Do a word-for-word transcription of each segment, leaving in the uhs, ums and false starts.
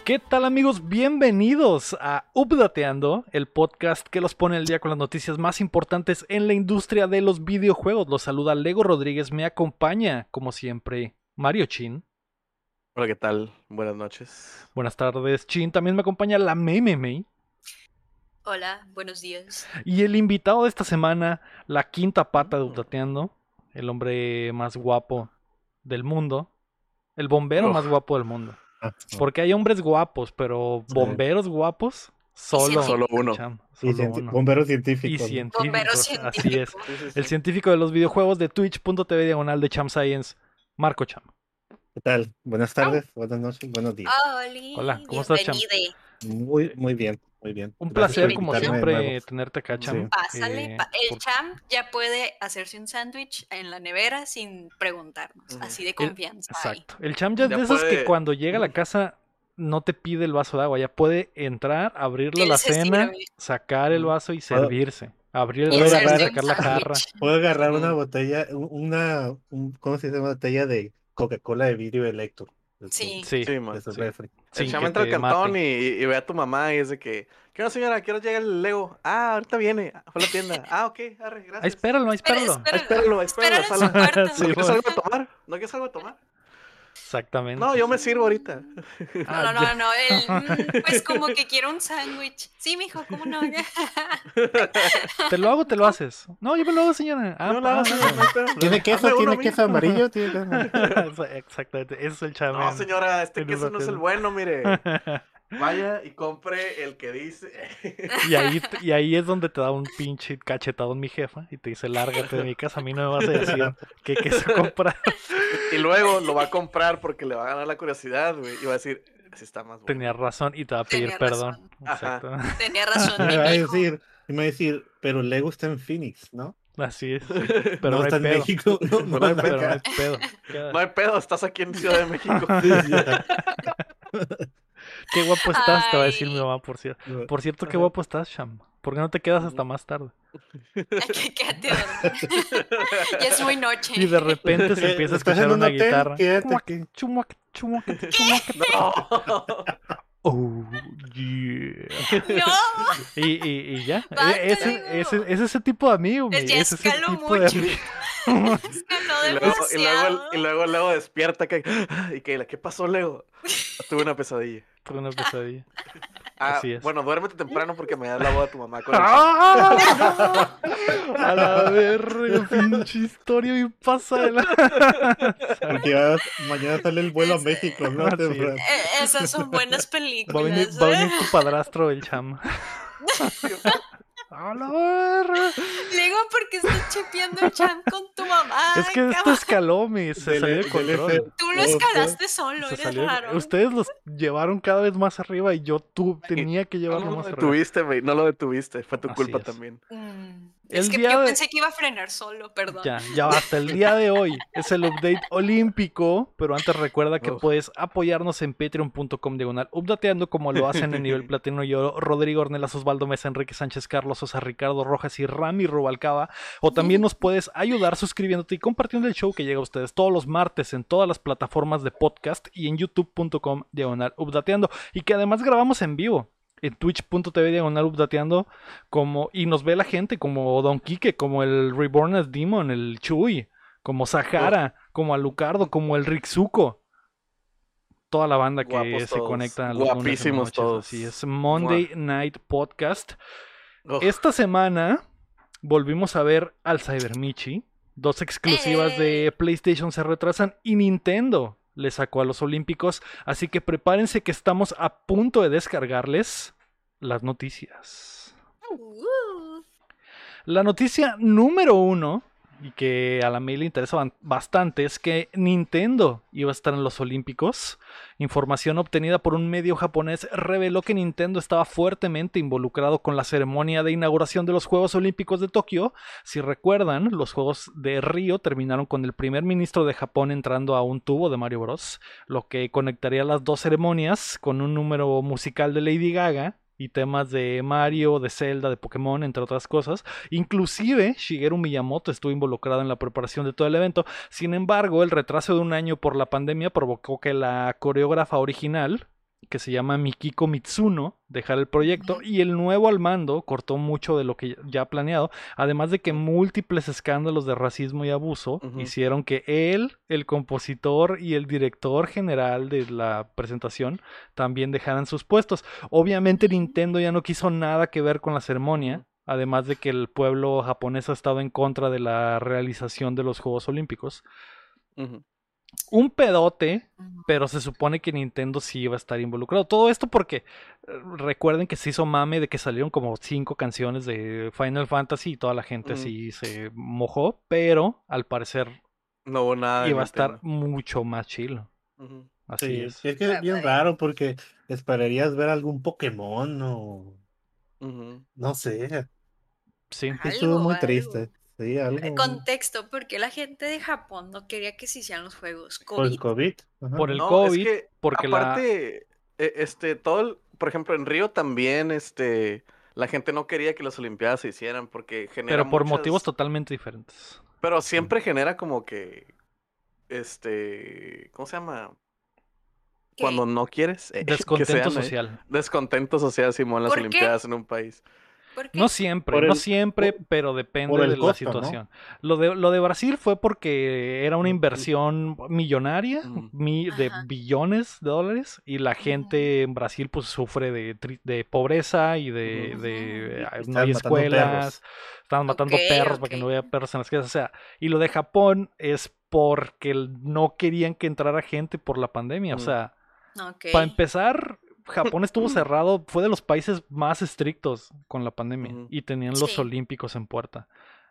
¿Qué tal, amigos? Bienvenidos a Updateando, el podcast que los pone al día con las noticias más importantes en la industria de los videojuegos. Los saluda Lego Rodríguez, me acompaña, como siempre, Mario Chin. Hola, ¿qué tal? Buenas noches. Buenas tardes, Chin. También me acompaña la Mei Mei Mei. Hola, buenos días. Y el invitado de esta semana, la quinta pata de Updateando, el hombre más guapo del mundo, el bombero Oh. más guapo del mundo. Porque hay hombres guapos, pero bomberos guapos, solo, Solo uno. Cham, Y solo cienti- uno. bombero Y científico. ¿no? científicos, Bombero así científico. es. Sí, sí, sí. El científico de los videojuegos de twitch.tv diagonal de Cham Science, Marco Cham. ¿Qué tal? Buenas tardes, buenas noches, buenos días. Oli, Hola, ¿cómo estás, Cham? bienvenide. Muy, muy bien, muy bien. Un Gracias placer, por como invitarme de siempre, nuevo. tenerte acá, Cham. Sí. Pásale, Eh, pa- el por- champ ya puede hacerse un sándwich en la nevera sin preguntarnos, Ujú. así de el- confianza. ahí. Exacto. El Cham ya es Ya de esos que puede- cuando llega a la casa no te pide el vaso de agua, ya puede entrar, abrirle Él la se cena, sirve. sacar el vaso y Puedo- servirse. Abrir el puedo vaso y agarrar- sacar la jarra. Puedo agarrar Ujú. una botella, un- una, un- ¿cómo se dice? Una botella de Coca-Cola de vidrio Electro. De su- Sí. Sí, Sí, man. de su sí. refri. Sin El chama que entra al te cantón y, mate. y- y ve a tu mamá y es de que, ¿qué onda, señora? ¿Qué hora llega el Lego? Ah, ahorita viene. Fue a la tienda. Ah, ok, arre, Ahí gracias. espéralo, ahí Espera- espéralo. Ah, espéralo, espéralo, espéralo, espéralo en su sala. cuarto. Sí, ¿No quieres bueno. algo de tomar? ¿No quieres algo de tomar? Exactamente. No, yo me sirvo ahorita. Ah, No, no, ya. no, no, él, mm, pues como que quiere un sándwich. Sí, mijo, ¿cómo no? ¿Te lo hago o te lo haces? No, yo me lo hago, señora. Ah, No, pa- no, ah, señora, no hay pedo. ¿Tiene Hazme queso? uno a ¿Tiene mí. queso amarillo? ¿Tiene queso amarillo? Exactamente, ese es el chame. No, señora, este en queso no es el Updateando. bueno, mire. Vaya y compre el que dice. Y ahí, y ahí es donde te da un pinche cachetadón mi jefa y te dice, lárgate de mi casa, a mí no me vas a decir qué queso comprar. Y luego lo va a comprar porque le va a ganar la curiosidad, güey. Y va a decir, así está más bueno. Tenía razón y te va a pedir Tenía perdón. razón. Ajá. Exacto. Tenía razón, Y mi me va a hijo. decir, y me va a decir, pero Lego está en Phoenix, ¿no? Así es. Pero no, no hay está en pedo. México. No, no No hay anda Pero no hay acá. pedo. Queda- No hay pedo, estás aquí en Ciudad de México. Sí, sí. Qué guapo estás, te va a decir mi Ay. mamá, por cierto. Por cierto, qué Ajá. guapo estás, Sham. ¿Por qué no te quedas hasta más tarde? Hay que quedarte a dormir. Ya es muy noche. Y de repente se Eh, empieza a ¿estás escuchar en un una hotel? guitarra. Quédate Chumac, aquí. chumac, chumac, chumac. No. Oh, yeah. No, Y, y, y ya. Basta, E- ese, Lego. ese, ese es ese tipo de amigo, Es güey. ya Ese es el escaló tipo de mucho. amigo. escaló Y luego, y, luego, demasiado. y luego Lego despierta que, y que, ¿qué pasó, Lego? Tuve una pesadilla. Tuve una pesadilla. Ah, Así es. bueno, duérmete temprano porque me da la boda de tu mamá con el chavo. ¡Ah! No. A la verga, pinche historia y pasa de la... Porque ya mañana sale el vuelo a Es- México, ¿no? Así Temprano. Eh, Esas son buenas Va a películas. venir, va a ¿eh? venir tu padrastro, el Cham. A la verga. Luego, porque estás chepeando el champ con tu mamá? Es que esto cabrón. escaló, me se Del- salió de del control. F- Tú lo Oh, escalaste solo, Se eres salió de- raro. Ustedes los llevaron cada vez más arriba y yo tu, tenía que No llevarlo lo más arriba. detuviste, güey, no lo detuviste, fue tu Así culpa es. también. Mm, El Es que día yo de- pensé que iba a frenar solo, perdón. Ya, ya hasta el día de hoy es el update olímpico, pero antes recuerda que Uf. puedes apoyarnos en patreon.com diagonal updateando como lo hacen en nivel platino yo, Rodrigo Ornelas, Osvaldo Mesa, Enrique Sánchez, Carlos Sosa, Ricardo Rojas y Rami Rubalcaba, o también nos puedes ayudar suscribiéndote y compartiendo el show que llega a ustedes todos los martes en todas las plataformas de podcast y en youtube.com diagonal updateando, y que además grabamos en vivo en twitch.tv diagonal updateando, como, y nos ve la gente como Don Quique, como el Reborn as Demon, el Chuy, como Sahara, como Alucardo, como el Rixuko. Toda la banda que Guapos se todos, conecta a los lunes en las guapísimos noches, todos. así es. Monday Night Podcast. Ugh. Esta semana volvimos a ver al Cybermichi. Dos exclusivas de PlayStation se retrasan y Nintendo le sacó a los Olímpicos. Así que prepárense que estamos a punto de descargarles las noticias. Uh, La noticia número uno, y que a la May le interesa ban- bastante, es que Nintendo iba a estar en los Olímpicos. Información obtenida por un medio japonés reveló que Nintendo estaba fuertemente involucrado con la ceremonia de inauguración de los Juegos Olímpicos de Tokio. Si recuerdan, los Juegos de Río terminaron con el primer ministro de Japón entrando a un tubo de Mario Bros, lo que conectaría las dos ceremonias con un número musical de Lady Gaga y temas de Mario, de Zelda, de Pokémon, entre otras cosas. Inclusive Shigeru Miyamoto estuvo involucrado en la preparación de todo el evento. Sin embargo, el retraso de un año por la pandemia provocó que la coreógrafa original, que se llama Mikiko Mitsuno dejar el proyecto Ujú. y el nuevo al mando cortó mucho de lo que ya planeado, además de que múltiples escándalos de racismo y abuso Ujú. hicieron que él, el compositor y el director general de la presentación también dejaran sus puestos. Obviamente Nintendo ya no quiso nada que ver con la ceremonia, Ujú. además de que el pueblo japonés ha estado en contra de la realización de los Juegos Olímpicos. Ujú. Un pedote, Ujú. pero se supone que Nintendo sí iba a estar involucrado. Todo esto porque eh, recuerden que se hizo mame de que salieron como cinco canciones de Final Fantasy y toda la gente Ujú. así se mojó, pero al parecer No hubo nada de iba a estar Nintendo. mucho más chill. Ujú. Así Sí, es. es que es Ah, bien bueno. raro porque esperarías ver algún Pokémon o Ujú. no sé. Sí. Sí, estuvo Algo, muy algo. triste. Sí, Eh, algo Contexto, porque la gente de Japón no quería que se hicieran los juegos. por el ¿COVID? COVID. Ajá. Por el No, es COVID, que porque la... aparte, e- este, todo, el- por ejemplo, en Río también, este, la gente no quería que las Olimpiadas se hicieran porque genera Pero por motivos muchas, totalmente diferentes. pero Sí. siempre genera como que, este, ¿cómo se llama? Cuando ¿Qué? no quieres eh, que Descontento sean eh, social. descontentos social, Simón, las ¿Por qué? Olimpiadas en un país. ¿Por No qué? siempre, Por no el, siempre, por, pero por depende de el la costo, ¿no? situación. Lo de, lo de Brasil fue porque era una Mm, mm, inversión millonaria, Ujú. mi- de Ajá. billones de dólares, y la Ujú. gente en Brasil pues sufre de, tri- de pobreza y de, Ujú. de Ujú. Y, y ah, no hay estaban matando escuelas, perros. estaban Ok, matando perros para ok. que no haya perros en las casas, o sea, y lo de Japón es porque el- no querían que entrara gente por la pandemia, o Ujú. sea, Ok. para empezar, Japón estuvo cerrado, fue de los países más estrictos con la pandemia Ujú. y tenían los Sí. Olímpicos en puerta.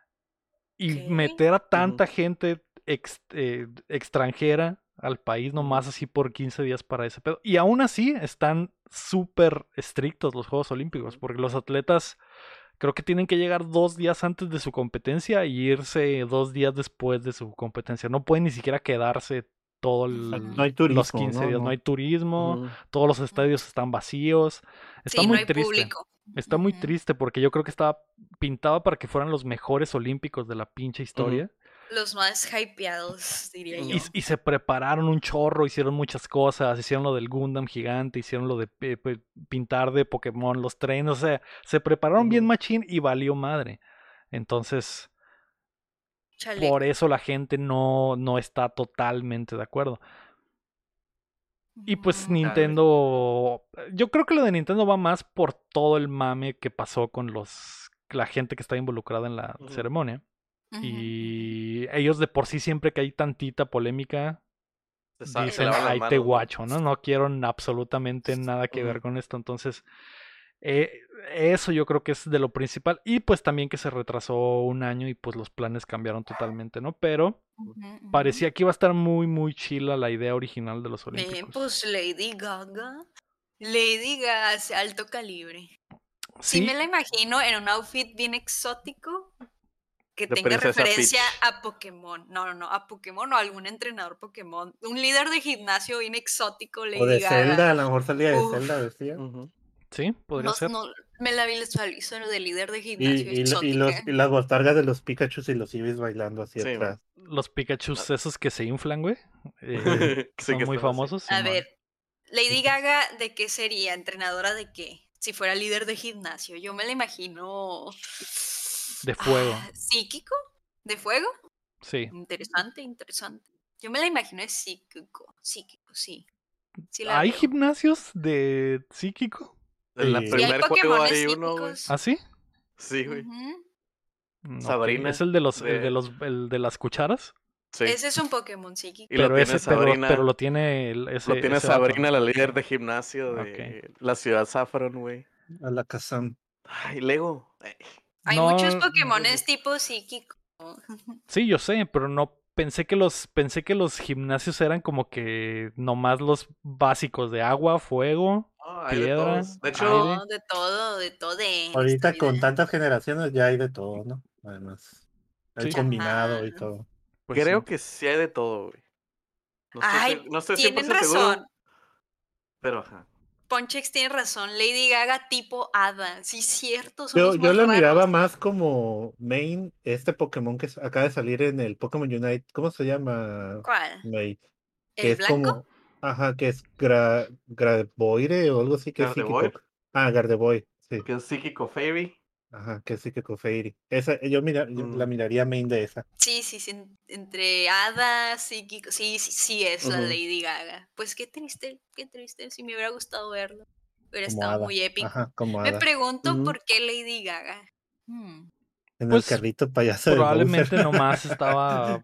Y Ok. meter a Ujú. tanta gente ex- eh, extranjera al país Ujú. nomás así por quince días para ese pedo. Y aún así están súper estrictos los Juegos Olímpicos, Ujú. porque los atletas creo que tienen que llegar dos días antes de su competencia y irse dos días después de su competencia. No pueden ni siquiera quedarse todos Ujú. No hay los turismo, quince ¿no? días. No hay No. turismo, Ujú. todos los estadios están vacíos. Está Sí, no muy hay triste. público. Está muy Ujú. triste porque yo creo que estaba pintado para que fueran los mejores olímpicos de la pinche Ujú. historia. Los más hypeados, diría Y, Ujú. yo. y se prepararon un chorro, hicieron muchas cosas, hicieron lo del Gundam gigante, hicieron lo de pe- pe- pintar de Pokémon los trenes, o sea, se prepararon bien Ujú. machín y valió madre. Entonces, por Chaleco. eso la gente no, no está totalmente de acuerdo. Y pues Ujú. Chale. Nintendo, yo creo que lo de Nintendo va más por todo el mame que pasó con los la gente que está involucrada en la Ujú. ceremonia. Ujú, ujú. Y ellos de por sí siempre que hay tantita polémica Se, sa- se dicen, lavan las ahí te manos, ¿no? guacho, ¿no? No quiero absolutamente nada que ver Ujú. con esto. Entonces, eh, eso yo creo que es de lo principal. Y pues también que se retrasó un año y pues los planes cambiaron totalmente, ¿no? Pero Ujú, ujú. parecía que iba a estar muy, muy chila la idea original de los Bien, Olímpicos. pues Lady Gaga. Lady Gaga hace alto calibre. Sí me Sí, la imagino en un outfit bien exótico que De tenga Princesa referencia Peach. a Pokémon. No, no, no, a Pokémon o a algún entrenador Pokémon. Un líder de gimnasio bien exótico, O Lady de Gaga. Zelda, a lo mejor salía de Zelda, Uf, decía. Ujú. sí, podría no, ser. no, me la visualizo de líder de Y, gimnasio y, lo- y, los, exótica. y las botargas de los Pikachu y los ibis bailando así Sí, man. atrás. Los Pikachu Ah. esos que se inflan, güey. eh, Sí. que Sí son que muy están así. famosos, A Simón. ver, Lady Gaga, ¿de qué sería? ¿Entrenadora de qué? Si fuera líder de gimnasio. Yo me la imagino. De fuego. Ah, ¿psíquico? ¿De fuego? Sí. Interesante, interesante. Yo me la imagino de psíquico. Psíquico, sí. Sí la ¿Hay veo. gimnasios de psíquico? En el Sí. Sí, hay primer juego Pokémones hay uno, güey. psíquicos. ¿Ah, sí? Sí, güey. Ujú. Mm, ok. Es Sabrina. el de los, el de De... los, el de las cucharas. Sí. Ese es un Pokémon psíquico. Y lo Pero tiene ese, pero, pero Sabrina. lo tiene el- Lo ese, tiene ese vato. Sabrina, la líder Ok. de gimnasio Ok. de la ciudad Saffron, güey. A la Kazam. Ay, Lego. Eh, Hay muchos No, Pokémones tipo psíquico. sí, yo sé, pero no pensé que los, pensé que los gimnasios eran como que nomás los básicos de agua, fuego, Oh, hay de piedra, todos. De hecho, aire. No, de todo, de todo en esta Ahorita vida. con tantas generaciones ya hay de todo, ¿no? Además, hay Sí, combinado y Ajá. todo. pues sí. creo que sí hay de todo, güey. No estoy, Ay, se- no estoy tienen cien por ciento razón. seguro, pero ajá. Ponchex tiene razón. Lady Gaga tipo hada. Sí, cierto, son Yo, los yo más lo miraba raros. más como main, este Pokémon que s- acaba de salir en el Pokémon Unite. ¿Cómo se llama? ¿Cuál? May? Que ¿El es blanco? como. Ajá, que es gra, Gardevoir o algo así, que es psíquico. Gardevoir, Ah, Gardevoir, sí. que es Psíquico Fairy. Ajá, que es psíquico Fairy. Esa, yo, mira, yo la Mm, miraría main de esa. Sí, sí, sí, en- entre hadas, psíquico. Sí, sí, sí es la ujú. Lady Gaga. Pues qué triste, qué triste. Si me hubiera gustado verlo. Hubiera Como estado hada. muy épico. Ajá, como Me hada. pregunto Ujú. por qué Lady Gaga. Hmm. En el Pues carrito payaso de Bowser. probablemente nomás estaba.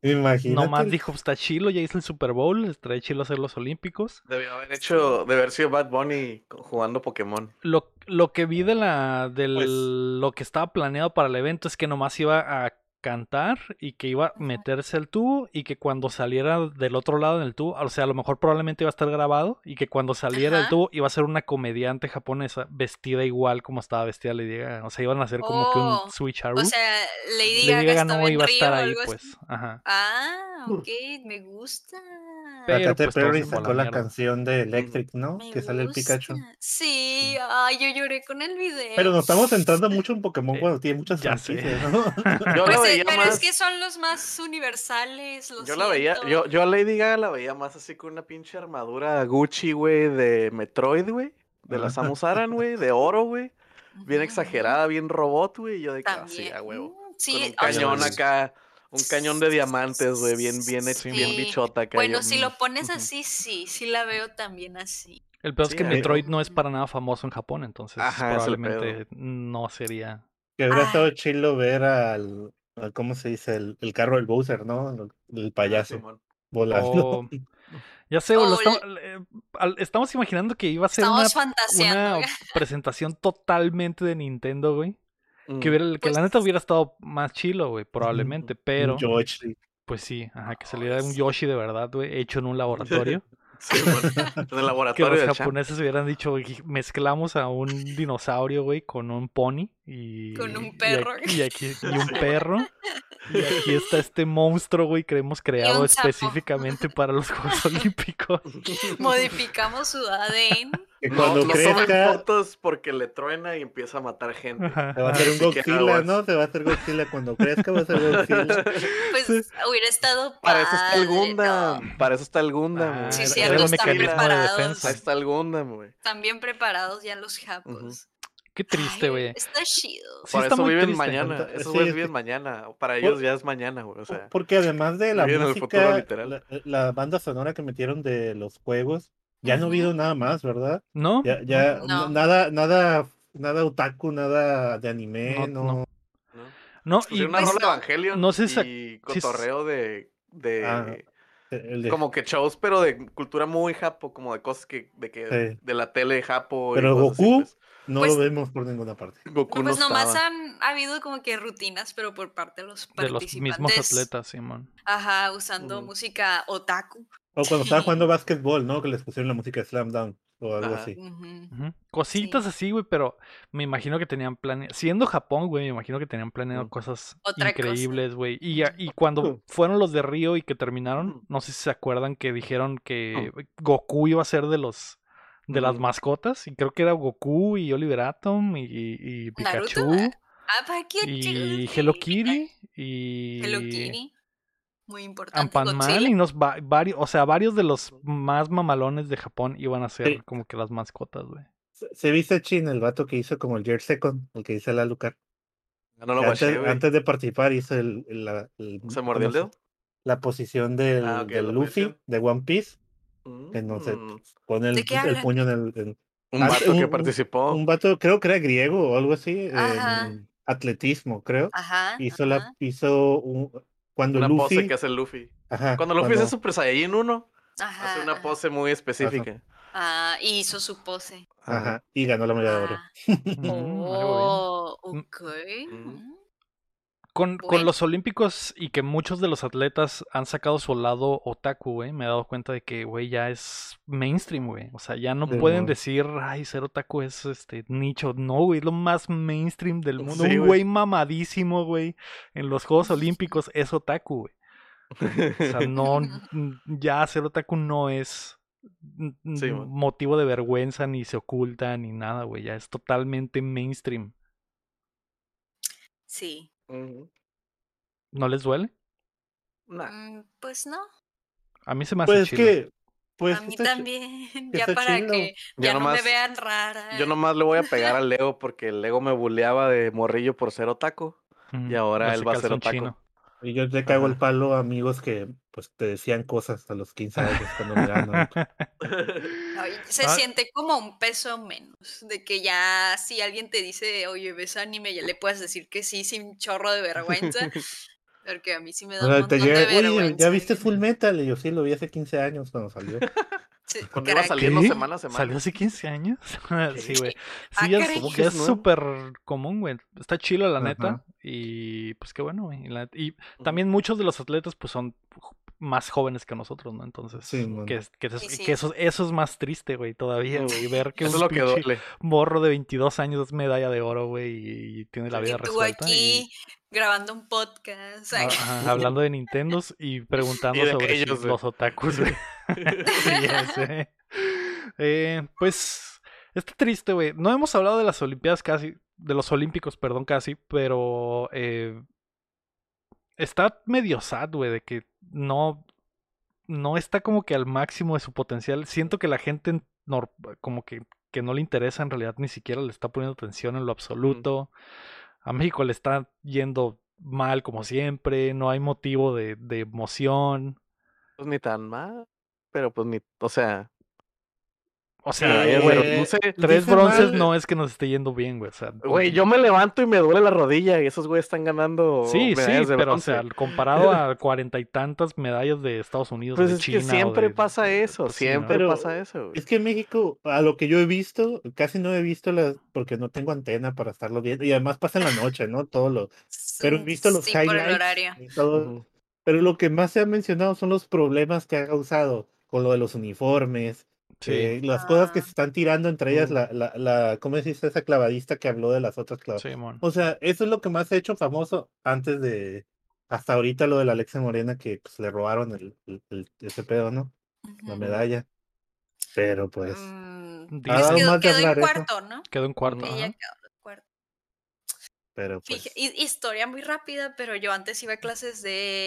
Nomás Imagínate. dijo, está chilo, ya hizo el Super Bowl, estaría chilo hacer los Olímpicos. Debió haber Sí. hecho, de haber sido Bad Bunny co- jugando Pokémon. Lo, lo que vi de la de Pues, lo que estaba planeado para el evento es que nomás iba a cantar y que iba a meterse al tubo y que cuando saliera del otro lado en el tubo, o sea, a lo mejor probablemente iba a estar grabado y que cuando saliera del Ajá. tubo iba a ser una comediante japonesa vestida igual como estaba vestida Lady Gaga. O sea, iban a hacer como que un Oh, o switcheroo. sea, Lady Lady Gaga Gaga estaba no en iba a estar Río o ahí, algo así. pues. Ajá. Ah, ok, me gusta. Pero Katy pues todo Perry se fue a la sacó la mierda. canción de Ujú. Electric, ¿no? Me Que sale el gusta. Pikachu. Sí, ay, yo lloré con el video. Pero nos estamos centrando mucho en Pokémon Eh, cuando tiene muchas ya sé. franquicias, ¿no? Yo la Pues, eh, veía pero es que más, son los más universales, lo yo la veía, siento. yo, yo a Lady Gaga la veía más así con una pinche armadura Gucci, güey, de Metroid, güey, de la Ah, Samus Aran, güey, de oro, güey, bien Ujú, ujú. exagerada, bien robot, güey, y yo de que así, También. a huevo, Mm, con sí, un o sea, cañón el- acá, un cañón de diamantes, güey, bien, bien, hecho- bien Simón. sí. bichota acá, yo, Bueno, si mm, lo pones ujú. así, sí, sí la veo también así. El peor es Sí, que a que, Metroid huevo. no es para nada famoso en Japón, entonces Ajá, es el pedo. probablemente no sería. que hubiera Ah, estado chilo ver al, al- ¿cómo se dice? El, el carro del Bowser, ¿no? El, el Ah, payaso Simón. volando. O ya sé, güey, lo o estamos, l- eh, al- estamos imaginando que iba a ser estamos una, fantaseando. una presentación totalmente de Nintendo, güey. Que, Mm. hubiera, que Pues, la neta hubiera estado más chilo, güey, Un probablemente, pero Yoshi. pues sí, ajá, que ay, saliera un sí. Yoshi de verdad, güey, hecho en un laboratorio. Simón. En el Que laboratorio los del champ. japoneses hubieran dicho, "Güey, mezclamos a un dinosaurio, güey, con un pony Con y, un y perro aquí, y aquí- y un Simón. perro. Y aquí está este monstruo, güey, que hemos y creado un sapo. específicamente para los Juegos Olímpicos. Modificamos su A D N. Que No, cuando no tomen crezca fotos porque le truena y empieza a matar gente. Ajá, se va a ajá. hacer un Así que Godzilla, aguas. ¿no? Se va a hacer Godzilla cuando crezca, va a ser Godzilla. Sí. Pues hubiera estado Para eso está el padre, ¿no? Gundam. Para eso está el Gundam, Ah, güey. Sí, era, Esa era es cierto, el la están mecanismo pila. de preparados. Ahí defensa. está el Gundam, güey. Están bien preparados ya los Ujú. japos. Qué triste, Ay, güey. está chido. Sí Por está eso muy viven triste. mañana. Tanta- Esos sí, güeyes es viven que- mañana. Para ellos por- ya es mañana, güey. O por- sea, porque además de la viven en el futuro música, literal. la, la banda sonora que metieron de los juegos, ya no ha Ujú. habido nada más, ¿verdad? No, Ya, no, ya, n- No. nada, nada, nada otaku, nada de anime, no, no. no. ¿No? No, Pues y pusieron una Pues rola de no. Evangelion no sé si, y si es- cotorreo de, Ah, de el de, como que shows, pero de cultura muy japo, como de cosas que, de que, sí. de la tele japo y Pero cosas así, Goku pues. no lo Pues, vemos por ninguna parte. Goku no, no pues nomás estaba. han ha habido como que rutinas, pero por parte de los de los mismos participantes. atletas, Simón. Ajá, usando Ujú. música otaku. O cuando estaba jugando básquetbol, ¿no? Que les pusieron la música de Slam Dunk o algo Ajá. así. Ujú, Ujú. Cositas sí. así, güey, pero me imagino que tenían planeado, siendo Japón, güey, me imagino que tenían planeado Mm. cosas Otra cosa. increíbles, güey. Y, a- Ujú. y cuando fueron los de Río y que terminaron, Ujú. no sé si se acuerdan que dijeron que Goku iba a ser de los de las Ujú. mascotas, y creo que era Goku y Oliver Atom y, y- y ¿Naruto? Pikachu Ah, ¿para qué? y Hello Kitty Hello y Kitty. Muy importante. Ant-Man Godzilla. y nos va- varios, o sea, varios de los más mamalones de Japón iban a ser Sí. como que las mascotas, güey. Se, se viste chin el vato que hizo como el Year Second, el que dice el Alucard. No lo Que guaché, antes, güey. antes de participar hizo el, el- la, el- ¿Se mordió ¿cómo el se- dedo? la posición Ah, del, ok, del la Luffy posición. de One Piece, que no sé, Mm. pone ¿De el, qué el hablan? puño en el... en- Un antes- vato un, que un- participó. un vato, creo que era griego o algo así, Ajá. en atletismo, creo. Ajá. Hizo la, Ajá. hizo un, cuando Una pose que Luffy, hace el Luffy. ajá, Cuando Luffy hace cuando, Super Saiyajin uno, hace Ajá. una Ajá. pose muy específica. Ah, y hizo su pose. Ajá. ajá, y ganó la medalla de oro. Ah. Mm, algo bien. Oh, Mm, ok. Mm. Con, con Bueno. los Olímpicos y que muchos de los atletas han sacado su lado otaku, güey, me he dado cuenta de que, güey, ya es mainstream, güey. O sea, ya no Sí, pueden mon. decir, ay, ser otaku es este nicho. No, güey, es lo más mainstream del mundo. Sí, Un güey. güey mamadísimo, güey, en los Juegos Olímpicos es otaku, güey. O sea, no, n- ya ser otaku no es n- n- Sí, man. motivo de vergüenza, ni se oculta, ni nada, güey. Ya es totalmente mainstream. Sí. Ujú. ¿No les duele? Nah. Mm, pues no. A mí se me hace Pues es chido. que Pues A mí está chi- también, que ya está para chido. que Yo ya no me nomás, vean rara. yo nomás le voy a pegar al Lego porque el Lego me buleaba de morrillo por ser otaku. Y Mm, ahora ese él va a ser calzón otaku. chino. Y yo le cago el Ajá. palo a amigos que pues te decían cosas a los quince años cuando me daban Naruto. Ay, se Ah, siente como un peso menos, de que ya si alguien te dice, oye, ves anime, ya le puedes decir que sí sin chorro de vergüenza, porque a mí sí me O da un sea, te montón de llega, oye, ¿ya vergüenza. viste Full Metal? Y yo sí, lo vi hace quince años cuando salió. Sí, Cuando iba crack. saliendo ¿Qué? semana a semana. ¿Salió hace quince años? Sí, ¿Qué? güey. Ah, Sí, ya es, caray. ¿Cómo que ya es es nuevo? súper común, güey. Está chilo, la neta. Ajá. Y pues qué bueno, güey. Y, la- y Ujú. también muchos de los atletas, pues son ju- más jóvenes que nosotros, ¿no? Entonces, Sí, Ujú. que, man. es- que, eso, Sí, sí. que eso, eso es más triste, güey, todavía, Mm, güey. Ver que Eso es un lo que pinche duele. morro de veintidós años es medalla de oro, güey, y, y tiene la Sí. vida Y tú resuelta. Y aquí grabando un podcast. ah, ajá, hablando de Nintendos y Y preguntando de sobre si ellos, güey. los otakus, güey. Sí, ya sé. Eh, pues está triste, güey. No hemos hablado de las Olimpiadas casi, de los Olímpicos, perdón, casi, pero eh, está medio sad, güey, de que no, no está como que al máximo de su potencial. Siento que la gente nor- como que, que no le interesa en realidad, ni siquiera le está poniendo atención en lo Mm. absoluto. A México le está yendo mal como siempre, no hay motivo de, de emoción. Pues ni tan mal. Pero pues ni, o sea, O sea, medallas de güey, bronce. Eh, tres dice bronces mal, no es que nos esté yendo bien, güey. O sea, Güey, yo me levanto y me duele la rodilla y esos güeyes están ganando sí, sí, medallas de pero o sea, bronce. comparado a cuarenta y tantas medallas de Estados Unidos o Pues de es que China o siempre de... pasa eso, Pues sí, siempre ¿no? pasa pero eso, güey. es que en México, a lo que yo he visto, casi no he visto las, porque no tengo antena para estarlo viendo, y además pasa en la noche, ¿no? Todo lo, pero he visto los Sí, por el highlights horario. y todo, Ujú. pero lo que más se ha mencionado son los problemas que ha causado con lo de los uniformes, Sí, eh, las cosas que Ah, se están tirando, entre ellas Mm. la, la, la, ¿cómo decís? Esa clavadista que habló de las otras clavadas. sí, mon. O sea, eso es lo que más se ha hecho famoso antes de, hasta ahorita lo de la Alexa Morena, que pues, le robaron el, el- el- ese pedo, ¿no? La ujú. medalla. Pero pues, Mm, ha pues dado Dicen, quedó, más de quedó en hablar eso. cuarto, ¿no? quedó en cuarto, Ujú. Ella ajá. quedó en cuarto. Pero Fija- pues, hi- historia muy rápida, pero yo antes iba a clases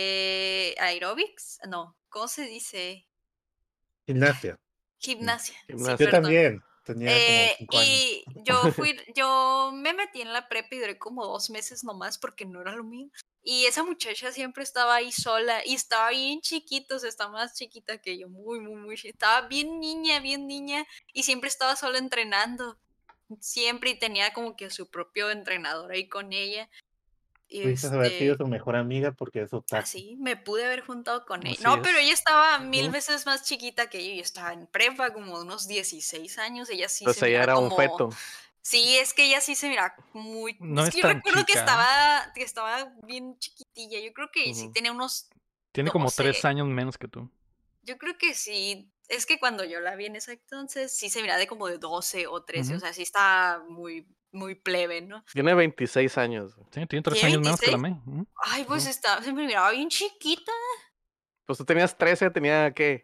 de aerobics. No, ¿cómo se dice? gimnasia. Gimnasia. Sí, Yo Gimnasia. perdón. también, tenía como Eh, cinco años. y yo fui, yo me metí en la prepa y duré como dos meses nomás porque no era lo mío. Y esa muchacha siempre estaba ahí sola y estaba bien chiquita, o sea, está más chiquita que yo, muy, muy, muy chiquita. Estaba bien niña, bien niña y siempre estaba sola entrenando. Siempre y tenía como que su propio entrenador ahí con ella. Y Pudiste haber sido este, su mejor amiga porque es otaku. así me pude haber juntado con ella. Así No, pero es. ella estaba mil Ujú. veces más chiquita que yo. Yo estaba en prepa, como de unos dieciséis años. Ella sí se Entonces ella miraba era un como. feto. Sí, es que ella sí se mira muy. No Es es que yo tan recuerdo que chica. estaba, que estaba bien chiquitilla. Yo creo que sí Ujú. tenía unos Tiene como tres doce. años menos que tú. Yo creo que sí. Es que cuando yo la vi en ese entonces, sí se miraba de como de doce o trece. O Ujú. sea, sí está muy, muy plebe, ¿no? Tiene veintiséis años. güey. Sí, tiene tres ¿Tiene años menos que la veintiséis? May. Ujú. Ay, pues Ujú. está, se me miraba bien chiquita. Pues tú tenías trece, tenía ¿qué?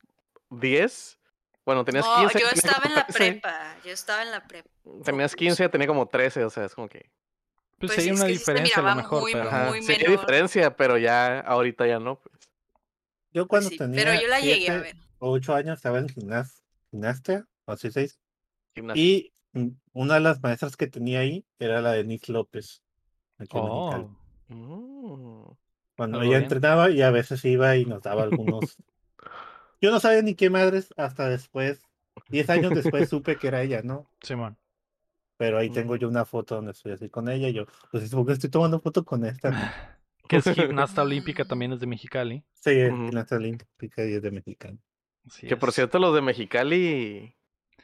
¿diez? Bueno, tenías No, quince, yo tenía estaba como en la trece. prepa. Yo estaba en la prepa. Tenías Focus. quince, tenía como trece, o sea, es como que. Pues sí Pues hay sí, es una que sí se diferencia a lo miraba mejor, muy, pero... Ajá, muy sí hay menor. diferencia, pero ya ahorita ya no, pues. Yo Pues cuando sí, pero tenía yo la llegué a siete ver. o ocho años estaba en gimnas, gimnasia, o así se dice. Gimnasia. Y mm, una de las maestras que tenía ahí era la de Nick López, aquí en Mexicali. Oh, Mm. Cuando algo ella bien. entrenaba y a veces iba y nos daba algunos. Yo no sabía ni qué madres hasta después, diez años después supe que era ella, ¿no? Simón. Pero ahí tengo Ujú. yo una foto donde estoy así con ella y yo, pues ¿por qué estoy tomando foto con esta? Que es gimnasta olímpica, Mm, también es de Mexicali. Sí, es Ujú. gimnasia olímpica y es de mexicano. Así Que por es. cierto, los de Mexicali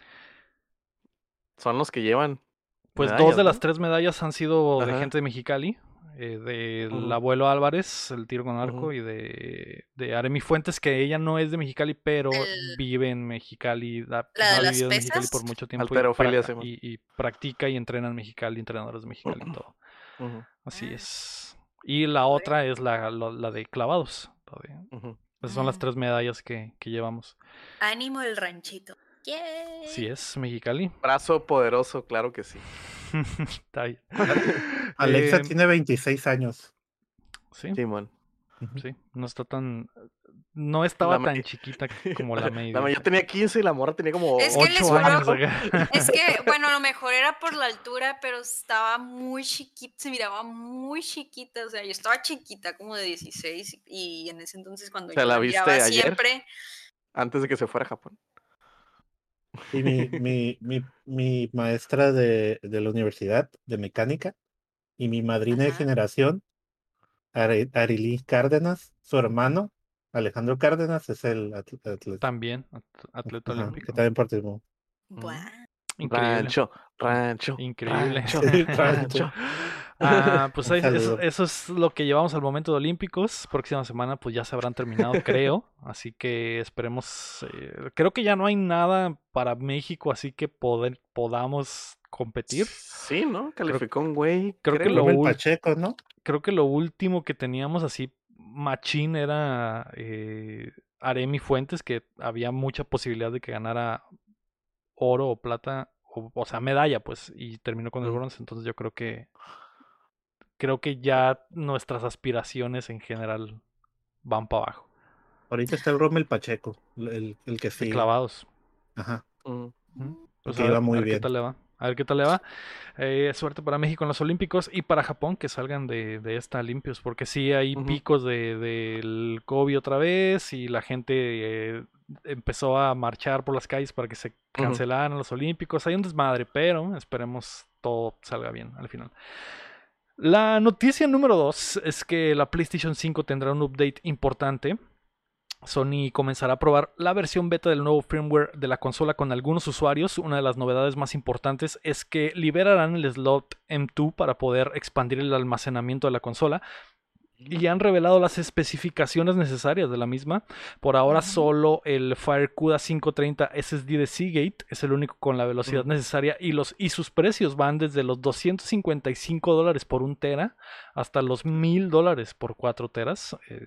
son los que llevan Pues dos medallas, de las ¿no? tres medallas han sido de Ajá. gente de Mexicali. Eh, del Ujú. abuelo Álvarez, el tiro con arco, Ujú. y de, de Aremi Fuentes, que ella no es de Mexicali, pero el- vive en Mexicali, ha, la ha de las vivido en Mexicali por pesas. mucho tiempo y, Alterofilia, pra- Simón. y, y practica y entrena en Mexicali, entrenadores de Mexicali y todo. Ujú. Así Ah, es. Y la Órale. otra es la, la, la de clavados. la de- Ujú. Esas son las Mm. tres medallas que, que llevamos. Ánimo el ranchito. Yay. Así es, Mexicali. Brazo poderoso, claro que sí. Está bien. Alexa Eh, tiene veintiséis años. sí, Simón. Ujú. sí, no está tan... no estaba La tan May- chiquita como la May. La May- yo tenía quince y la morra tenía como Es que les Ocho juro- años acá. Es que, bueno, a lo mejor era por la altura, pero estaba muy chiquita, se miraba muy chiquita, o sea, yo estaba chiquita, como de dieciséis, y en ese entonces cuando O sea, yo ¿la la viste miraba ayer? siempre, antes de que se fuera a Japón. Y mi, mi, mi, mi maestra de, de la universidad de mecánica y mi madrina de Ajá. generación, Ari- Arilí Cárdenas, su hermano, Alejandro Cárdenas, es el atl- atleta, También, at- atleta ajá, que olímpico. también participó. Buah. Increíble. Rancho, rancho, Increíble. rancho, Sí, rancho. Ah, pues Un ahí- eso, saludo. eso es lo que llevamos al momento de Olímpicos. Próxima semana pues ya se habrán terminado, creo. Así que esperemos. eh, creo que ya no hay nada para México, así que poder, podamos competir. Sí, ¿no? Calificó un güey, creo que creo. lo Rommel ul- Pacheco, ¿no? Creo que lo último que teníamos así machín era eh, Aremi Fuentes, que había mucha posibilidad de que ganara oro o plata, o, o sea, medalla, pues, y terminó con el Mm. bronce. Entonces yo creo que creo que ya nuestras aspiraciones en general van para abajo. Ahorita está el Rommel Pacheco, el, el que De sigue. clavados. Ajá, Mm. Ujú. Pues que a iba ver, a muy ver qué bien. tal le va. A ver qué tal le va. Eh, suerte para México en los Olímpicos y para Japón que salgan de, de esta limpios, porque sí hay Ujú. picos de, del COVID otra vez y la gente eh, empezó a marchar por las calles para que se cancelaran los Olímpicos. Hay un desmadre, pero esperemos todo salga bien al final. La noticia número dos es que la PlayStation cinco tendrá un update importante. Sony comenzará a probar la versión beta del nuevo firmware de la consola con algunos usuarios. Una de las novedades más importantes es que liberarán el slot M dos para poder expandir el almacenamiento de la consola. Y han revelado las especificaciones necesarias de la misma. Por ahora Ujú. solo el FireCuda quinientos treinta S S D de Seagate es el único con la velocidad Ujú. necesaria y, los, y sus precios van desde los doscientos cincuenta y cinco dólares por un tera hasta los mil dólares por cuatro teras. Eh,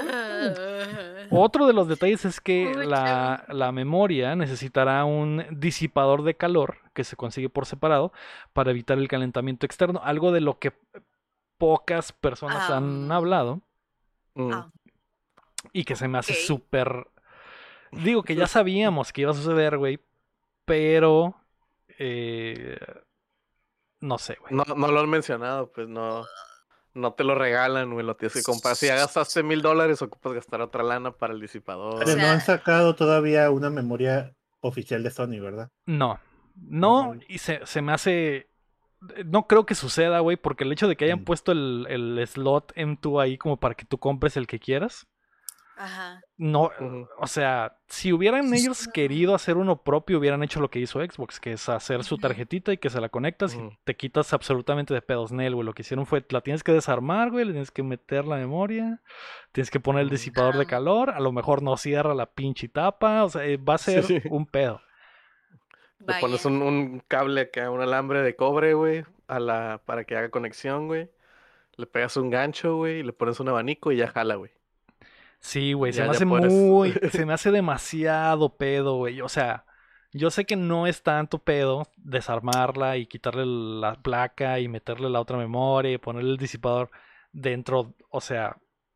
otro de los detalles es que Uy, la, la memoria necesitará un disipador de calor que se consigue por separado para evitar el calentamiento externo, algo de lo que pocas personas han Ah, hablado Mm. ah, y que se me hace ok. súper... Digo que ya sabíamos que iba a suceder, güey, pero... eh, no sé, güey. No, no lo han mencionado, pues no, no te lo regalan, güey, lo tienes que comprar. Si ya gastaste mil dólares, ocupas gastar otra lana para el disipador. O Pero no han sea, sacado todavía una memoria oficial de Sony, ¿verdad? No, no, No. y se, se me hace... No creo que suceda, güey, porque el hecho de que hayan Mm. puesto el, el slot M dos ahí como para que tú compres el que quieras, ajá. no, Ujú. o sea, si hubieran ellos No. querido hacer uno propio, hubieran hecho lo que hizo Xbox, que es hacer su Ujú. tarjetita y que se la conectas Ujú. y te quitas absolutamente de pedos, Nel, güey. Lo que hicieron fue, la tienes que desarmar, güey, le tienes que meter la memoria, tienes que poner el Ujú. disipador de Ah, calor, a lo mejor no cierra la pinche tapa, o sea, eh, va a Sí, ser sí. un pedo. Le pones vaya. un, un cable acá, un alambre de cobre, güey, a la, para que haga conexión, güey. Le pegas un gancho, güey, y le pones un abanico y ya jala, güey. Sí, güey, se Ya, me ya hace puedes. muy, se me hace demasiado pedo, güey. O sea, yo sé que no es tanto pedo desarmarla y quitarle la placa y meterle la otra memoria y ponerle el disipador dentro, o sea,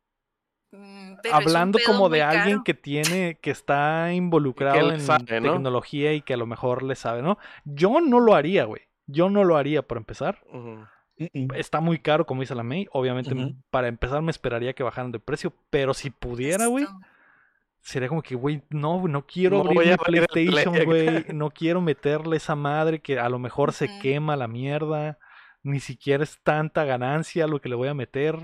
Mm, Pero es un hablando pedo como de muy alguien caro. que tiene, que está Y que involucrado le en sabe, ¿no? tecnología y que a lo mejor le sabe, ¿no? Yo no lo haría, güey. Yo no lo haría por empezar. Ujú. Mm, mm. Está muy caro, como dice la May. Obviamente, Ujú. para empezar, me esperaría que bajaran de precio. Pero si pudiera, güey, Esto. sería como que, güey, no, no quiero No abrir voy mi a abrir el Play PlayStation, güey. acá. No quiero meterle esa madre que a lo mejor se Ujú. quema la mierda. Ni siquiera es tanta ganancia lo que le voy a meter.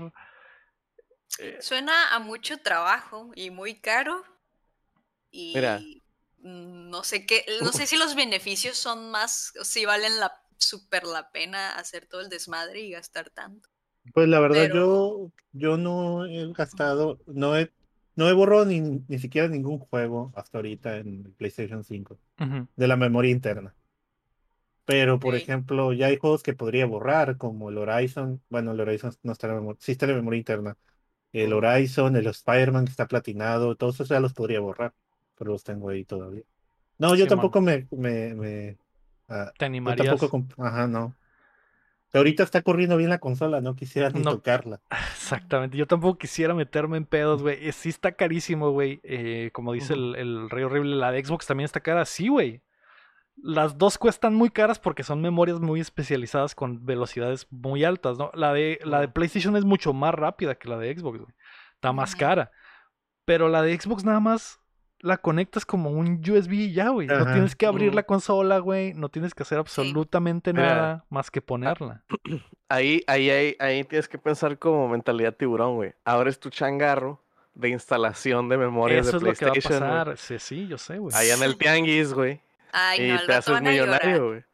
Eh, Suena a mucho trabajo y muy caro. Mira, Y mm, no sé qué, no sé si los beneficios son más, o si valen la súper la pena hacer todo el desmadre y gastar tanto. Pues la verdad, Pero yo, yo no he gastado, no he, no he borrado ni, ni siquiera ningún juego hasta ahorita en el PlayStation cinco Ujú, de la memoria interna. Pero, por ok. ejemplo, ya hay juegos que podría borrar, como el Horizon. Bueno, el Horizon no está en la memoria, sí está en la memoria interna. El ujú. Horizon, el Spider-Man que está platinado, todos esos ya los podría borrar, pero los tengo ahí todavía. No, yo Simón, tampoco me, me, me ah, te yo tampoco, animarías. comp- ajá, no. Ahorita está corriendo bien la consola, no quisiera ni No. tocarla. Exactamente, yo tampoco quisiera meterme en pedos, güey. Eh, Sí está carísimo, güey. Eh, como dice el, el Rey Horrible, la de Xbox también está cara. Sí, güey. Las dos cuestan muy caras porque son memorias muy especializadas con velocidades muy altas, ¿no? La de, la de Ujú. PlayStation es mucho más rápida que la de Xbox, güey. Está más Ujú. cara. Pero la de Xbox nada más la conectas como un U S B y ya, güey. No Ajá. tienes que abrir Ujú. la consola, güey. No tienes que hacer Sí. absolutamente Mira, nada más que ah, ponerla. ahí, ahí, ahí, ahí tienes que pensar como mentalidad tiburón, güey. Abres tu changarro de instalación de memorias de Eso es lo que va a PlayStation, güey. pasar. Sí, sí, yo sé, güey. Allá en el tianguis, güey. Ay, no, Y al te rato haces van a llorar. millonario, güey.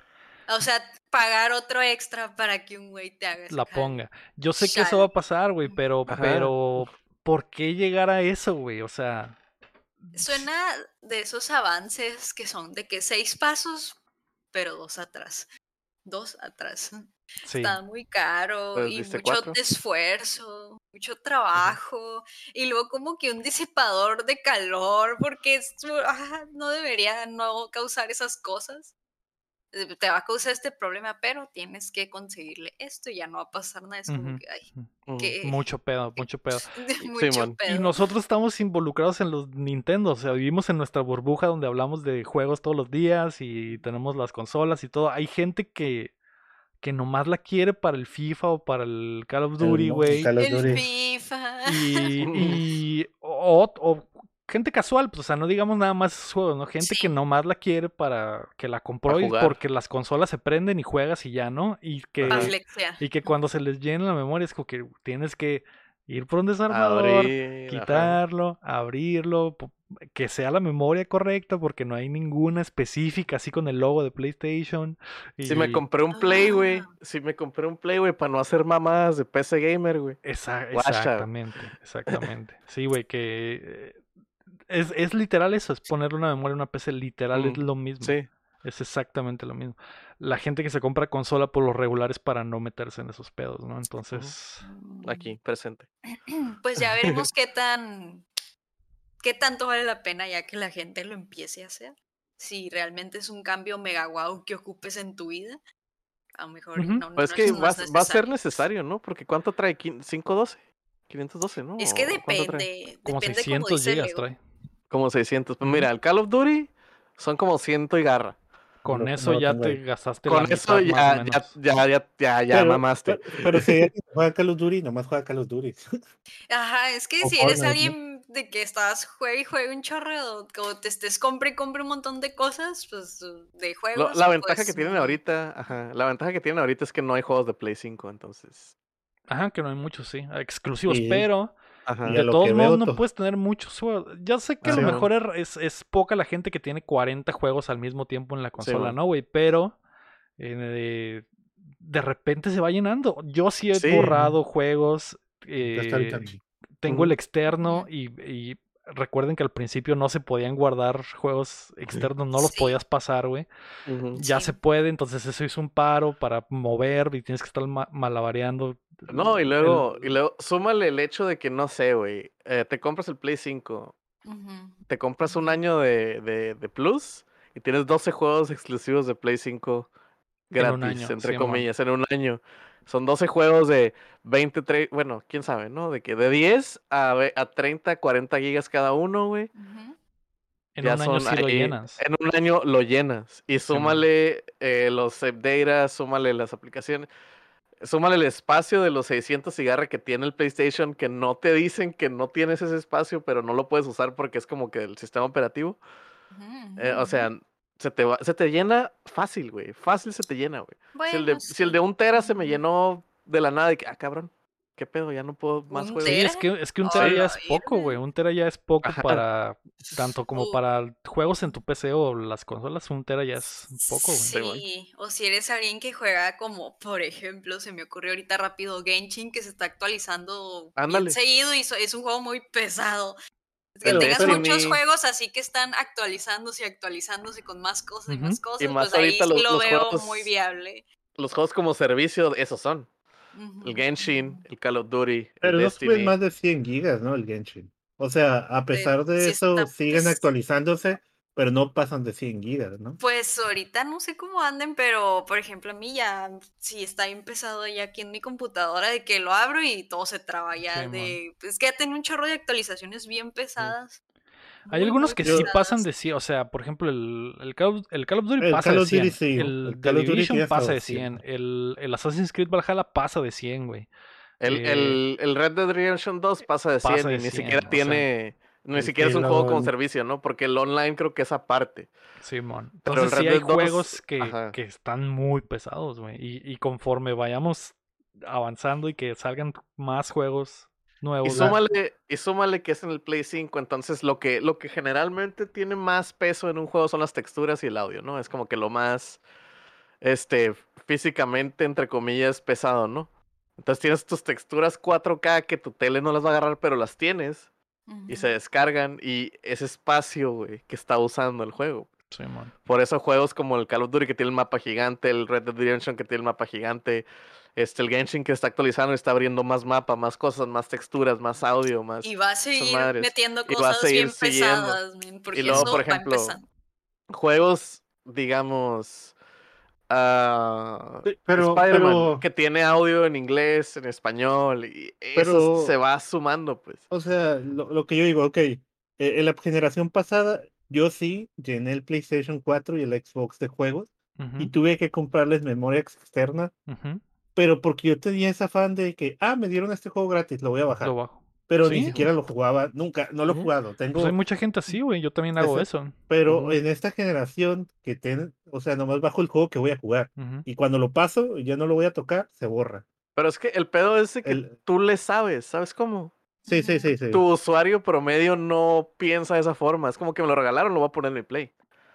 O sea, pagar otro extra para que un güey te haga ese La jale. ponga. Yo sé que eso va a Chale. pasar, güey, pero, Ajá. pero, ¿por qué llegar a eso, güey? O sea, Suena de esos avances que son de que seis pasos, pero dos atrás. Dos atrás. sí. Está muy caro Pues y dice mucho cuatro. esfuerzo, mucho Ujú. trabajo y luego como que un disipador de calor porque es- ah, no debería no causar esas cosas. Eh, Te va a causar este problema, pero tienes que conseguirle esto y ya no va a pasar nada. Es como Ujú, que, ay, ujú. Ujú. que Mucho pedo, mucho pedo. Y- mucho Simón. Y pedo. nosotros estamos involucrados en los Nintendo, o sea, vivimos en nuestra burbuja donde hablamos de juegos todos los días y tenemos las consolas y todo. Hay gente que, que nomás la quiere para el FIFA o para el Call of El, Duty, mo- el güey. Call of El Duty. FIFA. Y, y o, o gente casual, pues, o sea, no digamos nada más esos juegos, ¿no? Gente que Sí, nomás la quiere para que la A compró y jugar. porque las consolas se prenden y juegas y ya, ¿no? Y pa' que, Ajá. flexear. y que cuando se les llena la memoria es como que tienes que ir por un desarmador, Abrir, ajá. quitarlo, abrirlo, po- que sea la memoria correcta porque no hay ninguna específica así con el logo de PlayStation. Si me Y compré un Play, güey. Ah, Si me compré un Play, güey, para no hacer mamadas de P C Gamer, güey. esa- Guacha. exactamente, exactamente. Sí, güey, que eh, es, es literal eso, es ponerle una memoria a una P C, literal es Mm, lo mismo. Sí. Es exactamente lo mismo. La gente que se compra consola por los regulares para no meterse en esos pedos, ¿no? Entonces, Aquí, presente. pues ya veremos qué tan, qué tanto vale la pena ya que la gente lo empiece a hacer. Si realmente es un cambio mega guau que ocupes en tu vida, a lo mejor y ujú, no, no, Pues es no que es, no va, es va a ser necesario. necesario, ¿no? Porque ¿cuánto trae? Quin- ¿quinientos doce? quinientos doce, ¿no? Es que ¿O ¿Cuánto trae? depende, como depende como seiscientos dice gigas Lego. trae. Como seiscientos. Pues Ujú. mira, el Call of Duty son como ciento y garra. Con Lo- eso no lo ya tengo te ahí. gastaste Con la eso mitad más o ya, ya, menos. ya, ya, ya, ya Pero, mamaste. pero, pero si hay alguien que juega Call of Duty, nomás juega Call of Duty. Ajá, es que O si eres Fortnite, ¿no? alguien de que estás juegue y juegue un chorro, como te estés compre y compre un montón de cosas, pues de Lo- juegos, la ventaja que pues tienen mm, ahorita, ajá, la ventaja que tienen ahorita es que no hay juegos de Play cinco, entonces. Ajá, que no hay muchos, sí, exclusivos, Y, pero y Ajá. a de lo todos que modos veo, no to- puedes tener muchos juegos. Ya sé que a lo Ajá. mejor Simón, es, es poca la gente que tiene cuarenta juegos al mismo tiempo en la consola, Simón. ¿no, güey? Pero eh, de repente se va llenando. Yo sí he Sí. borrado juegos, yo hasta ahorita eh, no. tengo el Ujú. externo ujú, y, y recuerden que al principio no se podían guardar juegos externos, no los sí, podías pasar, güey. Ujú. Ya se sí. puede, entonces eso hizo un paro para mover y tienes que estar ma- malabareando No, y el, luego, y el- luego, súmale el hecho de que, no sé, güey, eh, te compras el Play cinco, Ujú, te compras un año de, de, de Plus y tienes doce juegos exclusivos de Play cinco en un gratis, año, entre Simón. comillas, en un año. Son doce juegos de veinte, tre- bueno, quién sabe, ¿no? De que de diez a, ve- a treinta, cuarenta gigas cada uno, güey. ujú. En Ya un año son sí lo ahí, llenas, en un año lo llenas. Y Simón. súmale eh, los save data, súmale las aplicaciones, súmale el espacio de los seiscientos cigarros que tiene el PlayStation, que no te dicen que no tienes ese espacio, pero no lo puedes usar porque es como que el sistema operativo. Ujú, Eh, ujú, o ujú. sea, se te va, se te llena fácil, güey. Fácil se te llena, güey. Si el Bueno, de, si el de sí. un tera se me Ujú. llenó de la nada, de que, ah, cabrón, ¿qué pedo? Ya no puedo más ¿Un juegos. Sí, tera? es que, es que un tera ¡A Sí, ya la es poco, güey. virgen! Un tera ya es poco ajá. para, tanto como O, para juegos en tu P C o las consolas, un tera ya es poco, güey. Sí, güey. sí, o si eres alguien que juega como, por ejemplo, se me ocurrió ahorita rápido Genshin, que se está actualizando bien Ándale. seguido y so- es un juego muy pesado. Es que El Pero, tengas pero, muchos Destiny. juegos así que están actualizándose y actualizándose con más cosas y Ujú. más Y cosas, más pues ahí ahorita sí los, lo los veo muy juegos, viable. los juegos como servicio, esos son. El Ujú, Genshin, ujú. el Call of Duty, el pero no suben Destiny. más de cien gigas, ¿no? El Genshin. O sea, a Eh, pesar de sí eso, está, siguen pues, actualizándose pero no pasan de cien gigas, ¿no? Pues ahorita no sé cómo anden, pero por ejemplo a mí ya sí está bien pesado ya aquí en mi computadora de que lo abro y todo se traba ya Sí, man. de... Es que ya tiene un chorro de actualizaciones bien pesadas. Hay Muy, algunos muy que sí Yo- pasan pesadas. de cien, o sea, por ejemplo, el, el, Call, of, el Call of Duty El pasa Call de of Duty cien, sí, el el The Call of Duty Division tiene hasta pasa de cien, doscientos. el, el Assassin's Creed Valhalla pasa de cien, güey. El, Eh, el, el Red Dead Redemption dos pasa de pasa cien y de ni cien, siquiera o sea, tiene, ni El siquiera es un juego con Halo, servicio, ¿no? Porque el online creo que es aparte. Simón. Pero el Entonces Red sí hay Dead dos, juegos que, ajá. que están muy pesados, güey. Y, y conforme vayamos avanzando y que salgan más juegos Y nuevos, güey. la, súmale, y súmale que es en el Play cinco, entonces lo que, lo que generalmente tiene más peso en un juego son las texturas y el audio, ¿no? Es como que lo más, este, físicamente, entre comillas, pesado, ¿no? Entonces tienes tus texturas cuatro K que tu tele no las va a agarrar, pero las tienes y se Ujú. descargan y ese espacio, güey, que está usando el juego. Simón. Por eso juegos como el Call of Duty que tiene el mapa gigante, el Red Dead Redemption que tiene el mapa gigante, este, el Genshin que está actualizando y está abriendo más mapa, más cosas, más texturas, más audio, más Y va a esas seguir madres. metiendo Y va a cosas seguir bien siguiendo. pesadas, men, Y porque luego, por eso va ejemplo, empezando. juegos, digamos, ah, sí, pero, Spider-Man, pero, que tiene audio en inglés, en español, y eso se pero, va sumando, pues. o sea, lo, lo que yo digo, ok, eh, en la generación pasada, yo sí llené el PlayStation cuatro y el Xbox de juegos y Ujú, tuve que comprarles memoria externa, ujú. pero porque yo tenía ese afán de que, ah, me dieron este juego gratis, lo voy a Lo bajar. bajo. Pero ni Sí, siquiera lo jugaba, nunca, no lo he Ujú, jugado. pues hay Tengo, mucha gente así, güey. Yo también hago ese- eso. pero ujú. en esta generación que ten, o sea, nomás bajo el juego que voy a jugar. Ujú. Y cuando lo paso y ya no lo voy a tocar, se borra. Pero es que el pedo es de que El, tú le sabes, ¿sabes cómo? sí, sí, sí, sí. Tu usuario promedio no piensa de esa forma. Es como que me lo regalaron, lo voy a poner en mi Play.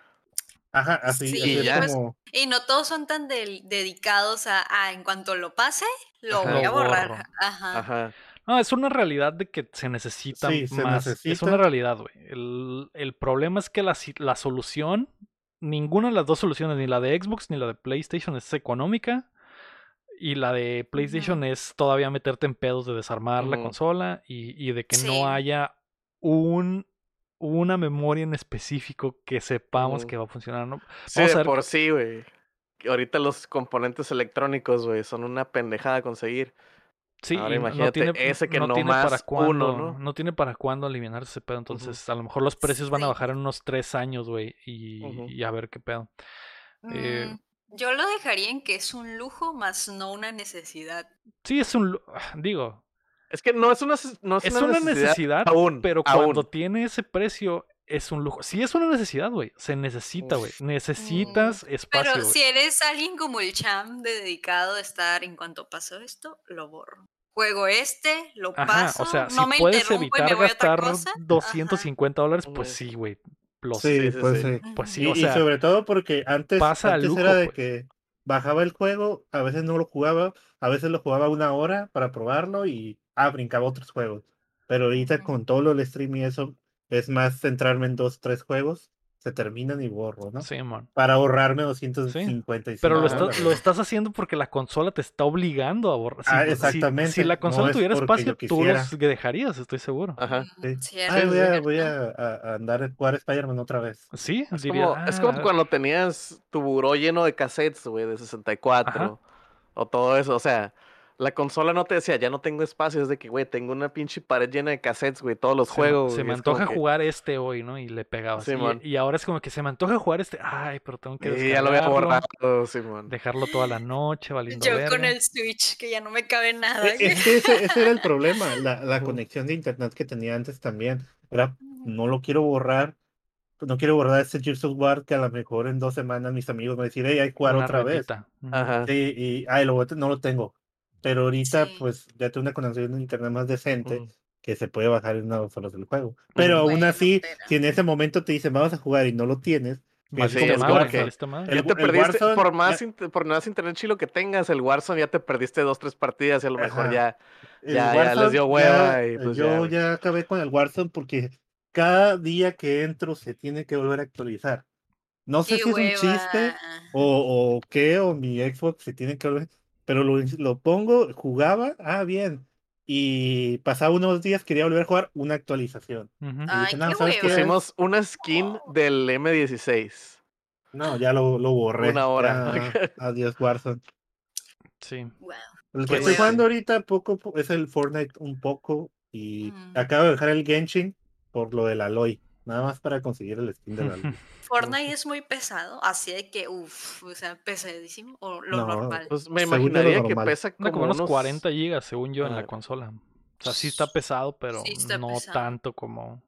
Ajá, así, así Y Sí, es ya. pues, como, y no todos son tan del- dedicados a, a en cuanto lo pase, lo voy Ajá, Lo a borro. borrar. Ajá. ajá. No, es una realidad de que se necesita sí, se más. Es una necesita. realidad, güey. El, el problema es que la, si- la solución, ninguna de las dos soluciones, ni la de Xbox ni la de PlayStation es económica. Y la de PlayStation Ujú. es todavía meterte en pedos de desarmar la Ujú. consola y, y de que no Sí. haya un, una memoria en específico que sepamos Ujú. que va a funcionar, ¿no? Sí, Vamos de a ver. por sí, güey. Que ahorita los componentes electrónicos, güey, son una pendejada conseguir. Sí, Ahora y no, no imagínate tiene, ese que no no tiene para más uno, cuándo, ¿no? no tiene para cuándo aliviar ese pedo. Ujú, Entonces, a lo mejor los precios van a Sí. bajar en unos tres años, güey, y, ujú. y a ver qué pedo. Eh, Mm, yo lo dejaría en que es un lujo, más no una necesidad. sí, es un, lu- digo, Es que no es una, ces- no es es una una necesidad necesidad, aún, pero cuando aún. tiene ese precio es un lujo. Sí, es una necesidad, güey. Se necesita, güey. Mm. Mm, Necesitas pero espacio, güey. si eres alguien como el Cham de dedicado a estar en cuanto pasó esto, lo borro. Juego este, lo Ajá, o paso, sea, si no me puedes interrumpo y me evitar voy a otra gastar cosa. doscientos Ajá. cincuenta dólares, pues Ujú. sí, güey. Los, Sí, Sí, sí, pues sí. sí. pues sí, o Y, y sea, sobre todo porque antes, pasa al antes era lujo, de pues. que bajaba el juego, a veces no lo jugaba, a veces lo jugaba una hora para probarlo y ah, brincaba otros juegos. Pero ahorita Ujú. con todo lo del stream y eso, es más centrarme en dos, tres juegos, se terminan y borro, ¿no? Sí, man. Para ahorrarme doscientos Sí. cincuenta y Pero lo, cinco Ajá. está- dólares. lo ¿no? estás haciendo porque la consola te está obligando a borrar. Si, Ah, si, si exactamente, la no consola es tuviera porque espacio, yo tú los quisiera. dejarías, estoy seguro. Ajá. Sí. Mm, Ay, Sí, cierto, voy sí, sí. a, voy cierto. a, a- a andar a jugar Spider-Man otra vez. Sí, Es diría, como, es como ah, cuando tenías tu buró lleno de cassettes, güey, de sesenta y ajá. cuatro o todo eso. O sea, la consola no te decía, ya no tengo espacio, es de que, güey, tengo una pinche pared llena de cassettes, güey, todos los Se me, juegos, se güey. me Es como antoja que, jugar este hoy, ¿no? Y le pegabas. Y, Simón, y ahora es como que se me antoja jugar este. Ay, pero tengo que y ya lo había descargarlo, borrado, Simón. dejarlo toda la noche, valiendo Yo con verga. el Switch, que ya no me cabe nada. E- Es que ese, ese era el problema, la, la Ujú. conexión de internet que tenía antes también. Era, no lo quiero borrar, no quiero borrar ese Gears of War que a lo mejor en dos semanas mis amigos me decían, hey, hay que jugar Una otra vez. retita. Ujú. Ajá. Sí, y ay, lo, voy a te- no lo tengo. Pero ahorita, Sí, pues, ya tengo una conexión de internet más decente Ujú, que se puede bajar en una o dos horas del juego. Pero ujú. aún bueno, así, pero. si en ese momento te dicen, vamos a jugar y no lo tienes, que Y es sí, Valiste como es el como madre, que Warzone. valiste madre. ya El, te el perdiste, Warzone, por más, ya, int- por más internet chilo que tengas, el Warzone ya te perdiste dos, tres partidas y a lo mejor ajá. ya, El ya, ya les Warzone dio ya, hueva y eh, pues ya, yo güey. ya acabé con el Warzone porque cada día que entro se tiene que volver a actualizar. No sé Qué si es un hueva. chiste o, o qué, o mi Xbox se tiene que volver, pero lo, lo pongo, jugaba, ah, bien. y pasaba unos días, quería volver a jugar una actualización. Ujú. Y Ay, dije, no, qué ¿sabes qué? hueva. Pusimos una skin del eme dieciséis. No, ya lo, lo borré. Una hora. Ya, adiós, Warzone. Sí. Wow. El que Qué estoy hueva. jugando ahorita poco po- es el Fortnite un poco. Y Mm. acabo de dejar el Genshin por lo del Aloy. Nada más para conseguir el skin del Aloy. Fortnite es muy pesado, así de que, uff, o sea, pesadísimo, o lo No, normal. Pues me Según yo, lo imaginaría que normal. pesa Anda como como unos unos cuarenta gigas, según yo, en la Ah, consola. O sea, sí está pesado, pero Sí, está no pesado. tanto como.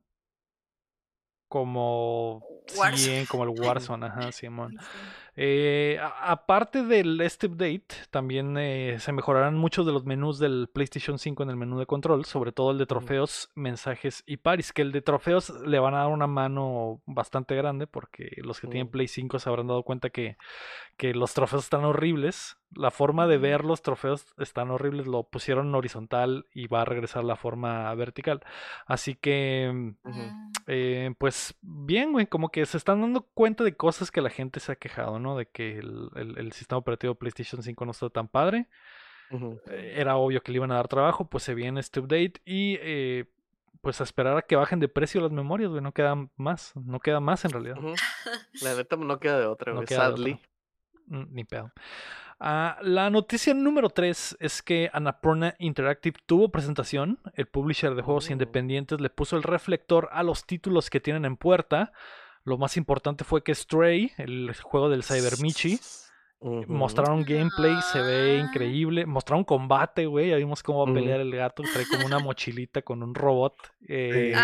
Como Warzone. cien, como el Warzone, ajá, Simón. Sí. Eh, a- aparte del este update, también eh, se mejorarán muchos de los menús del PlayStation cinco en el menú de control, sobre todo el de Ujú. trofeos, mensajes y paris, que el de trofeos le van a dar una mano bastante grande, porque los que tienen Mm. Play cinco se habrán dado cuenta que, que los trofeos están horribles. La forma de Ujú. ver los trofeos están horribles, lo pusieron en horizontal y va a regresar la forma vertical. Así que... Ujú. Mm. Eh, pues bien, güey, como que se están dando cuenta de cosas que la gente se ha quejado, ¿no? De que el, el- el sistema operativo PlayStation cinco no está tan padre. Ujú. Eh, era obvio que le iban a dar trabajo, pues se viene este update y eh, pues a esperar a que bajen de precio las memorias, güey, no queda más, no queda más en realidad, Ujú. La neta no queda de otra, no güey. queda de otra. Sadly. Mm, Ni pedo. Ah, la noticia número tres es que Annapurna Interactive tuvo presentación. El publisher de juegos Mm. independientes le puso el reflector a los títulos que tienen en puerta. Lo más importante fue que Stray, el juego del Cybermichi, Ujú. mostraron gameplay, se ve Ah. increíble. Mostraron combate, güey. Ya vimos cómo va a Ujú. pelear el gato. Trae como una mochilita con un robot. Eh,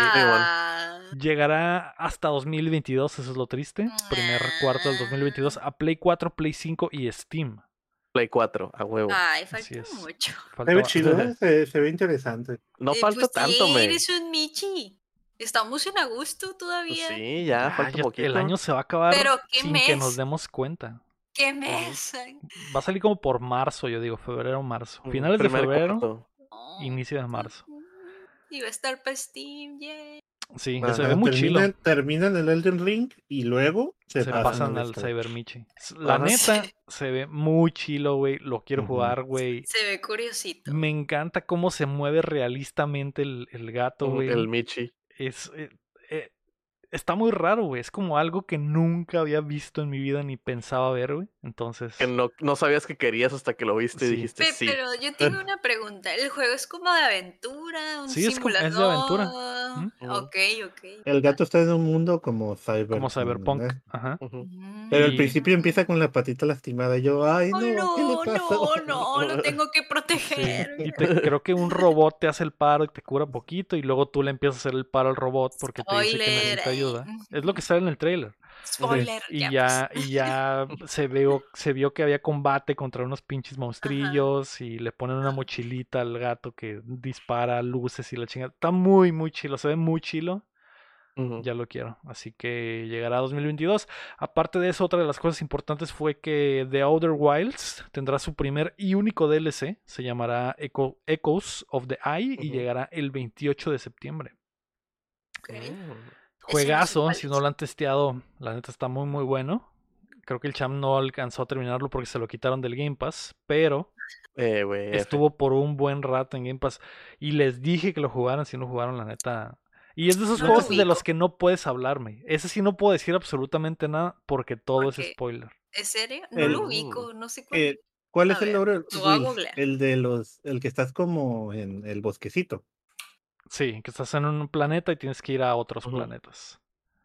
Ah. Llegará hasta dos mil veintidós, eso es lo triste. Primer cuarto del dos mil veintidós a Play cuatro, Play cinco y Steam. Play cuatro, a huevo. Ay, Así falta es. mucho. Falta Se ve ba- chido, ¿eh? se, se ve interesante. No Eh, falta pues tanto, sí, me. eres un Michi. Estamos en agosto Pues todavía. sí, ya, Ya, falta ya poquito. el año se va a acabar Pero qué sin que nos mes. demos cuenta. ¿Qué mes? Va a salir como por marzo, yo digo, febrero o marzo. Ujú. Finales de Primer febrero, cuarto. Oh. inicio de marzo. Y va a estar para Steam, yay. Sí, Ajá. se ve muy chilo. terminan, terminan el Elden Ring y luego se, Se pasan, pasan al al Stray. Cybermichi. La Ajá. neta, se ve muy chilo, güey. Lo quiero Ujú. jugar, güey. Se ve curiosito. Me encanta cómo se mueve realistamente el, el gato, Ujú, güey. El Michi. Es, eh, eh, está muy raro, güey. Es como algo que nunca había visto en mi vida ni pensaba ver, güey. Entonces, Que no, no sabías que querías hasta que lo viste Sí. y dijiste Pe- sí. Pero yo tengo una pregunta. ¿El juego es como de aventura? ¿Un Sí, es como- simulador? es de aventura. ¿Mm? Ok, ok. El gato está en un mundo como cyber, como Cyberpunk. ¿eh? Ajá. Ujú. Mm. Pero al Y- principio empieza con la patita lastimada. Y yo, ay, Ay, no, ¿qué le no, pasó? no, no, lo tengo que Sí, proteger. y te, creo que un robot te hace el paro y te cura poquito y luego tú le empiezas a hacer el paro al robot porque te dice que Spoiler. necesita ahí. ayuda. Es lo que sale en el trailer. Spoiler. Y ya, ya, pues. y ya se veo, se vio que había combate contra unos pinches monstrillos y le ponen una mochilita al gato que dispara luces y la chingada. Está muy, muy chilo, se ve muy chilo. Ujú. Ya lo quiero. Así que llegará a dos mil veintidós. Aparte de eso, otra de las cosas importantes fue que The Outer Wilds tendrá su primer y único D L C. Se llamará Echo- Echoes of the Eye y Ujú. llegará el veintiocho de septiembre. Ok. Mm. Juegazo, cuál si es. no lo han testeado, la neta está muy muy bueno. Creo que el Cham no alcanzó a terminarlo porque se lo quitaron del Game Pass, pero Eh, güey, F. estuvo por un buen rato en Game Pass y les dije que lo jugaran, si no jugaron la neta. Y es de esos No lo juegos de ubico. los que no puedes hablarme. Ese sí no puedo decir absolutamente nada porque todo Porque- es spoiler. ¿En serio? No El- lo ubico, no sé cuál. Eh, ¿Cuál A es el ver, Outer lo voy a Wilds? googlear. El de los, el que estás como en el bosquecito. Sí, que estás en un planeta y tienes que ir a otros Ujú. planetas.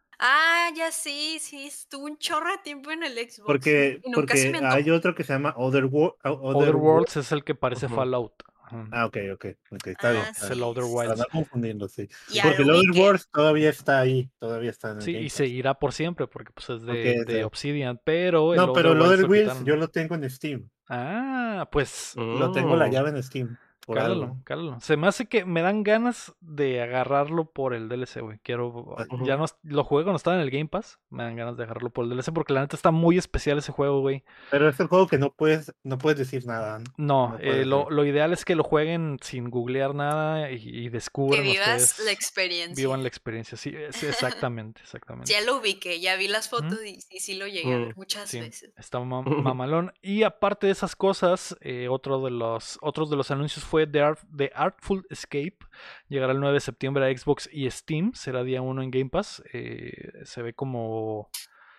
Ah, ya sí, sí, estuvo un chorro de tiempo en el Xbox. Porque, y nunca se porque me hay antojó. otro que se llama Other, Wo- Other, Other World. Worlds es el que parece Ujú. Fallout. Ajá. Ah, ok, ok, ok, está Ah, bien. Es está el bien. Outer sí, Para Wilds. no confundirlo, sí. Ya Porque el lo Other ubiqué. Worlds todavía está ahí, todavía está en el Sí, Game y Pass. seguirá por siempre porque pues es de, Porque es de de- Obsidian, pero el No, pero el Other Wilds Other lo Wilds quitaron. yo lo tengo en Steam. Ah, pues Lo tengo la Mm. llave en Steam. Por cálalo, algo. cálalo. Se me hace que me dan ganas de agarrarlo por el D L C, güey. Quiero. Ujú. Ya no lo juego cuando estaba en el Game Pass. Me dan ganas de agarrarlo por el D L C porque la neta está muy especial ese juego, güey. Pero es el juego que no puedes, no puedes decir nada. ¿no? No, No eh, puedes lo, ver. lo ideal es que lo jueguen sin googlear nada y, y Que descubran vivas ustedes. la experiencia. Vivan la experiencia, sí, es- exactamente, exactamente. Ya lo ubiqué, ya vi las fotos y, y sí lo llegué a ver Mm, muchas Sí, veces. está ma- mamalón. Y aparte de esas cosas, eh, otro de los, otros de los anuncios fue fue The, Art, The Artful Escape. Llegará el nueve de septiembre a Xbox y Steam. Será día uno en Game Pass. Eh, se ve como...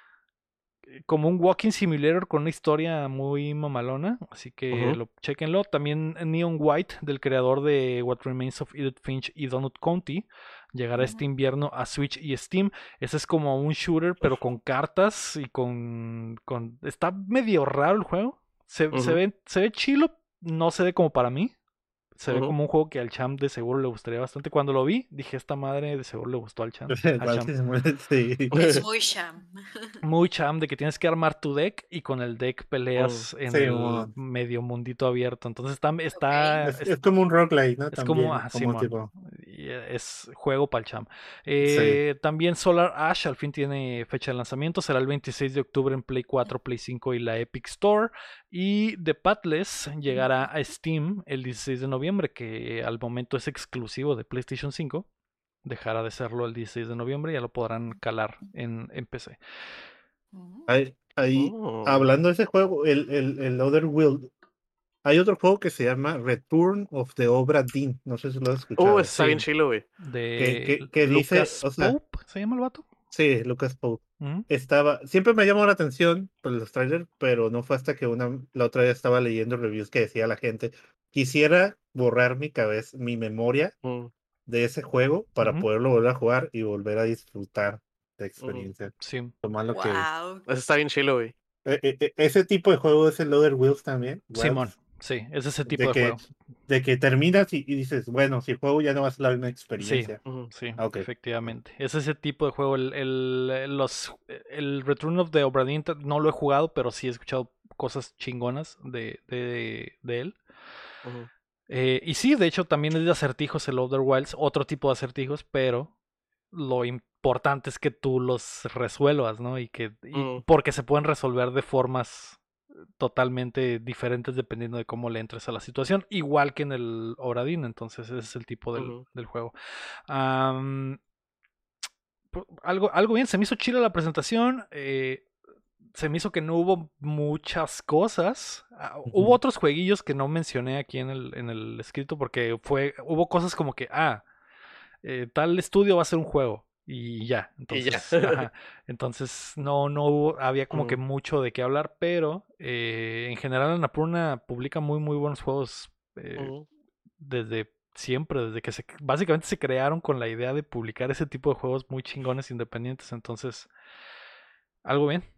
como un walking simulator con una historia muy mamalona, así que Ujú. lo, chequenlo. También Neon White, del creador de What Remains of Edith Finch y Donut County, llegará este invierno a Switch y Steam. Ese es como un shooter, pero con cartas y con... con... Está medio raro el juego. Se, se Ujú. ve, se ve chilo, no se ve como para mí. Se ve Ujú. como un juego que al champ de seguro le gustaría bastante. Cuando lo vi, dije, esta madre de seguro le gustó al champ. Al Igual champ. que se muere, sí. Es muy sham. Muy cham de que tienes que armar tu deck y con el deck peleas en Sí, el mon. medio mundito abierto. Entonces está, está Es, es, es como un roguelike, ¿no? es como, También, ah, como Simón, tipo. y es juego para el cham. Sí. Eh, también Solar Ash al fin tiene fecha de lanzamiento, será el veintiséis de octubre en Play cuatro, Play cinco y la Epic Store. Y The Pathless llegará a Steam el dieciséis de noviembre, que al momento es exclusivo de PlayStation cinco. Dejará de serlo el dieciséis de noviembre, ya lo podrán calar en, en P C. Ahí, ahí, Oh. hablando de ese juego, el, el, el Other World, hay otro juego que se llama Return of the Obra Dinn. No sé si lo has escuchado. Uh, está Sí. bien chilo, güey. De que, que dice, Lucas o sea, Pope, ¿se llama el vato? sí, Lucas Pope. Ujú. Estaba, siempre me llamó la atención por los trailers, pero no fue hasta que una, la otra vez estaba leyendo reviews que decía la gente, quisiera borrar mi cabeza, mi memoria Mm, de ese juego para Ujú. poderlo volver a jugar y volver a disfrutar la ujú. experiencia. Sí, Lo malo que Wow. Ese está bien chilo, güey. e- e- e- ese tipo de juego es el Other Wheels también. Simón, Wilds, sí, es ese tipo de de que, juego. de que terminas y, y dices, bueno, si juego ya no va a ser la misma Sí, experiencia. Ujú. sí, Ah, ok. efectivamente. Es ese tipo de juego. El, el, los, el Return of the Obra Dinn no lo he jugado, pero sí he escuchado cosas chingonas de, de, de él. Ujú. Eh, y sí, de hecho, también es de acertijos el Outer Wilds, otro tipo de acertijos, pero lo importante es que tú los resuelvas, ¿no? Y que y Mm. porque se pueden resolver de formas totalmente diferentes dependiendo de cómo le entres a la situación, igual que en el Obra Dinn. Entonces ese es el tipo del, Ujú. del juego. Am, pu- algo, algo bien, se me hizo chila la presentación. eh, se me hizo que no hubo muchas cosas. Ah, Ujú. Hubo otros jueguillos que no mencioné aquí en el, en el escrito porque fue, hubo cosas como que, ah, eh, tal estudio va a hacer un juego y ya. Y ya. Entonces, ajá, entonces no, no hubo, había como que Ujú. mucho de qué hablar, pero eh, en general Annapurna publica muy, muy buenos juegos eh, Ujú. desde siempre, desde que se, básicamente se crearon con la idea de publicar ese tipo de juegos muy chingones independientes. Entonces, algo bien.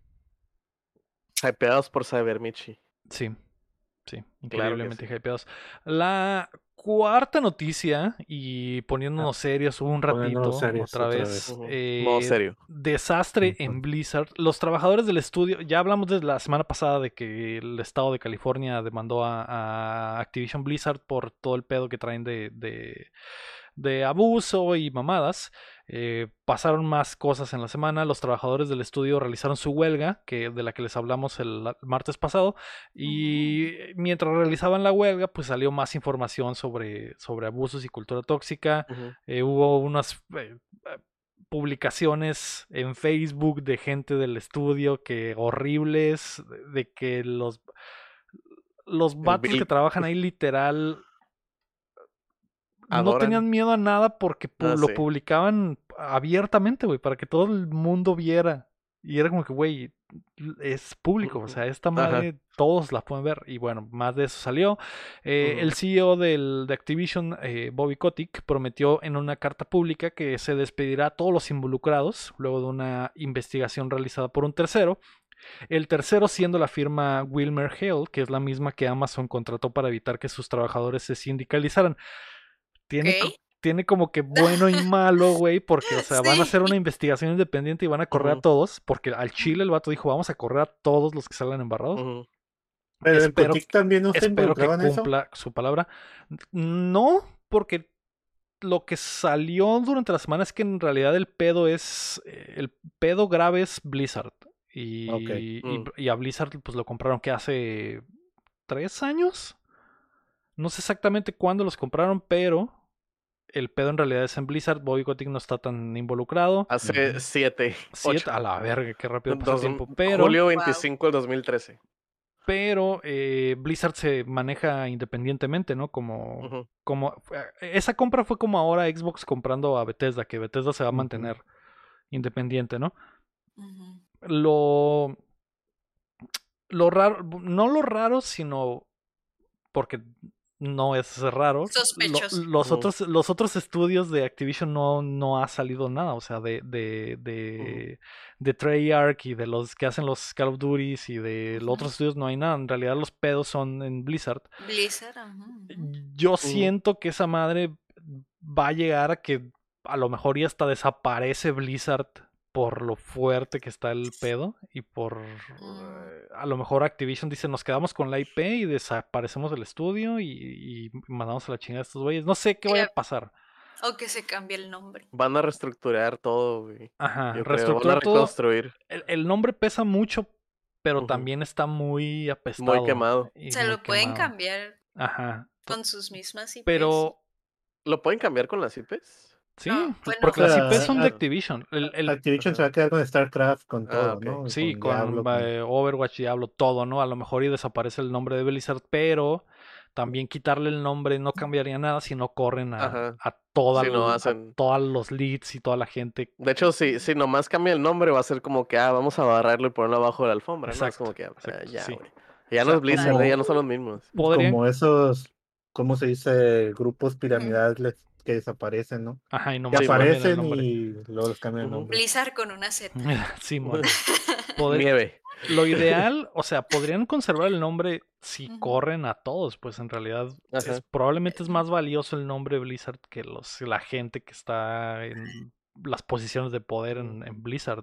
Hypeados por Cybermichi. Sí, sí, Claro que increíblemente sí. hypeados. La cuarta noticia, y poniéndonos serios un ratito, Poniéndonos serios otra otra vez, vez. Ujú. eh, Modo serio. desastre Ujú. en Blizzard. Los trabajadores del estudio, ya hablamos desde la semana pasada de que el estado de California demandó a, a Activision Blizzard por todo el pedo que traen de, de, de abuso y mamadas. Eh, pasaron más cosas en la semana. Los trabajadores del estudio realizaron su huelga, que, de la que les hablamos el la- martes pasado. Y mientras realizaban la huelga, pues salió más información sobre, sobre abusos y cultura tóxica. Ujú. Eh, hubo unas eh, eh, publicaciones en Facebook de gente del estudio que horribles, de, de que los, los El vatos que Bill trabajan ahí literal no adoran. tenían miedo a nada porque pu- Ah, lo sí. publicaban abiertamente, güey, para que todo el mundo viera. Y era como que, güey, es público, o sea, esta Ajá. madre todos la pueden ver. Y bueno, más de eso salió. Eh, Ujú. El C E O del, de Activision, eh, Bobby Kotick, prometió en una carta pública que se despedirá a todos los involucrados luego de una investigación realizada por un tercero. El tercero siendo la firma Wilmer Hale, que es la misma que Amazon contrató para evitar que sus trabajadores se sindicalizaran. Tiene, co- Ok. tiene como que bueno y malo, güey, porque, o sea, van a hacer una Sí. investigación independiente y van a correr a Ujú. todos, porque al Chile el vato dijo, vamos a correr a todos los que salgan embarrados. Ujú. Pero el Espero, Kotick también no se espero que involucraba en eso. cumpla su palabra. No, porque lo que salió durante la semana es que en realidad el pedo es, eh, el pedo grave es Blizzard. Y, Ok. y, Mm. y a Blizzard pues lo compraron que hace tres años. No sé exactamente cuándo los compraron, pero el pedo en realidad es en Blizzard. Bobby Kotick no está tan involucrado. Hace Ujú. siete, Siete, ocho. a la verga, qué rápido pasa el Dos- tiempo. Pero, Julio Wow. veinticinco del dos mil trece. pero eh, Blizzard se maneja independientemente, ¿no? Como, Ujú. como esa compra fue como ahora Xbox comprando a Bethesda, que Bethesda se va a Ujú. mantener independiente, ¿no? Ujú. Lo, lo raro, no lo raro, sino porque no es raro. Lo- Sospechoso. los Ujú. otros, los otros estudios de Activision no, no ha salido nada, o sea, de, de, Ujú. de, de Treyarch y de los que hacen los Call of Duties y de los Ujú. otros estudios no hay nada. En realidad los pedos son en Blizzard. Blizzard, ajá, ujú. Yo Ujú. siento que esa madre va a llegar a que a lo mejor ya hasta desaparece Blizzard por lo fuerte que está el pedo y por Mm. eh, a lo mejor Activision dice nos quedamos con la I P y desaparecemos del estudio y, y mandamos a la chingada a estos güeyes. No sé qué vaya a Que- pasar. O que se cambie el nombre. Van a reestructurar todo, güey. Ajá, Yo creo, van a reestructurar todo. reconstruir. El, el nombre pesa mucho, pero Ujú. también está muy Muy apestado quemado. y Se muy lo pueden quemado. cambiar Ajá. con sus mismas I Ps. Pero ¿Lo pueden cambiar con las I Ps? sí, No, pues bueno, porque O las sea, I Ps son de a- Activision. El, el, Activision se Ajá. va a quedar con StarCraft, con Ah, todo, ok. ¿no? sí, Con con Diablo, con... eh, Overwatch, Diablo, todo, ¿no? A lo mejor y desaparece el nombre de Blizzard, pero también quitarle el nombre no cambiaría nada si no corren a, Ajá. a, toda Si no el- a hacen. todos los leads y toda la gente. De hecho, si, si nomás cambia el nombre, va a ser como que, ah, vamos a barrarlo y ponerlo abajo de la alfombra, ¿no? Es como Exacto, que, ah, exacto, ya, sí. güey. Ya O no sea, es Blizzard, como- eh, ya no son los mismos. podrían, Como esos, ¿cómo se dice? Grupos piramidales que desaparecen, ¿no? ajá, y Que nomás Sí, man. cambian el aparecen nombre. y luego les cambian el Ujú. nombre. Blizzard con una Z. Simón. Poder- Nieve. Lo ideal, o sea, podrían conservar el nombre si Ujú. corren a todos, pues en realidad es, Ajá. probablemente es más valioso el nombre Blizzard que los, la gente que está en las posiciones de poder en, en Blizzard.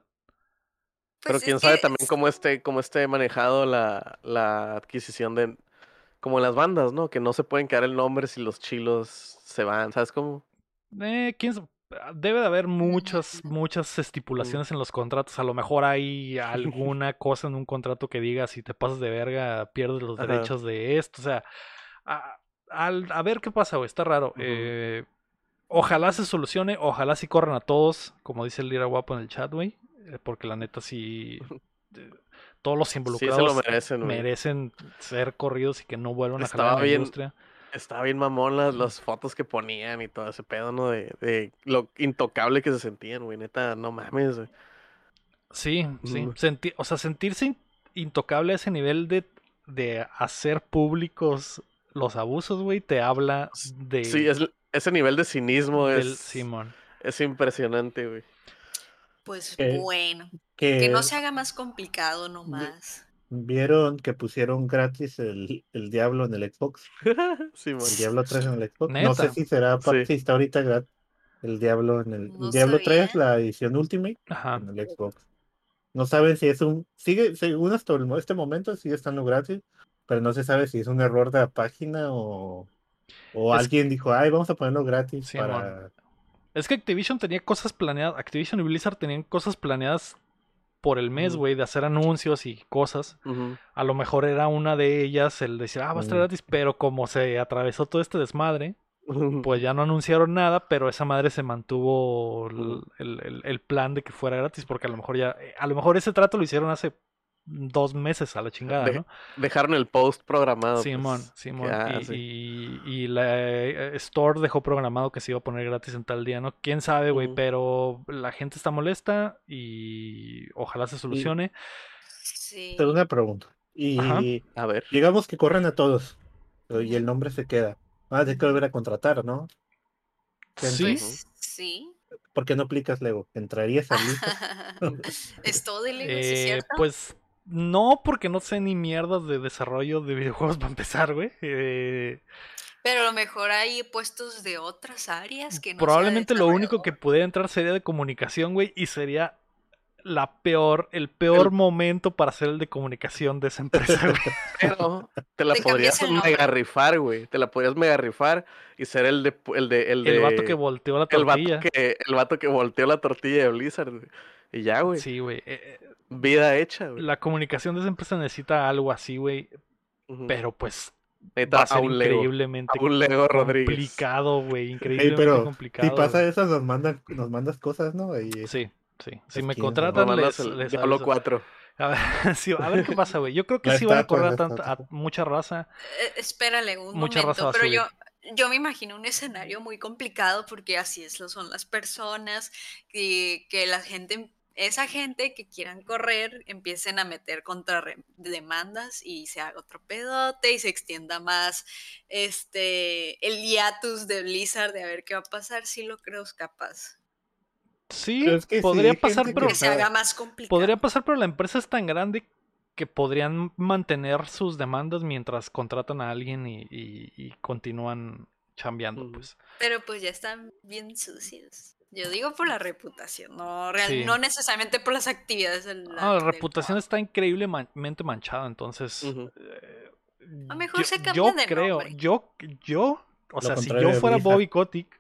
Pero Pues quién es sabe que también cómo esté, cómo esté manejado la, la adquisición de, como en las bandas, ¿no? Que no se pueden quedar el nombre si los chilos se van, ¿sabes cómo? Eh, quién sa- Debe de haber muchas, Ujú. muchas Mm. estipulaciones en los contratos. A lo mejor hay alguna cosa en un contrato que diga si te pasas de verga, pierdes los Ajá. derechos de esto. O sea, a, al- a ver qué pasa, güey. Está raro. Ujú. Eh, ojalá se solucione, ojalá sí corran a todos, como dice el Lira Guapo en el chat, güey. eh, Porque la neta sí. eh, Todos los Sí se lo involucrados merecen, güey. merecen ser corridos y que no vuelvan a jalar Estaba en la bien, industria. estaba bien mamón las, las fotos que ponían y todo ese pedo, ¿no? De, de lo intocable que se sentían, güey. Neta, no mames, güey. Sí, sí. Mm. Senti- o sea, sentirse in- intocable a ese nivel de, de hacer públicos los abusos, güey, te habla de Sí, es, ese nivel de cinismo del es, Simón. es impresionante, güey. Pues Que, bueno, que no que se haga más complicado nomás. vieron que pusieron gratis el, el Diablo en el Xbox, Sí, man. el Diablo tres en el Xbox. No sé Neta. si será, pa- Sí. si está ahorita gratis el Diablo en el, el No Diablo sabía. tres, la edición Ultimate Ajá. en el Xbox. No saben si es un, sigue, según hasta el mo- este momento sigue estando gratis, pero no se sabe si es un error de la página o, o Es- alguien dijo, ay, vamos a ponerlo gratis Simón. para... Es que Activision tenía cosas planeadas. Activision y Blizzard tenían cosas planeadas por el mes, Ujú. güey, de hacer anuncios y cosas. Ujú. A lo mejor era una de ellas el decir, ah, va a estar Mm. gratis, pero como se atravesó todo este desmadre, pues ya no anunciaron nada, pero esa madre se mantuvo el, Ujú. el- el- el plan de que fuera gratis, porque a lo mejor ya, a lo mejor ese trato lo hicieron hace dos meses a la chingada, De- ¿no? Dejaron el post programado. Simón, pues, Simón. que, ah, y, sí. y- y la eh, Store dejó programado que se iba a poner gratis en tal día, ¿no? Quién sabe, güey, Ujú. pero la gente está molesta y ojalá se solucione. Sí. Tengo una pregunta. Ajá. Y A ver. digamos que corren a todos pero- y el nombre se queda. Van a tener que volver a contratar, ¿no? Sí, Pues sí. ¿Por qué no aplicas Lego? ¿Entrarías al lista? Es todo de Lego, ¿sí es Eh, cierto? pues no, porque no sé ni mierdas de desarrollo de videojuegos para empezar, güey. Eh, Pero a lo mejor hay puestos de otras áreas que no sea probablemente lo único que desarrollador. pudiera entrar sería de comunicación, güey, y sería la peor, el peor El- momento para hacer el de comunicación de esa empresa, güey. Pero te la Te podrías cambias el nombre. mega rifar, güey. Te la podrías mega rifar y ser el de el de el, El vato de- que volteó la el vato tortilla. que el vato que volteó la tortilla de Blizzard, güey. Y ya, güey. Sí, güey. eh, eh, Vida hecha, güey. la comunicación de esa empresa necesita algo así, güey. Ujú. Pero pues Neta, va a a ser un Lego. increíblemente A un Lego Rodríguez. complicado, güey. Ey, Increíblemente pero complicado. si pasa güey. eso, nos mandan, nos mandas cosas, ¿no? Y Sí, sí. Si me skins, ¿no? contratan, Nos mandas les, el les Diablo aviso. cuatro. A ver, sí, a ver qué pasa, güey. Yo creo que La sí van a estatua, correr a, la tanta, a estatua. mucha raza. Eh, espérale un Mucha raza va momento, a pero subir. yo, yo me imagino un escenario muy complicado porque así es, lo son las personas, que, que la gente, esa gente que quieran correr empiecen a meter contra demandas y se haga otro pedote y se extienda más este el hiatus de Blizzard de a ver qué va a pasar, si lo creo capaz. Sí, Pero es que sí, podría hay pasar, gente pero Que se haga está- más complicado. podría pasar, pero la empresa es tan grande que podrían mantener sus demandas mientras contratan a alguien y, y- y continúan chambeando, Ujú. pues. Pero pues ya están bien sucios. Yo digo por la reputación, no, real- Sí. no necesariamente por las actividades del, Ah, la del reputación trabajo. está increíblemente manchada, entonces Ujú. eh, A lo mejor yo, se yo cambia de creo, nombre. yo, yo, o Lo sea, si contrario yo de fuera Blizzard. Bobby Kotick,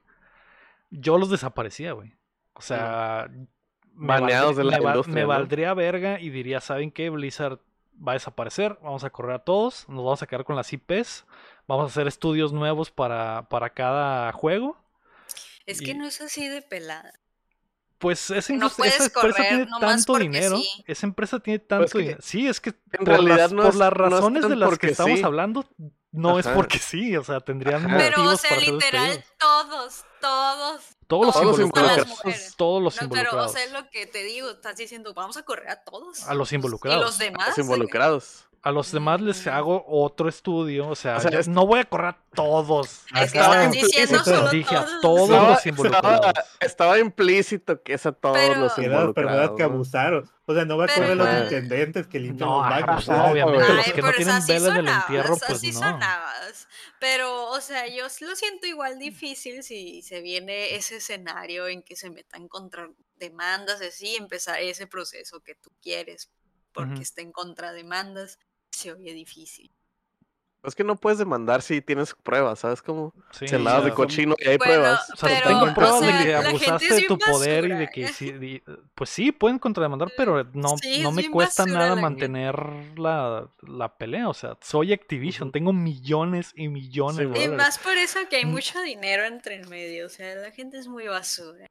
yo los desaparecía, güey. O sea, me, Baneados valdría, de la me, val- industria, me ¿no? valdría verga y diría, ¿saben qué? Blizzard va a desaparecer, vamos a correr a todos, nos vamos a quedar con las I Ps, vamos a hacer estudios nuevos para, para cada juego. Es que Y no es así de pelada. pues esa, No industria- esa puedes empresa correr tiene nomás tanto porque dinero, sí. esa empresa tiene Pues tanto que dinero. Sí, es que en por realidad las, no por es- las no es razones tan de las que porque estamos sí. hablando, no es Ajá. porque sí, o sea, tendrían Ajá. Pero, o motivos sea, para ser literal, despedidos. todos, todos, Todos los Todos los involucrados, las mujeres. todos los No, pero, o involucrados, sea, es lo que te digo, estás diciendo, vamos a correr a todos. a los Pues, y involucrados. los A demás. los involucrados. A los demás les Mm. hago otro estudio, o sea, O sea, yo es- no voy a correr a todos. Es que Estaba estás diciendo implícito. solo Dije a todos. todos Estaba, los involucrados. estaba- estaba implícito que es a todos Pero- los Que era, pero verdad involucrados. que ¿no? abusaron. O sea, no va a Pero correr los igual- intendentes que limpian No, los ajá, baños. pues, o sea, obviamente, güey. los Ay, que no pero tienen así vela en el sonabas, entierro, pues así no. sonabas. Pero, o sea, yo sí lo siento igual difícil si se viene ese escenario en que se metan contra demandas, así, empezar ese proceso que tú quieres porque Ujú. estén contra demandas, se oye difícil. Es que no puedes demandar si tienes pruebas, ¿sabes cómo? Sí, Si andabas o de sea, cochino y hay Bueno, pruebas. O sea, pero, tengo o pruebas sea, de que la gente abusaste es de bien tu poder y basura. de que sí, di- pues sí, pueden contrademandar, pero no, Sí, no es me bien cuesta basura nada la mantener la, la pelea. O sea, soy Activision, Ujú. tengo millones y millones Sí, de bueno. Y dólares. más por eso que hay Mm. mucho dinero entre el medio, o sea, la gente es muy basura.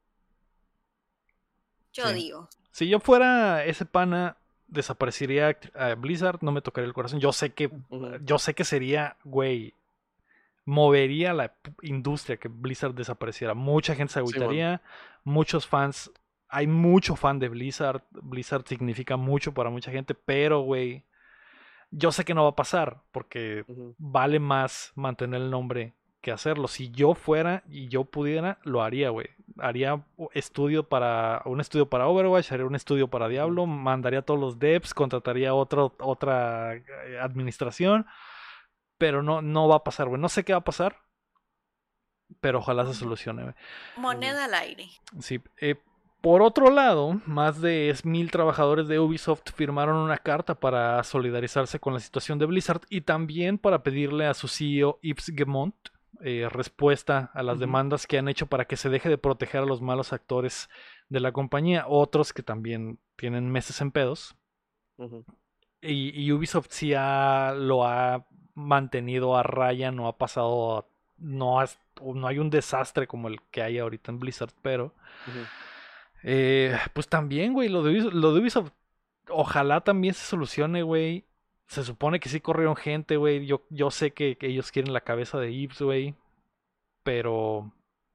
Yo Sí. digo. Si yo fuera ese pana, desaparecería Act- a Blizzard, no me tocaría el corazón. Yo sé que, Ujú. yo sé que sería, güey, movería la p- industria que Blizzard desapareciera. Mucha gente se Sí, agüitaría, muchos fans, hay mucho fan de Blizzard. Blizzard significa mucho para mucha gente, pero, güey, yo sé que no va a pasar porque Ujú. vale más mantener el nombre que hacerlo. Si yo fuera y yo pudiera, lo haría, güey. Haría u- estudio para un estudio para Overwatch, haría un estudio para Diablo, mandaría a todos los devs, contrataría otro, otra eh, administración, pero no, no va a pasar, güey. No sé qué va a pasar, pero ojalá se solucione, güey. Moneda al aire. Sí, eh, por otro lado, más de mil trabajadores de Ubisoft firmaron una carta para solidarizarse con la situación de Blizzard y también para pedirle a su C E O Yves Guillemot eh, respuesta a las Ujú. demandas que han hecho para que se deje de proteger a los malos actores de la compañía, otros que también tienen meses en pedos. Ujú. Y, y Ubisoft sí ha- lo ha mantenido a raya, no ha pasado, a- no, has- no hay un desastre como el que hay ahorita en Blizzard, pero Ujú. eh, pues también, güey, lo de Ubisoft, lo de Ubisoft, ojalá también se solucione, güey. Se supone que sí corrieron gente, güey. Yo, yo sé que, que ellos quieren la cabeza de Yves, güey. Pero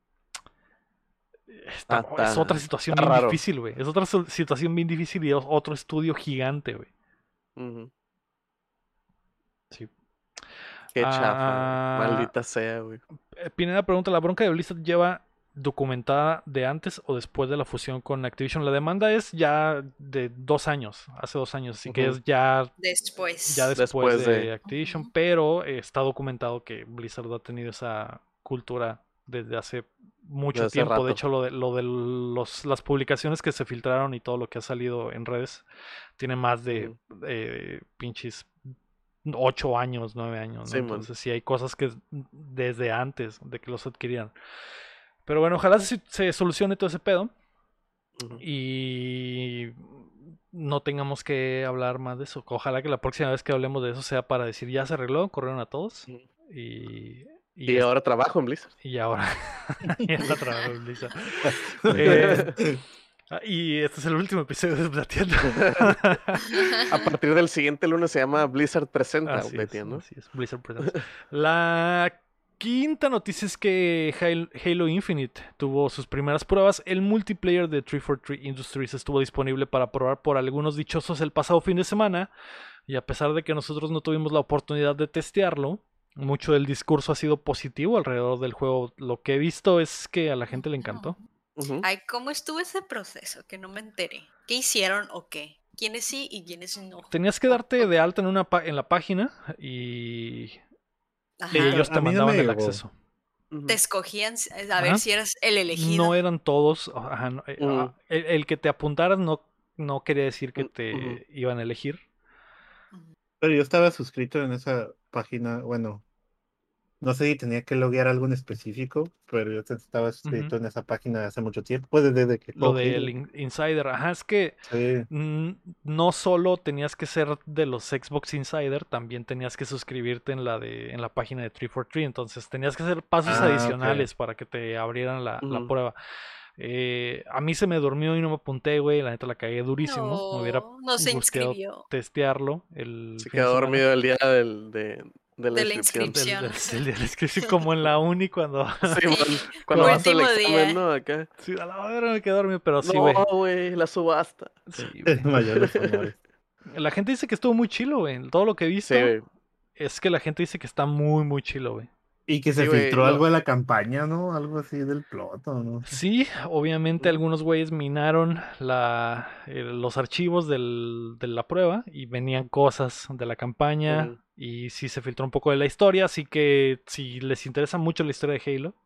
está- Ah, está- es otra situación está bien raro. difícil, güey. Es otra su- situación bien difícil y es otro estudio gigante, güey. Ujú. Sí. Qué Ah, chafa, güey. Maldita sea, güey. Eh, Pineda pregunta, ¿la bronca de Blizzard lleva documentada de antes o después de la fusión con Activision? La demanda es ya de dos años, hace dos años, así que Ujú. es ya, Después. ya después, Después de, de- Activision, Ujú. pero eh, está documentado que Blizzard ha tenido esa cultura desde hace mucho Desde hace tiempo. De rato. hecho, lo de, lo de los, las publicaciones que se filtraron y todo lo que ha salido en redes tiene más de Ujú. eh, pinches ocho años, nueve años, ¿no? Sí, man. Entonces sí hay cosas que es desde antes de que los adquirieran. Pero bueno, ojalá se, se solucione todo ese pedo Ujú. y no tengamos que hablar más de eso. Ojalá que la próxima vez que hablemos de eso sea para decir ya se arregló, corrieron a todos Ujú. y, y, Y es- ahora trabajo en Blizzard. y ahora y ahora trabajo en Blizzard. Eh, Ah, y este es el último episodio de Updateando. A partir del siguiente lunes se llama Blizzard Presenta Así es, Updateando. así es, Blizzard Presents. La quinta noticia es que Hal- Halo Infinite tuvo sus primeras pruebas. El multiplayer de trescientos cuarenta y tres Industries estuvo disponible para probar por algunos dichosos el pasado fin de semana. Y a pesar de que nosotros no tuvimos la oportunidad de testearlo, mucho del discurso ha sido positivo alrededor del juego. Lo que he visto es que a la gente le encantó. Ujú. Ay, ¿cómo estuvo ese proceso? Que no me enteré. ¿Qué hicieron o qué? ¿Quiénes sí y quiénes no? Tenías que O- darte o- de alta en, una pa- en la página y Ajá. ellos a te mí no mandaban me el llegó. acceso. Ujú. Te escogían s- a Ajá. ver si eras el elegido. No eran todos. Ajá, no, eh, Ujú. ah, el, el que te apuntaras no, no quería decir que Ujú. te iban a elegir. Ujú. Pero yo estaba suscrito en esa página, bueno, no sé si tenía que loguear algo en específico, pero yo estaba suscrito en esa página hace mucho tiempo, pues desde que Lo juego del Halo. in- Insider. Ajá, es que Sí. mm, no solo tenías que ser de los Xbox Insider, también tenías que suscribirte en la de en la página de trescientos cuarenta y tres. Entonces tenías que hacer pasos Ah, ok. adicionales para que te abrieran la, la Ujú. prueba. Eh, a mí se me durmió y no me apunté, güey. La neta la cagué durísimo. Me hubiera No, no se gusteado inscribió testearlo el Se fin de quedó semana. dormido el día del, de, de la de la inscripción. Del, del, inscripción. del- del inscripción, como en la uni cuando... Sí, man, Sí, cuando vas al último examen, día. ¿no? Acá. Sí, a la madre me quedé dormido, pero sí, No, güey. güey, la subasta. Sí, güey. Mayor los honores. La gente dice que estuvo muy chilo, güey. Todo lo que he Sí, visto güey. es que la gente dice que está muy, muy chilo, güey. Y que se Sí, güey, filtró lo- algo de la campaña, ¿no? Algo así del plot, ¿o no? Sí, obviamente Ujú. algunos güeyes minaron la, eh, los archivos del- de la prueba y venían cosas de la campaña Ujú. y sí se filtró un poco de la historia, así que si les interesa mucho la historia de Halo,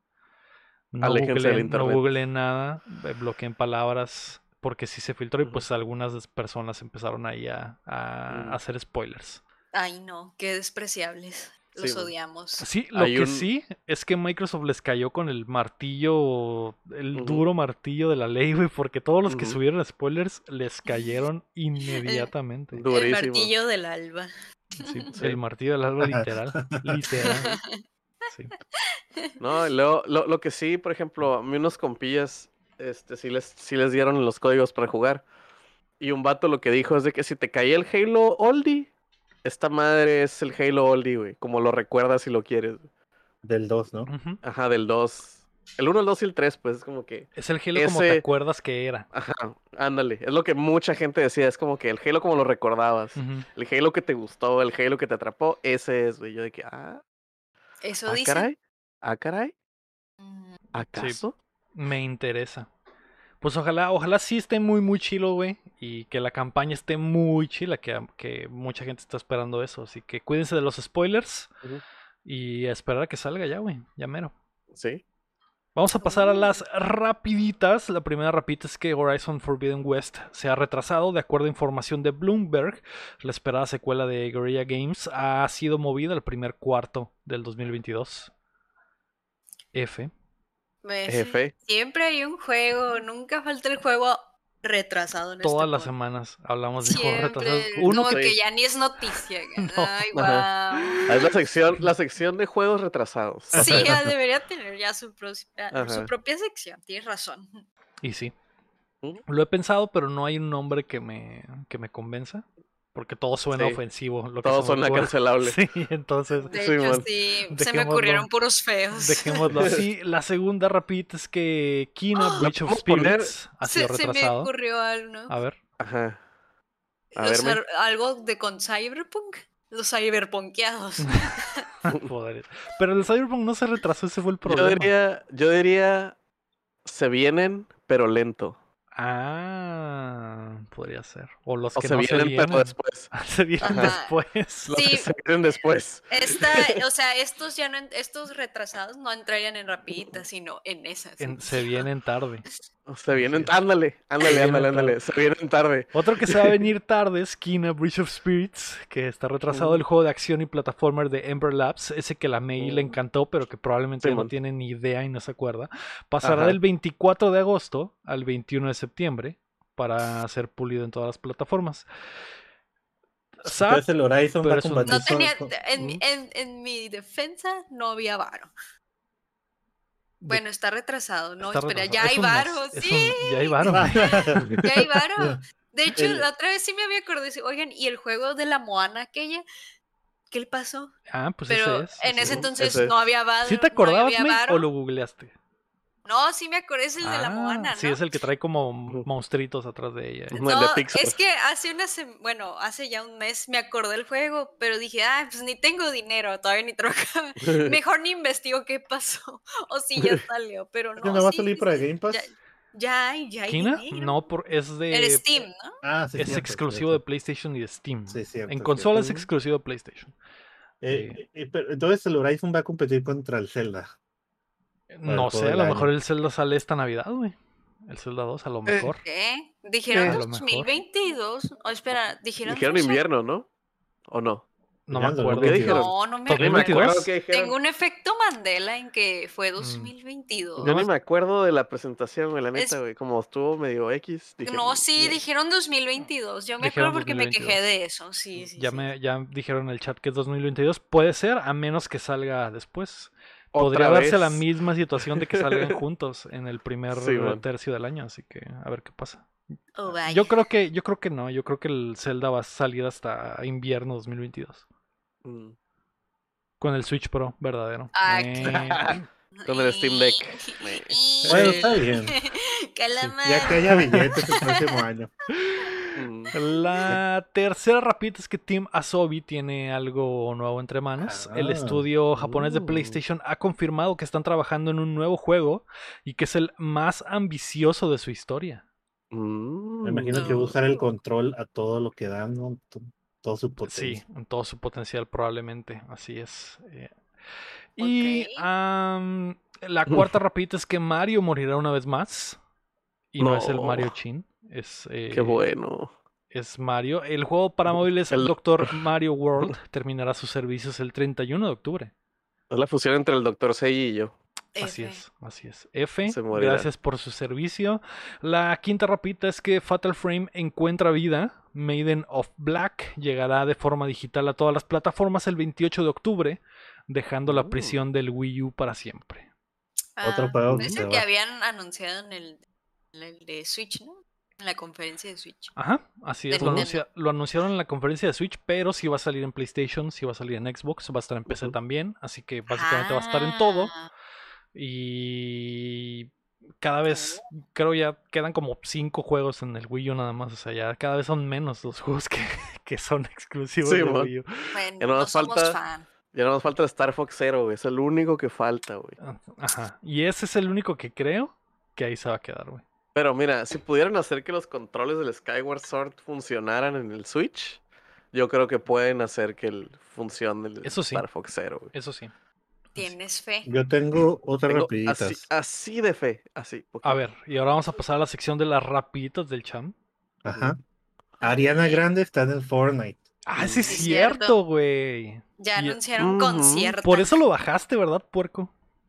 no Aléjense del googleen, no internet. googleen nada, eh, bloqueen palabras porque sí se filtró y Ujú. pues algunas des- personas empezaron ahí a, a Mm. hacer spoilers. Ay, no, qué despreciables. Los Sí, man. odiamos. Sí, lo Hay que un- sí es que Microsoft les cayó con el martillo, el Ujú. duro martillo de la ley, güey, porque todos los que Ujú. subieron spoilers les cayeron inmediatamente. El Durísimo. martillo del alba. Sí, Sí. el martillo del alba literal, literal. Sí. No, y luego, lo, lo que sí, por ejemplo, a mí unos compillas, este, sí les, sí les dieron los códigos para jugar. Y un vato lo que dijo es de que si te caía el Halo Oldie, esta madre es el Halo Oldie, güey. Como lo recuerdas si lo quieres. Del dos, ¿no? Ujú. Ajá, del dos. El uno, el dos y el tres, pues es como que. Es el Halo como te Ese- acuerdas que era. Ajá, ándale. Es lo que mucha gente decía. Es como que el Halo como lo recordabas. Ujú. El Halo que te gustó, el Halo que te atrapó, ese es, güey. Yo de que, ah, Eso ah, dice. caray. Ah, caray. Mm, ¿Acaso? Me interesa. Pues ojalá, ojalá sí esté muy, muy chilo, güey. Y que la campaña esté muy chila, que, que mucha gente está esperando eso. Así que cuídense de los spoilers Ujú. y a esperar a que salga ya, güey. Ya mero. Sí. Vamos a pasar a Uh. las rapiditas. La primera rapidita es que Horizon Forbidden West se ha retrasado. De acuerdo a información de Bloomberg, la esperada secuela de Guerrilla Games ha sido movida al primer cuarto del dos mil veintidós. F. ¿ves? Jefe. Siempre hay un juego, nunca falta el juego retrasado en Todas este las podcast. semanas hablamos de juegos retrasados. Siempre, Uno como Sí. que ya ni es noticia. No. Ay, Ajá. guau. Es la sección, la sección de juegos retrasados. Sí, ya debería tener ya su, pro- su Ajá. propia sección, tienes razón. Y sí. ¿Mm? Lo he pensado, pero no hay un nombre que me, que me convenza. Porque todo suena Sí. ofensivo. Lo que Todo se me suena ocurre. cancelable. Sí, entonces De Sí, hecho, man. sí, se me Dejémoslo. ocurrieron puros feos. dejémoslo así. La segunda rapidita es que Kina Breach of podemos poner- Spirits ha sido Se, se me retrasado. ocurrió algo, ¿no? A ver. Ajá. A Los ver, men. ar- algo de con Cyberpunk. Los cyberpunkeados. Joder. Pero el Cyberpunk no se retrasó, ese fue el Yo problema. diría, yo diría, se vienen, pero lento. Ah, podría ser. O los O que se no vienen, se vienen. pero después. se vienen Ajá. después. Los Sí. que se vienen después. Esta, o sea, estos ya no, en- estos retrasados no entrarían en rapiditas, sino en esas. En- se vienen tarde. O se vienen, Así es. ándale, ándale, vienen ándale, ándale. tarde. Se vienen tarde. Otro que se va a venir tarde es Kina Breach of Spirits, que está retrasado Ujú. el juego de acción y plataformer de Ember Labs, ese que la May le Mm. encantó, pero que probablemente no Simón. tiene ni idea y no se acuerda. Pasará Ajá. del veinticuatro de agosto al veintiuno de septiembre para ser pulido en todas las plataformas. Sad, Entonces el Horizon pero va a es un- combatir No Eso- tenía, con- en, mi- ¿Mm? en, en mi defensa no había varo. Bueno, está retrasado, no, Está espera, retrasado. ya Es hay un mes, varo, es sí, un- ya hay varo. ya hay varo. De hecho, El- la otra vez sí me había acordado, sí, oigan, ¿y el juego de la Moana aquella? ¿Qué le pasó? Ah, pues Pero ese es. en ese ese es. entonces Ese no es. había varo, ¿Sí te no acordabas, había May, varo. o lo googleaste? No, sí me acordé, es el de la Ah, Moana, sí, ¿no? es el que trae como Ujú. monstruitos atrás de ella. Ujú, el de No, Pixar. es que hace una sem- bueno, hace ya un mes me acordé del juego, pero dije, ah, pues ni tengo dinero, todavía ni trabajaba. Mejor ni investigo qué pasó, o si ya salió, pero ¿Que no, no va a sí, salir sí, para sí, Game ya, Pass? ya hay, ya hay ¿Kina? dinero. No, por, es En de. Steam, ¿no? Ah, sí, Es cierto, exclusivo de cierto. PlayStation y de Steam. Sí, cierto, En cierto. consola es Mm. exclusivo de PlayStation. Eh, Eh, eh, pero entonces el Horizon va a competir contra el Zelda. Para el no juego sé, a del lo mejor año. el Zelda sale esta Navidad, güey. El Zelda dos, a lo mejor. ¿Qué? ¿Dijeron A Eh, lo mejor. dos mil veintidós? O espera, ¿dijeron Dijeron fecha? invierno, ¿no? ¿O no? No me Dijeron acuerdo. ¿Qué dos mil dijeron? veintidós. No, no me Ni me acuerdo. acuerdo ¿dos mil veintidós? qué dijeron. Tengo un efecto Mandela en que fue Mm. dos mil veintidós. Yo No ni me- me acuerdo de la presentación, güey, la Es- neta, güey. Como estuvo medio X, dije. No, sí, "Ñe". dijeron dos mil veintidós. Yo me Dijeron acuerdo porque me quejé dos mil veintidós. de eso. Sí, sí, Ya sí. me ya dijeron en el chat que es dos mil veintidós. Puede ser, a menos que salga después. Podría Otra darse la vez. misma situación de que salgan juntos en el primer Sí, man. tercio del año, así que a ver qué pasa. Oh, vaya. Yo creo que yo creo que no, yo creo que el Zelda va a salir hasta invierno dos mil veintidós Mm. con el Switch Pro verdadero. Ah, Eh, Con el Steam Deck. Bueno, está bien. Calamar. Ya que haya billetes el próximo año. Mm. La tercera rapidita es que Team Asobi tiene algo nuevo entre manos. El Ah, estudio japonés de uh. PlayStation ha confirmado que están trabajando en un nuevo juego y que es el más ambicioso de su historia. Me imagino que va a usar el control a todo lo que dan, ¿no? To- Todo su Sí, potencia. en todo su potencial probablemente, así es. Eh, Y Ok. am, la cuarta rapidita es que Mario morirá una vez más. Y no, es el No. Mario Chin, es, eh, Qué bueno. es Mario. El juego para móviles El- Doctor Mario World terminará sus servicios el treinta y uno de octubre. Es la fusión entre el doctor Sei y yo. Así F. es, así es. F, Se morirá. gracias por su servicio. La quinta rapidita es que Fatal Frame encuentra vida. Maiden of Black llegará de forma digital a todas las plataformas el veintiocho de octubre, dejando la Mm. prisión del Wii U para siempre. Otro Ah, juego que es se el que va. habían anunciado en el, en el de Switch, ¿no? En la conferencia de Switch. Ajá, así De es. Lo, Nintendo. anuncia- lo anunciaron en la conferencia de Switch, pero sí va a salir en PlayStation, sí va a salir en Xbox, va a estar en P C Ujú. también, así que básicamente va a estar en todo. Ah, Y cada vez, creo ya quedan como cinco juegos en el Wii U nada más. O sea, ya cada vez son menos los juegos que, que son exclusivos Sí, de man. Wii U. Bueno, Ya no no nos somos falta- fan. Ya no nos falta el Star Fox Zero, güey. Es el único que falta, güey. Ah, Ajá. Y ese es el único que creo que ahí se va a quedar, güey. Pero mira, si pudieran hacer que los controles del Skyward Sword funcionaran en el Switch, yo creo que pueden hacer que el funcione el Eso sí. Star Fox Zero, güey. Eso sí. Tienes fe. Yo tengo otras Tengo rapiditas. así, así de fe, así. A poquito. ver, y ahora vamos a pasar a la sección de las rapiditas del Cham. Ajá. Ariana Grande está en el Fortnite. Ah, sí es Sí, cierto, cierto. güey. Ya Y- anunciaron Ujú. concierto. Por eso lo bajaste, ¿verdad, puerco?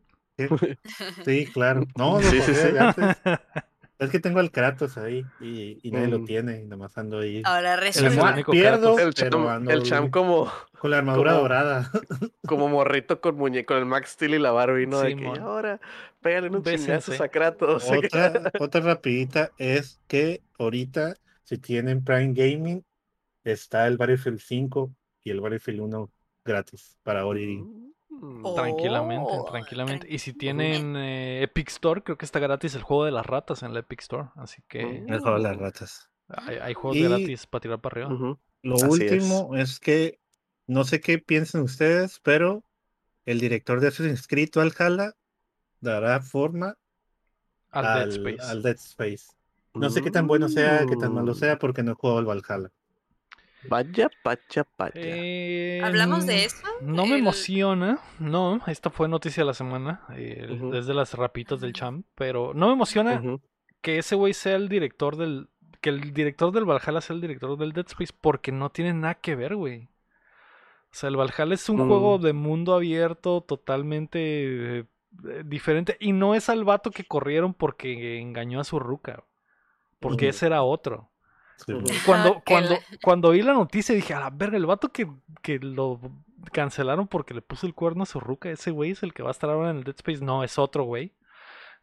Sí, claro. No, no, Sí, sí, sí. antes. Es que tengo al Kratos ahí y, y nadie lo Mm. tiene y nomás ando ahí. Ahora El resulta. el Mua- único pierdo, Kratos. El pero Cham, ando el Cham como, con la armadura como- dorada. como morrito con muñeco, con el Max Steel y la Barbie, ¿no? De Sí, que mon. ahora pégale unos Bésense. chingazos a Kratos. Otra, otra rapidita es que ahorita, si tienen Prime Gaming, está el Battlefield cinco y el Battlefield uno gratis para Origin. Mm. Oh. Tranquilamente, tranquilamente. Y si tienen eh, Epic Store, creo que está gratis el juego de las ratas en la Epic Store. Así que Mm. El juego de las ratas. hay, hay juegos Y- gratis para tirar para arriba. Ujú. Lo Así último es. que no sé qué piensan ustedes, pero el director de Assassin's Creed Valhalla dará forma Al al, Dead Space. al Dead Space. No sé qué tan bueno sea, qué tan malo Mm. sea, porque no he jugado al Valhalla. Vaya, pacha, pacha. Eh, ¿Hablamos de mm, eso? No me El- emociona. No, esta fue noticia de la semana. eh, Ujú. Desde las rapitas del Cham. Pero no me emociona Ujú. que ese güey sea el director del. Que el director del Valhalla sea el director del Dead Space. Porque no tiene nada que ver, güey. O sea, el Valhalla es un Mm. juego de mundo abierto totalmente eh, diferente. Y no es al vato que corrieron porque engañó a su ruca. Porque Mm. ese era otro. Sí, Ujú. bueno. Cuando, Ah, que cuando, la- cuando vi la noticia dije, a la verga, el vato que, que lo cancelaron porque le puso el cuerno a su ruca, ese güey es el que va a estar ahora en el Dead Space. No, es otro güey.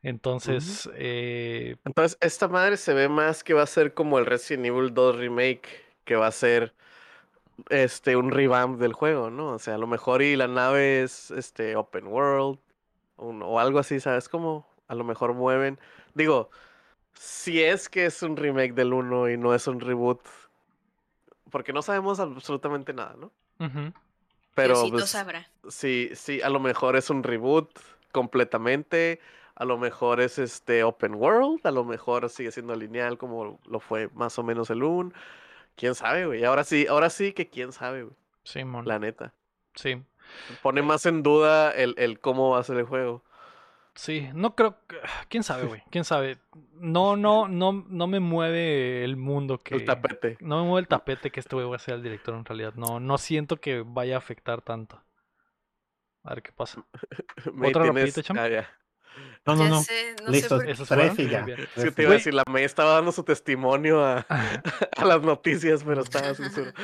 Entonces, eh, Entonces, esta madre se ve más que va a ser como el Resident Evil dos Remake, que va a ser este un revamp del juego, ¿no? O sea, a lo mejor y la nave es este open world un- o algo así, ¿sabes? Como a lo mejor mueven. Digo, si es que es un remake del uno y no es un reboot, porque no sabemos absolutamente nada, ¿no? ujú. Pero Diosito pues sabrá. sí, sí, a lo mejor es un reboot completamente, a lo mejor es este open world, a lo mejor sigue siendo lineal como lo fue más o menos el uno. Quién sabe, güey. Ahora sí, ahora sí que quién sabe, güey. Simón, La neta. sí. Pone Eh, más en duda el, el cómo va a ser el juego. Sí, no creo que... ¿Quién sabe, güey? ¿Quién sabe? No, no, no, no me mueve el mundo El que... tapete. No me mueve el tapete que este güey va a ser el director en realidad. No, no siento que vaya a afectar tanto. A ver qué pasa. Me ¿Otra rapidita, tienes. cham? Ah, ya. No, no, Ya no. sé, no sé Listo, por qué. ¿Esos fueron? trece Muy ya. bien. Sí, trece. te iba a Güey. decir, la May estaba dando su testimonio a, a las noticias, pero estaba censurado.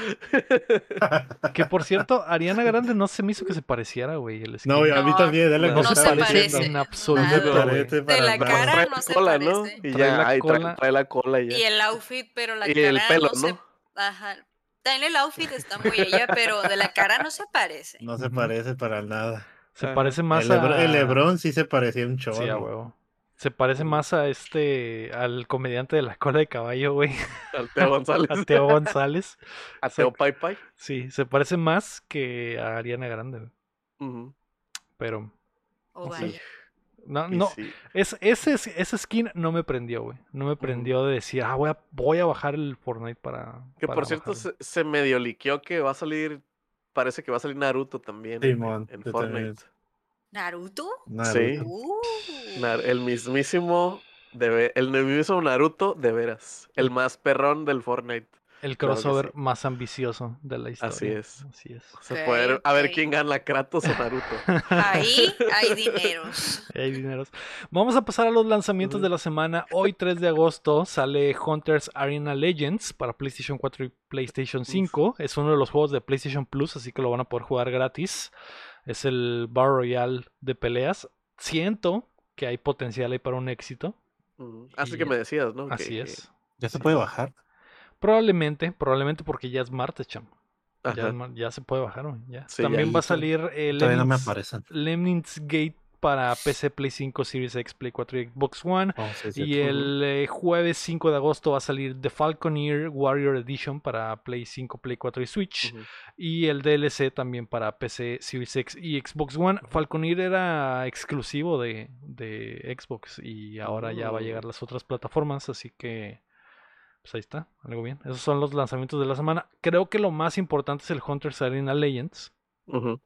Que por cierto, Ariana Grande no se me hizo que se pareciera, güey, el No, skin. a mí No, también, es lo No. No que se no se estaba parece diciendo. en parece, absoluto, No se nada. güey. parece De para la Nada más cara nada. trae no la se cola, ¿no? parece. Y Trae la ya, ay, trae, cola. trae la cola y Y ya. el outfit, pero la Y el cara pelo, no se... ¿no? Ajá. También el outfit está muy ella, pero de la cara no se parece. No se Ujú. parece para nada. Se Ajá. parece El, más Lebr- el a... Lebron sí se parecía un Sí, a chorro. huevo. Se parece Ujú. más a este... al comediante de la cola de caballo, güey. Al Teo González. A Teo González. A O sea, Teo Pai Pai. sí, se parece más que a Ariana Grande, güey. Ujú. Pero... Oh, No sé. vaya. No, Y no, sí. es, ese, ese skin no me prendió, güey. No me Ujú. prendió de decir, ah, voy a, voy a bajar el Fortnite para, Que para por cierto, bajarlo. se, se medio liqueó que va a salir. Parece que va a salir Naruto también en, en, Simón, en yo también. Fortnite. ¿Naruto? Sí. Naruto. Uh. Nar- el mismísimo. De ve- el mismísimo Naruto, de veras. El El, más perrón del Fortnite. el Claro que crossover sí. más ambicioso de la Así historia. es. Así es. O sea, Ok, poder, a ver quién ok. gana, Kratos o Naruto. Ahí hay dineros. Hay dineros. Vamos a pasar a los lanzamientos Ujú. de la semana. Hoy, tres de agosto, sale Hunters Arena Legends para PlayStation cuatro y PlayStation Uf. cinco. Es uno de los juegos de PlayStation Plus, así que lo van a poder jugar gratis. Es el Battle Royale de peleas. Siento que hay potencial ahí para un éxito. Ujú. Así Y que me decías, ¿no? así Que, que... es. ¿Ya se Sí. puede bajar? Probablemente, probablemente porque ya es martes, chamo. Ya, es Ajá. mar- ya se puede bajar, güey, ya. Sí, También ya. va a Y to- salir eh, todavía no me Lemnitz, aparecen. Lemnitz Gate para P C, Play cinco, Series X, Play cuatro y Xbox One. Oh, sí, sí. Y el eh, jueves cinco de agosto va a salir The Falconeer Warrior Edition para Play cinco, Play cuatro y Switch. Ujú. Y el D L C también para P C, Series X y Xbox One. Falconeer era exclusivo de, de Xbox y ahora ya va a llegar a Mm. las otras plataformas, así que pues ahí está, algo bien. Esos son los lanzamientos de la semana. Creo que lo más importante es el Hunters Arena Legends. Ujú.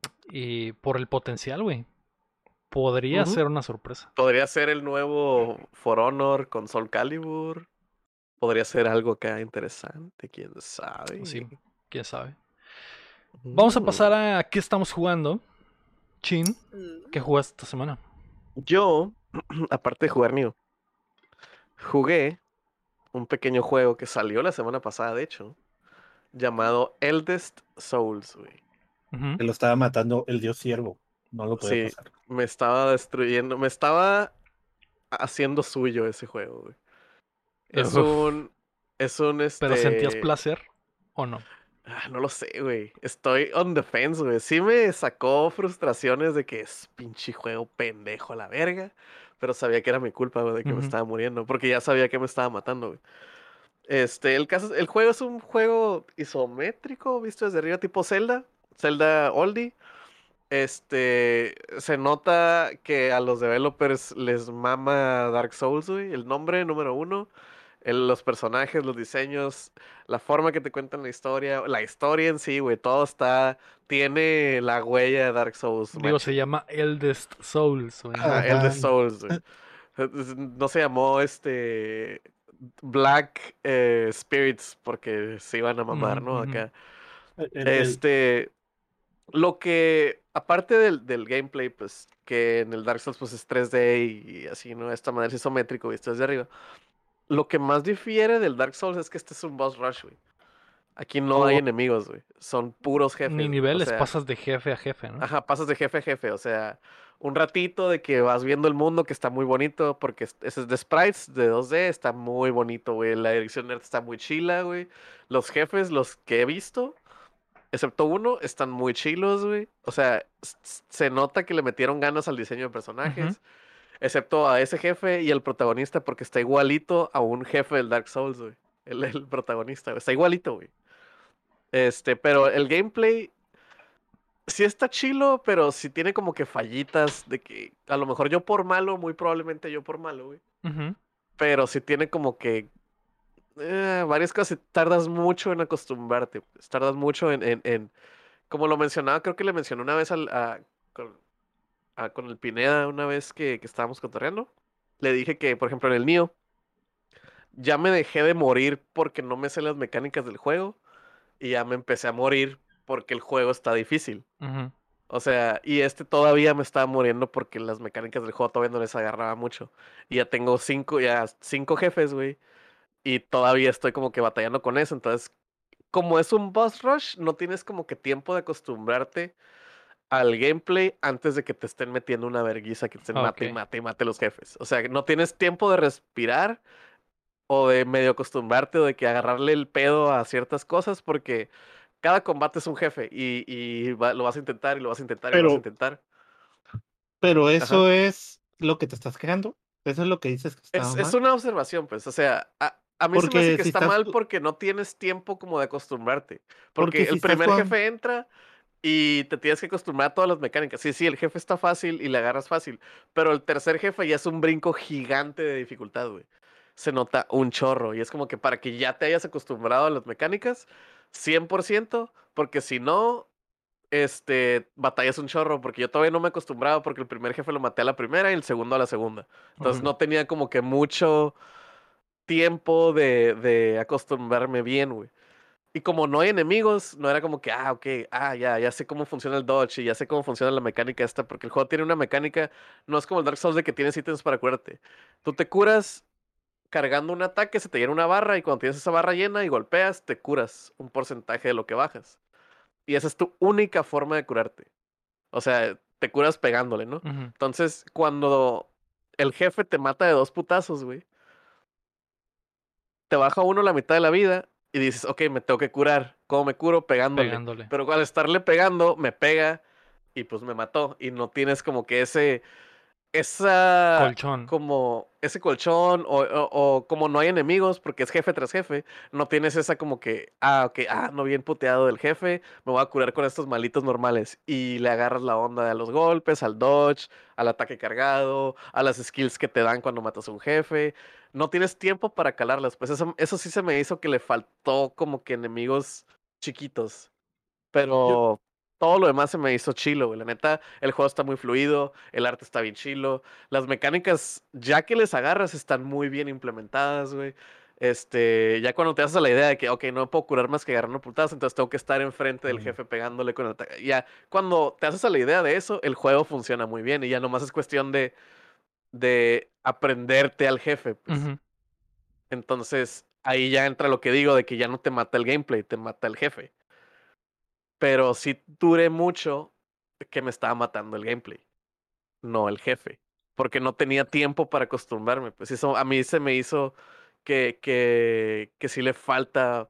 Y por el potencial, güey. Podría Ujú. ser una sorpresa. Podría ser el nuevo For Honor con Soul Calibur. Podría ser algo acá interesante, quién sabe. Sí, quién sabe. Vamos a Mm. pasar a qué estamos jugando. Chin, Uh. ¿qué jugaste esta semana? Yo, aparte de jugar Nioh, jugué un pequeño juego que salió la semana pasada, de hecho, llamado Eldest Souls, güey. Ujú. Que lo estaba matando el dios siervo. No lo podía Sí, pasar. me estaba destruyendo, me estaba haciendo suyo ese juego, güey. Es Uf. un, es un, ¿Pero sentías este, placer o no? ah, no lo sé, güey. Estoy on the fence, güey. Sí me sacó frustraciones de que es pinche juego pendejo a la verga. Pero sabía que era mi culpa, güey, de que me Ujú. estaba muriendo. Porque ya sabía que me estaba matando, güey. Este, el caso, es- el juego es un juego isométrico, visto desde arriba, tipo Zelda. Zelda Oldie. Este, se nota que a los developers les mama Dark Souls, güey. El nombre número uno. El- los personajes, los diseños, la forma que te cuentan la historia, la historia en sí, güey, todo está, tiene la huella de Dark Souls, Digo, se machín. llama Eldest Souls, güey. Ajá, el de Ajá. Souls, güey. No se llamó este Black eh, Spirits porque se iban a mamar, Ujú, ¿no? ujú. Acá. El, el- Este, lo que, aparte del, del gameplay, pues, que en el Dark Souls pues es tres D y, y así, ¿no? Esta manera es isométrico y esto desde arriba. Lo que más difiere del Dark Souls es que este es un boss rush, güey. Aquí no Oh. hay enemigos, güey. Son puros jefes. Ni güey. niveles, O sea, pasas de jefe a jefe, ¿no? ajá, pasas de jefe a jefe. O sea, un ratito de que vas viendo el mundo que está muy bonito. Porque es- ese es de sprites de dos D. Está muy bonito, güey. La dirección de arte está muy chila, güey. Los jefes, los que he visto, excepto uno, están muy chilos, güey. O sea, s- s- se nota que le metieron ganas al diseño de personajes. Excepto a ese jefe y el protagonista, porque está igualito a un jefe del Dark Souls, güey. El, el protagonista, güey. Está igualito, güey. Este, pero el gameplay sí está chilo, pero sí tiene como que fallitas de que a lo mejor yo por malo, muy probablemente yo por malo, güey. Ujú. Pero sí tiene como que eh, varias cosas. y Tardas mucho en acostumbrarte. Pues, tardas mucho en, en, en- como lo mencionaba, creo que le mencioné una vez al, a- con, a- con el Pineda, una vez que, que estábamos cotorreando. Le dije que, por ejemplo, en el Nioh, ya me dejé de morir porque no me sé las mecánicas del juego. Y ya me empecé a morir porque el juego está difícil. Ujú. O sea, y este todavía me estaba muriendo porque las mecánicas del juego todavía no les agarraba mucho. Y ya tengo cinco, ya cinco jefes, güey. Y todavía estoy como que batallando con eso. Entonces, como es un boss rush, no tienes como que tiempo de acostumbrarte al gameplay antes de que te estén metiendo una verguiza que te estén mate y Ok. mate y mate los jefes. O sea, no tienes tiempo de respirar o de medio acostumbrarte o de que agarrarle el pedo a ciertas cosas porque cada combate es un jefe y, y va- lo vas a intentar y lo vas a intentar y lo vas a Pero, intentar. pero Ajá. eso es lo que te estás quejando. Eso es lo que dices que Es, estaba es mal. una observación, pues. O sea, a, a mí se me hace Porque que si está estás, mal ju- porque no tienes tiempo como de acostumbrarte. Porque porque si el estás primer jugando, jefe entra y te tienes que acostumbrar a todas las mecánicas. Sí, sí, el jefe está fácil y le agarras fácil. Pero el tercer jefe ya es un brinco gigante de dificultad, güey. Se nota un chorro. Y es como que para que ya te hayas acostumbrado a las mecánicas, cien por ciento, porque si no, este, batallas un chorro. Porque yo todavía no me he acostumbrado porque el primer jefe lo maté a la primera y el segundo a la segunda. Entonces Ujú. no tenía como que mucho tiempo de, de acostumbrarme bien, güey. Y como no hay enemigos, no era como que, ah, ok, ah, ya, ya sé cómo funciona el dodge y ya sé cómo funciona la mecánica esta, porque el juego tiene una mecánica, no es como el Dark Souls de que tienes ítems para curarte. Tú te curas cargando un ataque, se te llena una barra y cuando tienes esa barra llena y golpeas, te curas un porcentaje de lo que bajas. Y esa es tu única forma de curarte. O sea, te curas pegándole, ¿no? Ujú. Entonces, cuando el jefe te mata de dos putazos, güey, te baja uno la mitad de la vida y dices, ok, me tengo que curar. ¿Cómo me curo? Pegándole. Pegándole. Pero al estarle pegando, me pega y pues me mató. Y no tienes como que ese, esa, Colchón. como, ese colchón o, o- o como no hay enemigos porque es jefe tras jefe, no tienes esa como que, ah, ok, ah, no bien puteado del jefe, me voy a curar con estos malitos normales. Y le agarras la onda a los golpes, al dodge, al ataque cargado, a las skills que te dan cuando matas a un jefe. No tienes tiempo para calarlas. Pues eso, eso sí se me hizo que le faltó como que enemigos chiquitos. yo, Pero todo lo demás se me hizo chilo, güey. La neta, el juego está muy fluido, el arte está bien chilo. Las mecánicas, ya que les agarras, están muy bien implementadas, güey. Este, ya cuando te haces a la idea de que, ok, no me puedo curar más que agarrando putadas, entonces tengo que estar enfrente del mm, jefe pegándole con el ataque. Ya, cuando te haces a la idea de eso, el juego funciona muy bien y ya nomás es cuestión de, de aprenderte al jefe, pues. Ujú. Entonces, ahí ya entra lo que digo de que ya no te mata el gameplay, te mata el jefe. Pero sí duré mucho que me estaba matando el gameplay, no el jefe, porque no tenía tiempo para acostumbrarme. Pues eso a mí se me hizo que, que, que sí le falta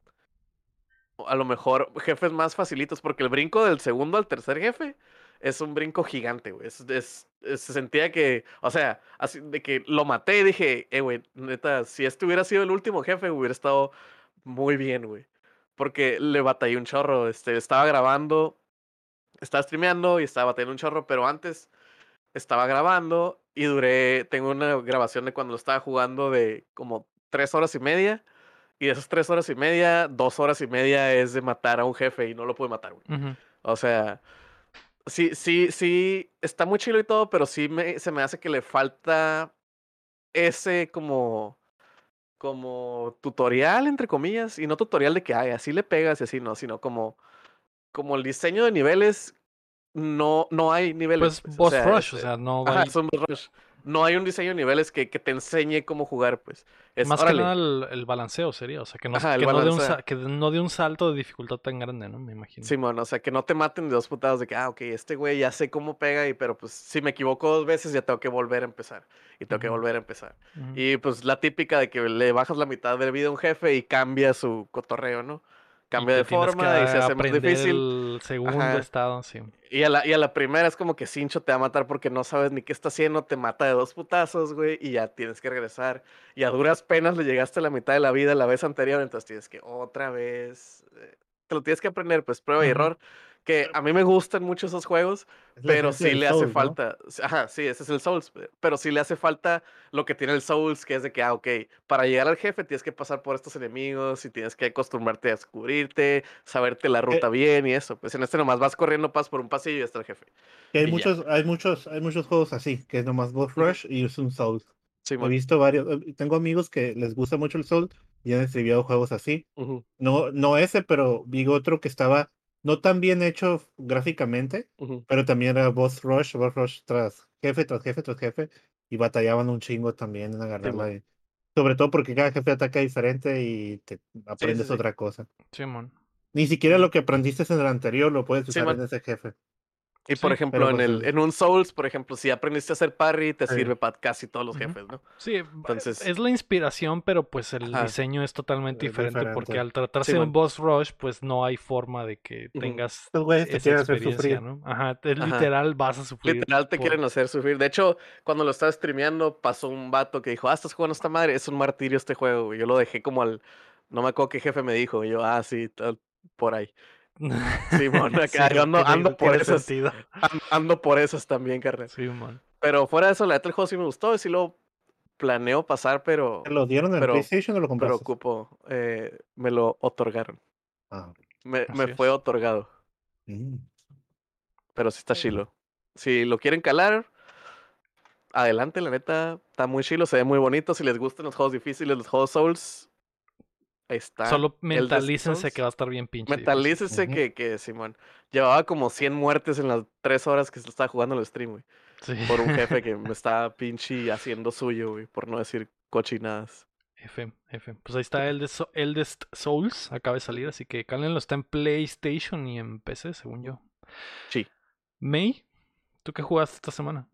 a lo mejor jefes más facilitos, porque el brinco del segundo al tercer jefe es un brinco gigante, güey. Es, es- es- se sentía que, o sea, así de que lo maté y dije, eh, güey, neta, si este hubiera sido el último jefe, hubiera estado muy bien, güey. Porque le batallé un chorro, este, estaba grabando. Estaba streameando y estaba batallando un chorro, pero antes estaba grabando y duré, tengo una grabación de cuando lo estaba jugando de como tres horas y media. Y de esas tres horas y media, dos horas y media es de matar a un jefe y no lo pude matar, güey. Ujú. O sea, sí, sí, sí, está muy chido y todo, pero sí me, se me hace que le falta ese como, como tutorial, entre comillas, y no tutorial de que, ay, así le pegas y así, no, sino como, como el diseño de niveles no, no hay niveles, Pues pues. O boss sea, rush, es, o eh, sea, no ajá, hay. es un boss rush. no hay un diseño de niveles que, que te enseñe cómo jugar, pues. Es, Más que órale, nada el, el balanceo sería, o sea, que no, ajá, el que no de un, balanceo. sa- que no de un salto de dificultad tan grande, ¿no? Me imagino. Simón, o sea, que no te maten de dos putadas de que, ah, ok, este güey ya sé cómo pega, y pero pues si me equivoco dos veces ya tengo que volver a empezar. Y tengo que Ujú, volver a empezar. ujú. Y pues la típica de que le bajas la mitad de vida a un jefe y cambia su cotorreo, ¿no? Y Cambia que de tienes que forma y se a- hace más aprender difícil. el segundo Ajá. estado, sí. Y a la, y a la primera es como que Cincho te va a matar porque no sabes ni qué está haciendo, te mata de dos putazos, güey, y ya tienes que regresar. Y a duras penas le llegaste a la mitad de la vida la vez anterior, entonces tienes que otra vez. eh, Te lo tienes que aprender, pues prueba y Ujú. error. Que a mí me gustan mucho esos juegos, Es la pero esencia sí del le hace Soul, ¿no? falta. Ajá, sí, ese es el Souls. pe- Pero sí le hace falta lo que tiene el Souls, que es de que, ah, ok, para llegar al jefe tienes que pasar por estos enemigos y tienes que acostumbrarte a descubrirte, saberte la ruta Que, bien y eso. Pues en este nomás vas corriendo, pasas por un pasillo y ya está el jefe. que hay Y ya. muchos, hay muchos, hay muchos juegos así, que es nomás Boss Ujú. Rush y es un Soul. He Simón. visto varios, eh, tengo amigos que les gusta mucho el Soul y han escribido juegos así. Ujú, No, no ese, pero vi otro que estaba no tan bien hecho gráficamente, ujú. pero también era Boss Rush, Boss Rush tras jefe, tras jefe, tras jefe, y batallaban un chingo también en agarrarla. Simón. de- Sobre todo porque cada jefe ataca diferente y te Sí, sí, aprendes sí. otra cosa. Simón. Ni siquiera Ujú. lo que aprendiste en el anterior lo puedes usar Simón. en ese jefe. Y por Sí. ejemplo, Pero en pues el, el- en un Souls, por ejemplo, si aprendiste a hacer parry, te eh, sirve para casi todos los Ujú. jefes, ¿no? Sí, ba- Entonces, es la inspiración, pero pues el ajá. diseño es totalmente es diferente porque diferente. al tratarse de un Simón. boss rush, pues no hay forma de que Ujú. tengas Estos güeyes te esa quieren hacer experiencia, sufrir. ¿no? Ajá, es Ajá. literal, vas a sufrir Literal te por... quieren hacer sufrir. De hecho, cuando lo estaba streameando, pasó un vato que dijo, ah, estás jugando esta madre, es un martirio este juego, güey. Yo lo dejé como al, no me acuerdo qué jefe me dijo. Y yo, ah, sí, tal, por ahí. Simón, Sí, acá yo ando, tiene, ando por tiene esas, sentido. an- ando por esas también, carnal. Simón. Pero fuera de eso, la neta el juego sí me gustó, y sí lo planeo pasar, ¿Te pero, lo dieron en pero, PlayStation o lo pero compraste? ocupo, eh, me lo otorgaron. Ah, Me, me Así fue es. otorgado, mm. pero sí está chilo. Si lo quieren calar, adelante, la neta, está muy chilo, se ve muy bonito. Si les gustan los juegos difíciles, los juegos Souls, ahí está. Solo El de mentalícense que Souls. va a estar bien pinche difícil. Mentalícese Ujú. que, que Simón llevaba como cien muertes en las tres horas que se estaba jugando el stream, güey. Sí. Por un jefe que me estaba pinche haciendo suyo, güey, por no decir cochinadas. F, F. Pues ahí está el de So- Eldest Souls, acaba de salir, así que cálenlo, está en PlayStation y en P C, según yo. Sí. May, ¿tú qué jugaste esta semana?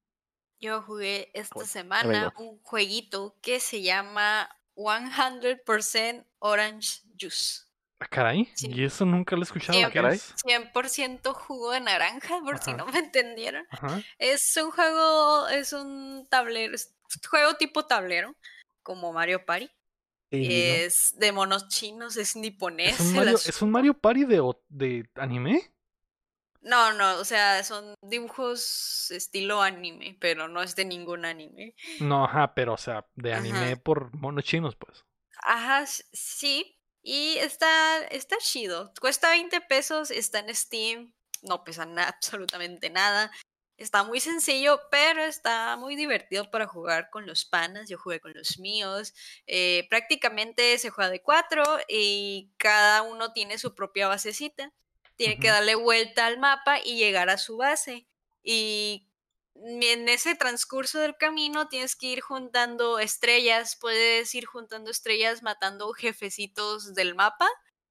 Yo jugué esta Bueno, ahí semana vengo. un jueguito que se llama cien por ciento Orange Juice. Ah, caray, y Cien- eso nunca lo he escuchado, Ah, ¿qué caray. es? cien por ciento jugo de naranja, por si Ajá, no me entendieron. ajá. Es un juego, es un tablero, es juego tipo tablero, como Mario Party. Sí, ¿no? Es de monos chinos, es ¿Es niponés un el Mario, es un asunto. Mario Party de, o- de anime? No, no, o sea, son dibujos estilo anime, pero no es de ningún anime. No, ajá, pero o sea, de anime Ajá. por monos chinos, pues. Ajá, s- sí. Y está, está chido. Cuesta veinte pesos, está en Steam. No pesa na- absolutamente nada. Está muy sencillo, pero está muy divertido para jugar con los panas. Yo jugué con los míos. Eh, prácticamente se juega de cuatro y cada uno tiene su propia basecita. Tiene que Ujú, darle vuelta al mapa y llegar a su base. Y en ese transcurso del camino tienes que ir juntando estrellas, puedes ir juntando estrellas matando jefecitos del mapa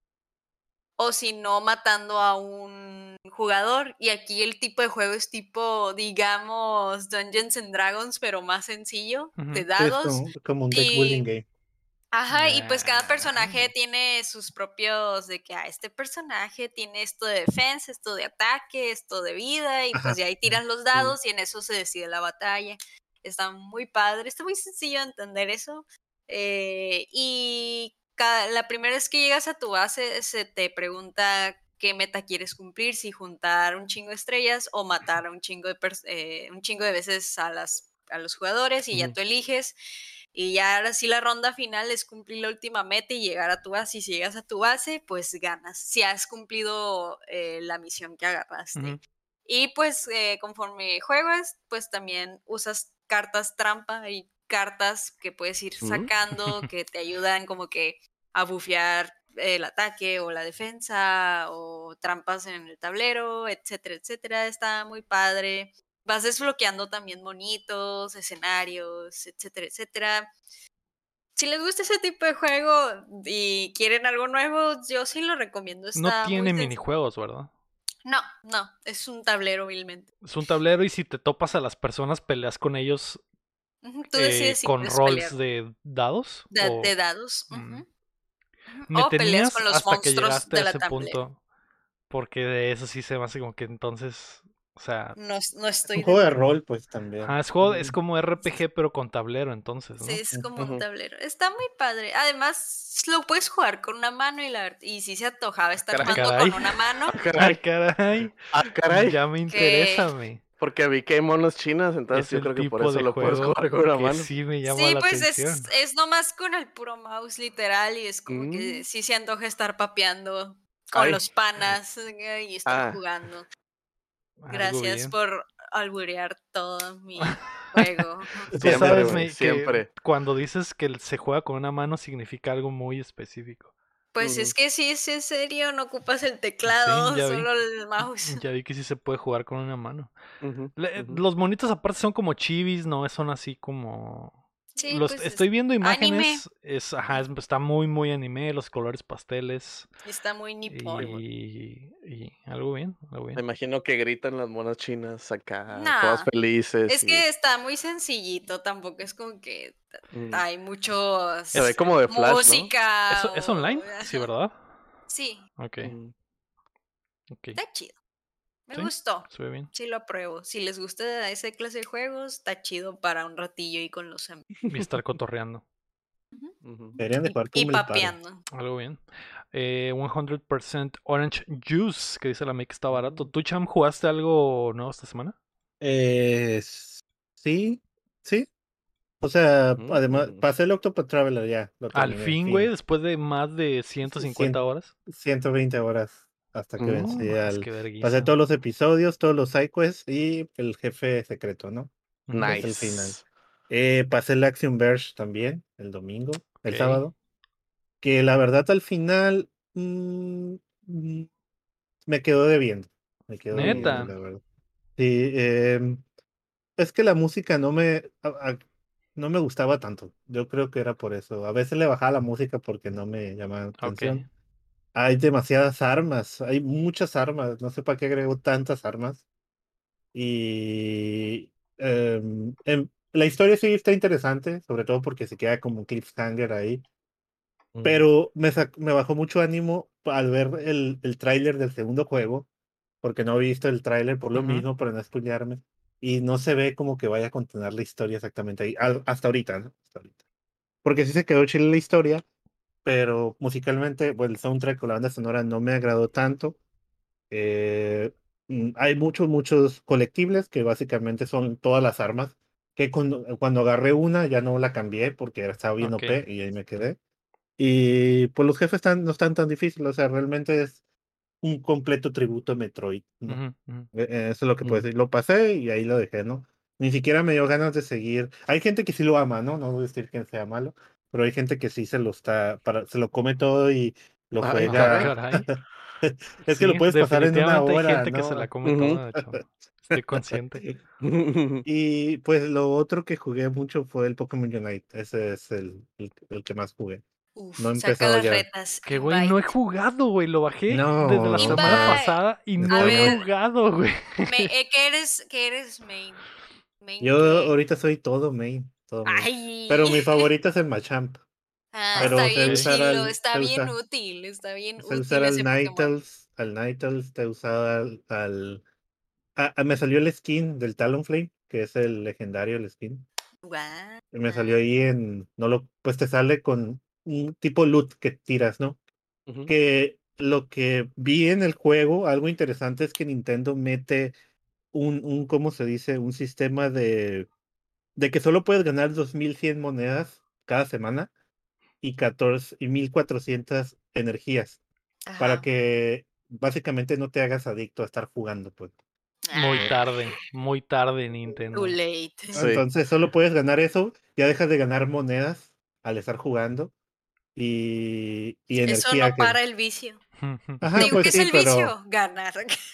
o si no matando a un jugador. Y aquí el tipo de juego es tipo, digamos, Dungeons and Dragons, pero más sencillo, de ujú. Sí, es dados. como, como un deck building Y game. ajá, y pues cada personaje Ah, tiene sus propios, de que ah, este personaje tiene esto de defensa, esto de ataque, esto de vida, y pues Ajá. de ahí tiras los Sí. dados y en eso se decide la batalla. Está muy padre, está muy sencillo entender eso. eh, y cada- la primera vez que llegas a tu base se te pregunta qué meta quieres cumplir, si juntar un chingo de estrellas o matar a un chingo de, pers- eh, un chingo de veces a, las, a los jugadores y ya Ujú, tú eliges. Y ya ahora sí la ronda final es cumplir la última meta y llegar a tu base. Y si llegas a tu base, pues ganas. Si has cumplido eh, la misión que agarraste. ujú, Y pues eh, conforme juegas, pues también usas cartas trampa y cartas que puedes ir ujú. sacando que te ayudan como que a bufear el ataque o la defensa o trampas en el tablero, etcétera, etcétera. Está muy padre. vas desbloqueando también monitos, escenarios, etcétera, etcétera. Si les gusta ese tipo de juego y quieren algo nuevo, yo sí lo recomiendo. No Está muy tiene sencillo. minijuegos, ¿verdad? No, no, es un tablero vilmente. Es un tablero y si te topas a las personas, peleas con ellos Ujú, Tú eh, decides si con quieres rolls pelear de dados. de, o... de dados. Mm. ujú, ujú, Me O peleas tenías con los hasta que monstruos llegaste a de la ese tablero. punto. Porque de eso sí se me hace como que entonces. O sea. No, no Es un estoy juego de dentro. rol, pues también. ajá, es, juego, es Mm. como R P G, pero con tablero, entonces, Sí, ¿no? es como un Ujú. tablero. Está muy padre. Además, lo puedes jugar con una mano y la y si se antojaba estar caray. Ah, jugando caray. con una mano, Ah, Ah, caray. caray. Ah, caray. Ya me que interesa, me. Porque vi que hay monos chinas, entonces Es yo el creo que por tipo eso de lo puedes juego jugar con una que mano. sí me llama sí, la pues atención. es, es nomás con el puro mouse literal y es como que Mm. sí se antoja estar papeando con Ay. los panas eh, y estar Ah, jugando. Algo Gracias bien. por alburear todo mi juego. Tú siempre, sabes, güey, me, que siempre. cuando dices que se juega con una mano significa algo muy específico. Pues Ujú. es que sí, es en serio, no ocupas el Sí, teclado, ya vi. solo el mouse. Ya vi que sí se puede jugar con una mano. Ujú, Le- ujú. Los monitos aparte son como chivis, no son así como... Sí, Los, pues es estoy viendo anime. imágenes, es, ajá, es- está muy muy anime, los colores pasteles Está muy nipón. y, y algo bien, algo Me bien. imagino que gritan las monas chinas acá, todas Nah, felices es y que está muy sencillito, tampoco es como que t- mm, hay muchos se ve Es, como de Flash, ¿no? música ¿es, es o... online? Sí, ajá. ¿verdad? Sí, Ok, Mm, ok. está chido. Me Sí, gustó. se ve bien. Sí lo apruebo. Si les gusta esa clase de juegos, está chido para un ratillo y con los amigos. Y estar cotorreando, Ujú. ujú. Deberían de Y, jugar y Pummel Party. papeando. algo bien. Eh, cien por ciento Orange Juice, que dice la Make está barato. Mm. ¿Tú, Cham, jugaste algo nuevo esta semana? Eh, sí, sí. O sea, además, Mm. pasé el Octopath Traveler ya, lo Al terminé, fin, güey, fin. después de más de ciento cincuenta Cien- horas. ciento veinte horas hasta que No Mm. vencí más, al... qué Pasé vergüenza. todos los episodios, todos los sidequests y el jefe secreto, ¿no? Ujú. Que es el final. Nice. Eh, pasé el Action Verge también, el domingo, el Ok. sábado. Que la verdad al final mm, mm, me quedó debiendo. Me quedó debiendo, Neta. la verdad. Sí, em, es que la música no me, a- a- no me gustaba tanto. Yo creo que era por eso. A veces le bajaba la música porque no me llamaba la Ok. atención. Hay demasiadas armas, hay muchas armas. No sé para qué agrego tantas armas. Y em, em, la historia sí está interesante, sobre todo porque se queda como un cliffhanger ahí. Mm. Pero me, sac- me bajó mucho ánimo al ver el, el tráiler del segundo juego, porque no he visto el tráiler por lo Ujú. mismo, para no spoilearme, y no se ve como que vaya a continuar la historia exactamente ahí, al- hasta ahorita, ¿no? Hasta ahorita. Porque sí se quedó chile la historia, pero musicalmente, pues el soundtrack o la banda sonora no me agradó tanto. Eh, mm, hay muchos, muchos colectibles que básicamente son todas las armas, que cuando, cuando agarré una ya no la cambié porque estaba bien Ok. O P y ahí me quedé. Y pues los jefes están, no están tan difíciles, o sea, realmente es un completo tributo a Metroid, ¿no? Ujú, ujú. E- e- Eso es lo que puedo Mm. decir. Lo pasé y ahí lo dejé, ¿no? Ni siquiera me dio ganas de seguir. Hay gente que sí lo ama, ¿no? No voy a decir que sea malo, pero hay gente que sí se lo está, para, se lo come todo y lo Ay, Ah, caray. juega. caray. Es que lo Sí, puedes pasar en una definitivamente hay hora, gente que se la ¿no? come Ujú. toda, de hecho. Estoy consciente. Y pues lo otro que jugué mucho fue el Pokémon Unite. Ese es el, el, el que más jugué. No Uf, he saca empezado las ya. retas. Que, güey, no he Invite. jugado, güey. Lo bajé desde la No, semana está, Invite. pasada y no A he está muy... ver, jugado, güey. me, eh, ¿qué eres? ¿Qué eres main? ¿Main Yo qué? ahorita soy todo main, todo main. Pero Ay. mi favorito es el Machamp. Ah, Ah, está Pero ok. sé bien usar chilo, al, está sé bien usar, útil, está bien sé usar útil al ese Pokémon. Ninetales, al Ninetales, te usaba al, al ah, ah, me salió el skin del Talonflame, que es el legendario, el skin. Guau. Y me salió ahí en, no lo, pues te sale con un tipo loot que tiras, ¿no? Ujú. Que lo que vi en el juego, algo interesante es que Nintendo mete un, un, ¿cómo se dice? Un sistema de, de que solo puedes ganar dos mil cien monedas cada semana y catorce y mil cuatrocientas energías para Ajá. que básicamente no te hagas adicto a estar jugando, pues. Muy Ah, tarde, muy tarde, too Nintendo. late. Sí. Entonces solo puedes ganar eso, ya dejas de ganar monedas al estar jugando y, y Eso energía no que... para el vicio. Ajá, Digo, pues ¿qué es sí, el pero... vicio? Ganar.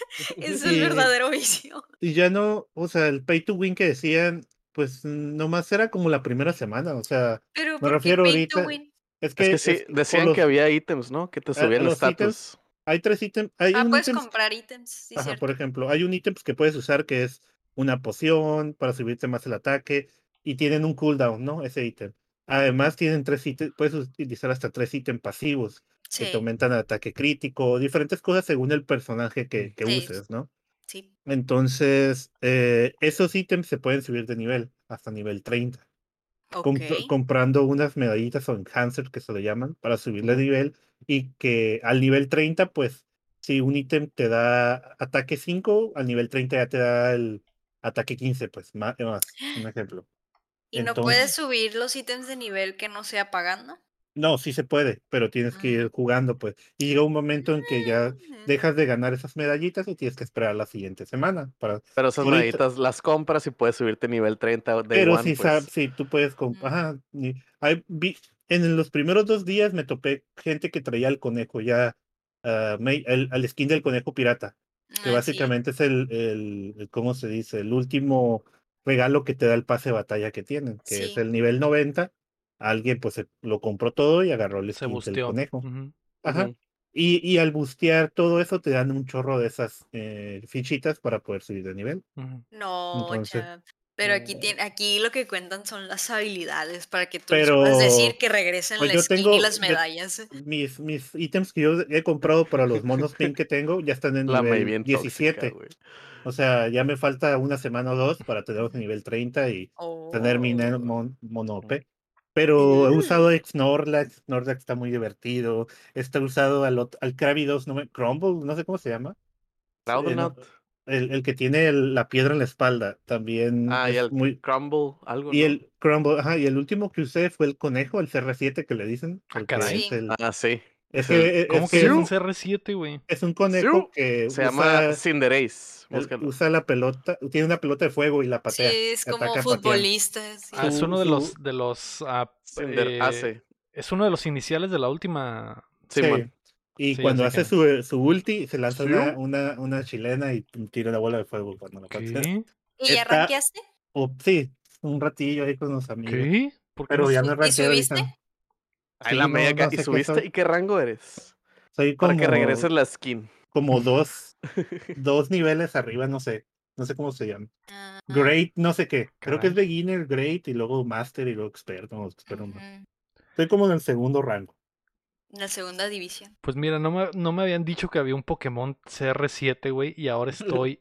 Es el Y, verdadero vicio. y ya no, o sea, el pay to win que decían, pues nomás era como la primera semana, o sea, Pero me ¿por qué refiero pay to ahorita, win? es Es que que es sí, que por decían que los, había ítems, ¿no? Que te a, a subían los ítems, estatus. hay tres ítems, hay Ah, un puedes ítem, comprar ítems, sí, ajá, por cierto. ejemplo, hay un ítem que puedes usar que es una poción para subirte más el ataque y tienen un cooldown, ¿no? Ese ítem. Además tienen tres ítems, puedes utilizar hasta tres ítems pasivos que te Sí, aumentan el ataque crítico, diferentes cosas según el personaje que, que sí, uses, ¿no? sí. Entonces, eh, esos ítems se pueden subir de nivel hasta nivel treinta, Ok. comp- comprando unas medallitas o enhancer que se le llaman para subirle de Ujú. nivel y que al nivel treinta, pues, si un ítem te da ataque cinco, al nivel treinta ya te da el ataque quince, pues, más, más un ejemplo. ¿Y no puedes Entonces, subir los ítems de nivel que no sea pagando? no, sí se puede, pero tienes que ir Mm. jugando, pues. Y llega un momento en que ya Mm. dejas de ganar esas medallitas y tienes que esperar la siguiente semana para... Pero esas Ahorita, medallitas las compras y puedes subirte nivel treinta day pero one, si, sab- pues. si tú puedes... comp- Mm. Ajá, ni- hay- vi- en los primeros dos días me topé gente que traía el conejo ya, ah, me- el, al skin del conejo pirata, que Ah, sí, básicamente es el, el, el- ¿cómo se dice? El último regalo que te da el pase de batalla que tienen, que es sí. el nivel noventa. Alguien pues se- lo compró todo y agarró el Se skin del busteó. conejo. Ujú, Ajá. Ujú. Y, y al bustear todo eso te dan un chorro de esas eh, fichitas para poder subir de nivel. ujú. No, Entonces, cha. Pero aquí, Mm. tiene, aquí lo que cuentan son las habilidades para que tú les puedas decir pero que regresen pues la yo skin y tengo las de- medallas. mis, mis ítems que yo he comprado para los monos pin que tengo ya están en La may nivel bien tóxica, diecisiete. güey. O sea, ya me falta una semana o dos para tenerlos en nivel treinta y tener mi Oh. Nen mon- mono O P. Pero he usado Snorlax, Snorlax está muy divertido. Está usado al, ot- al Krabby dos, no me, Crumble, no sé cómo se llama. Sí, eh, no, Cloudnut. el, el que tiene el- la piedra en la espalda también Ah, y es el muy... Crumble, algo, Y ¿no? el Crumble, ajá, y el último que usé fue el conejo, el C R siete que le dicen, Ah, el que caray. es Sí. el... Ah, sí. Es Es el. que, e, es ¿Cómo que que es es un ¡Siu! un, C R siete, güey? es un conejo ¡Siu! que Se llama usa, Cinderace. el- Búscalo. usa la pelota, tiene una pelota de fuego y la Sí, patea, es como ataca pateando. futbolista, Ah, sí. es Su, uno de los su, de los ah, eh, Cinderace. es uno de los iniciales de la última. sí. Simón. Y Sí, ya cuando sé hace quién es. su, su ulti, se lanza una, ¡Siu! una, una chilena y tira una bola de fuego cuando la patea. ¿Qué? ¿Y ya Está, rankeaste? o sí, un ratillo ahí con los amigos. ¿Qué? ¿Por qué no? Pero ya s- no Su- he ¿Y rankeado subiste? ahorita. Ahí la Sí, media no, acá. no ¿Y sé qué subiste? soy. ¿Y qué rango eres? Soy Para que como, regreses la skin. como dos, dos niveles arriba, no sé. No sé cómo se llama. Ah, Great, no sé qué. Creo que es Caray. beginner, great, y luego master y luego expert. No, experto no. ujú. Estoy como en el segundo rango. La segunda división. Pues mira, no me, no me habían dicho que había un Pokémon C R siete, güey, y ahora estoy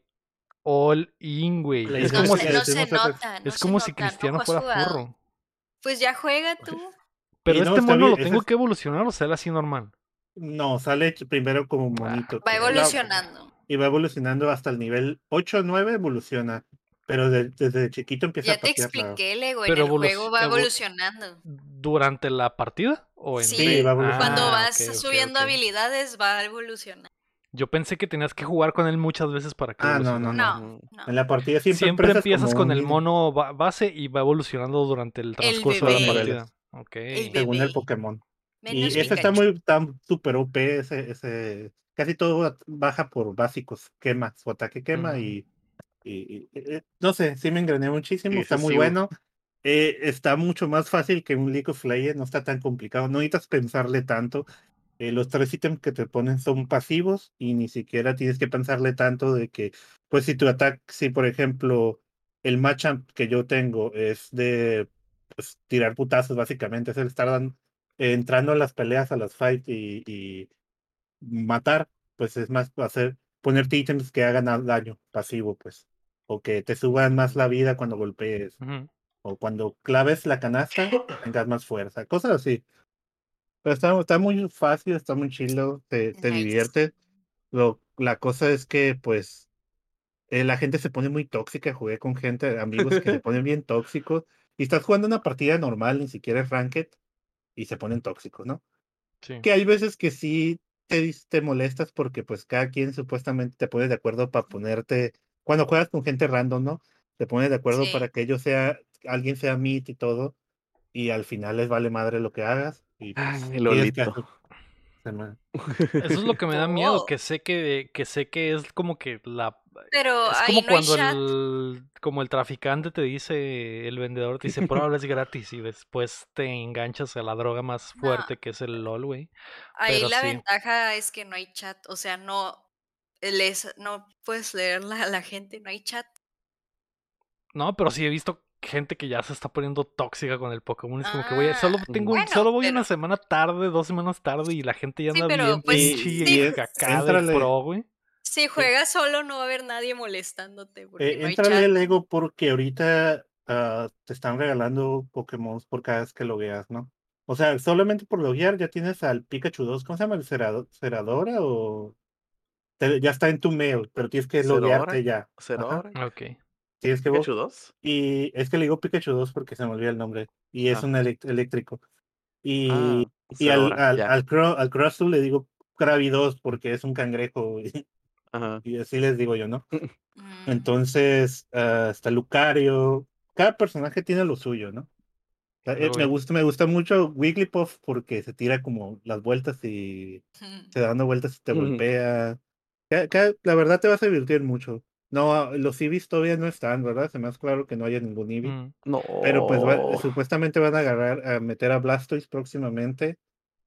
all in, güey. Le Es No como decimos, se, si, le no se decimos R. nota, no es se como si nota, Cristiano no has fuera jugado. furro. Pues ya juega tú. Pero Y no, este está mono bien. lo Ese tengo es, que evolucionar o ser así normal. no, sale ch- primero como Ah, monito. Va Que va, evolucionando. y va evolucionando hasta el nivel ocho o nueve evoluciona. Pero de- desde chiquito empieza a Ya te patear la... expliqué, Lego, en pero el juego evoluc- va evo- evolucionando. durante la partida o en Sí, va Sí, cuando evolucionando. Ah, vas ok, ok, subiendo ok. habilidades va evolucionando. Yo pensé que tenías que jugar con él muchas veces para que Ah, no, no, evolucionara. no. No, Ujú. no. En la partida siempre Siempre empiezas como empiezas con un el nivel mono ba- base y va evolucionando durante el El transcurso de por la bebé, partida. niveles, Ok. el según el bebé. Pokémon. Menos Y ese está Pikachu. muy tan super O P, ese, ese, casi todo at- baja por básicos, quema, su ataque quema Ujú. y, y- y- eh, no sé, sí me engrané muchísimo, Y está ese muy Siu. bueno. Eh, está mucho más fácil que un League of Legends, no está tan complicado, no necesitas pensarle tanto. Eh, los tres ítems que te ponen son pasivos y ni siquiera tienes que pensarle tanto de que, pues si tu ataque, si por ejemplo el matchup que yo tengo es de pues, tirar putazos básicamente, es el estar dan- eh, entrando a las peleas, a las fights y, y matar, pues es más hacer, ponerte ítems que hagan a- daño pasivo, pues, o que te suban más la vida cuando golpees, Ujú. o cuando claves la canasta, tengas más fuerza, cosas así. Pero está, está muy fácil, está muy chido, te, te Nice. divierte. Lo, la cosa es que, pues, eh, la gente se pone muy tóxica. Jugué con gente, amigos que se ponen bien tóxicos. Y estás jugando una partida normal, ni siquiera es ranked, y se ponen tóxicos, ¿no? Sí. Que hay veces que sí te, dis- te molestas porque, pues, cada quien supuestamente te pone de acuerdo para ponerte. Cuando juegas con gente random, ¿no? Te pones de acuerdo Sí. para que ellos sea, alguien sea meet y todo, y al final les vale madre lo que hagas. Y pues, Ay, tienes que Lolito. hacer semana. Eso es lo que me da miedo, Oh. que sé que, que sé que es como que la... Pero Es ahí como no hay cuando chat. el, como el traficante te dice, el vendedor te dice, pruébalo, es gratis, y después te enganchas a la droga más No, fuerte que es el LOL, güey. ahí Pero la sí. ventaja es que no hay chat. O sea, no les, no puedes leer la, a la gente, no hay chat. No, pero sí he visto gente que ya se está poniendo tóxica con el Pokémon. Es como que, güey, Ah, solo tengo un, bueno, solo voy pero una semana tarde, dos semanas tarde, y la gente ya sí, anda pero bien pues pinche Y, sí, y y es- acá de éntrale, pro, güey. si eh, juegas solo no va a haber nadie molestándote porque eh, no hay éntrale chat. el ego porque ahorita ah, te están regalando Pokémon por cada vez que logueas, ¿no? O sea, solamente por loguear ya tienes al Pikachu dos. ¿Cómo se llama? ¿El Cerado- Ceradora? O te- ya está en tu mail, pero tienes que ¿Cero hora? loguearte ya. ¿Cero Ajá. hora? Ok. Tienes que ¿Pikachu vo- dos? Y es que le digo Pikachu dos porque se me olvida el nombre. Y es Ah, un elec- eléctrico. Y, ah, y cero al, hora, al, ya. al, Cro- al Crustle le digo Krabi dos porque es un cangrejo. Ajá. Y así les digo yo, ¿no? Mm, Entonces, ah, está Lucario. Cada personaje tiene lo suyo, ¿no? O sea, eh, Algo me bien. gusta, me gusta mucho Wigglypuff porque se tira como las vueltas y se da dando vueltas y te golpea. Ca- ca- La verdad te vas a divertir mucho. No, ah, los Eevees todavía no están, ¿verdad? Se me hace claro que no haya ningún Eevee. Mm. Pero pues va- No. supuestamente van a agarrar, a meter a Blastoise próximamente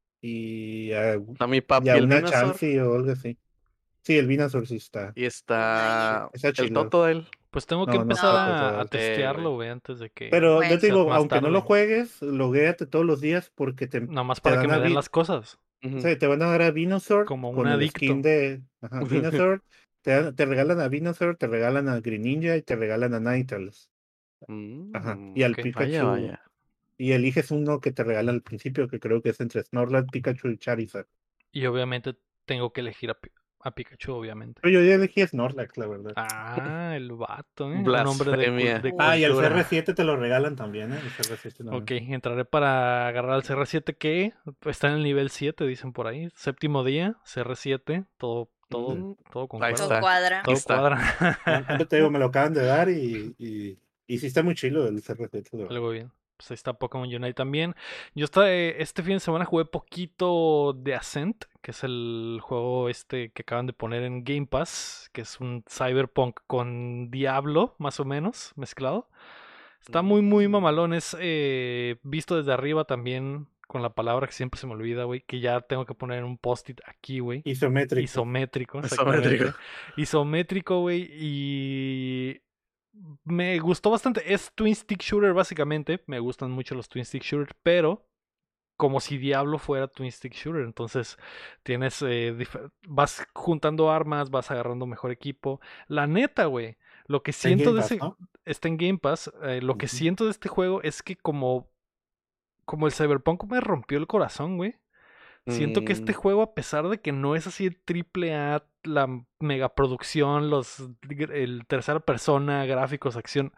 y a, Está mi y papi a el una Venusaur. Chansey o algo así. Sí, el Venusaur sí está. Y nice. está Está el chido. Totodile. Pues tengo que No, no empezar está No, a, a todo. Eh, testearlo, güey. güey, antes de que Pero yo te bueno, sea digo, más aunque no lo tarde. juegues, loguéate todos los días porque te, Nomás te para que dan me a den Vi- las cosas. o Ujú. sea, te van a dar a Venusaur Como un con el skin adicto. de ajá, Venusaur, te, dan- te regalan a Venusaur, te regalan a Greninja y te regalan a Ninetales. Ajá. Mm, Y al Ok. vaya, Pikachu, vaya. y eliges uno que te regalan al principio, que creo que es entre Snorlax, Pikachu y Charizard. Y obviamente tengo que elegir a, Pi- a Pikachu, obviamente. Pero yo ya elegí Snorlax, la verdad. Ah, el vato, ¿eh? Un hombre de, cul- Blasfemia. de Ah, y el cultura. C R siete te lo regalan también, ¿eh? El C R siete Ok, también. entraré para agarrar al C R siete que está en el nivel siete, dicen por ahí. Séptimo día, C R siete, todo, todo, Mm, todo ahí todo concuerda. está. cuadra. Ahí Todo está. cuadra. Ah, ah, te digo, me lo acaban de dar y, y, y sí está muy chilo el C R siete, de verdad. Algo bien. Pues ahí está Pokémon Unite también. Yo esta- eh, este fin de semana jugué poquito de Ascent, que es el juego este que acaban de poner en Game Pass, que es un Cyberpunk con Diablo, más o menos, mezclado. Está muy, muy Mm. mamalón. Es eh, visto desde arriba también, con la palabra que siempre se me olvida, güey, que ya tengo que poner en un post-it aquí, güey. Isométrico. Isométrico, Isométrico. exactamente. Isométrico, güey, y me gustó bastante. Es Twin Stick Shooter, básicamente. Me gustan mucho los Twin Stick Shooter, pero como si Diablo fuera Twin Stick Shooter. Entonces, tienes. eh, dif- vas juntando armas, vas agarrando mejor equipo. La neta, güey. Lo que Está en siento Game de Pass, ese. ¿no? Está en Game Pass. eh, lo que Ujú. siento de este juego es que, como. Como el Cyberpunk me rompió el corazón, güey. Siento que este Mm, juego, a pesar de que no es así el triple A, la megaproducción, los el tercera persona, gráficos, acción,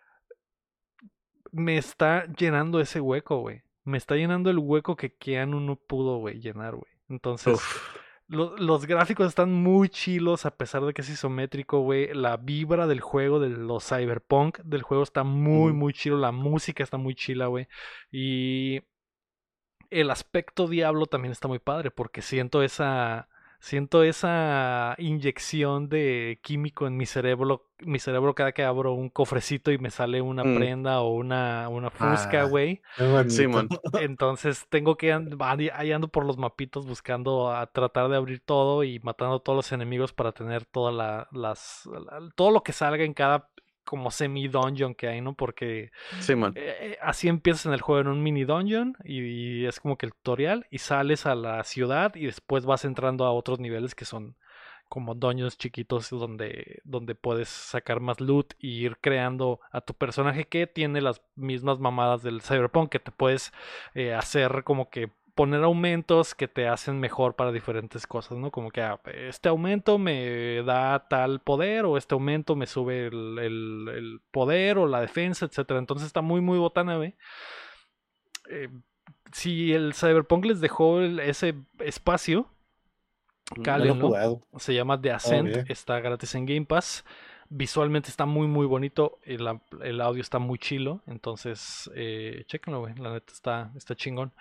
me está llenando ese hueco, güey. Me está llenando el hueco que Keanu no pudo, güey, llenar, güey. Entonces, uf. lo- los gráficos están muy chilos a pesar de que es isométrico, güey. La vibra del juego, de los cyberpunk del juego está muy, Ujú. muy chilo. La música está muy chila, güey. Y el aspecto Diablo también está muy padre porque siento esa siento esa inyección de químico en mi cerebro, mi cerebro cada que abro un cofrecito y me sale una Mm, prenda o una una fusca, Ah, güey. qué bonito. Simón. Entonces tengo que and- andi- ahí ando por los mapitos buscando a tratar de abrir todo y matando a todos los enemigos para tener todas la, las la- todo lo que salga en cada como semi dungeon que hay, ¿no? Porque Simón. eh, eh, así empiezas en el juego en un mini dungeon y, y es como que el tutorial y sales a la ciudad y después vas entrando a otros niveles que son como dungeons chiquitos donde, donde puedes sacar más loot y ir creando a tu personaje que tiene las mismas mamadas del Cyberpunk, que te puedes eh, hacer como que poner aumentos que te hacen mejor para diferentes cosas, ¿no? Como que ah, este aumento me da tal poder o este aumento me sube el, el- el poder o la defensa, etcétera. Entonces está muy, muy botana, güey. Eh, si el Cyberpunk les dejó el- ese espacio, Ujú. No lo he cálenlo. jugado. Se llama The Oh, Ascent, bien. está gratis en Game Pass. Visualmente está muy, muy bonito. El, am- el audio está muy chilo. Entonces, eh, chéquenlo, güey. La neta está, está chingón.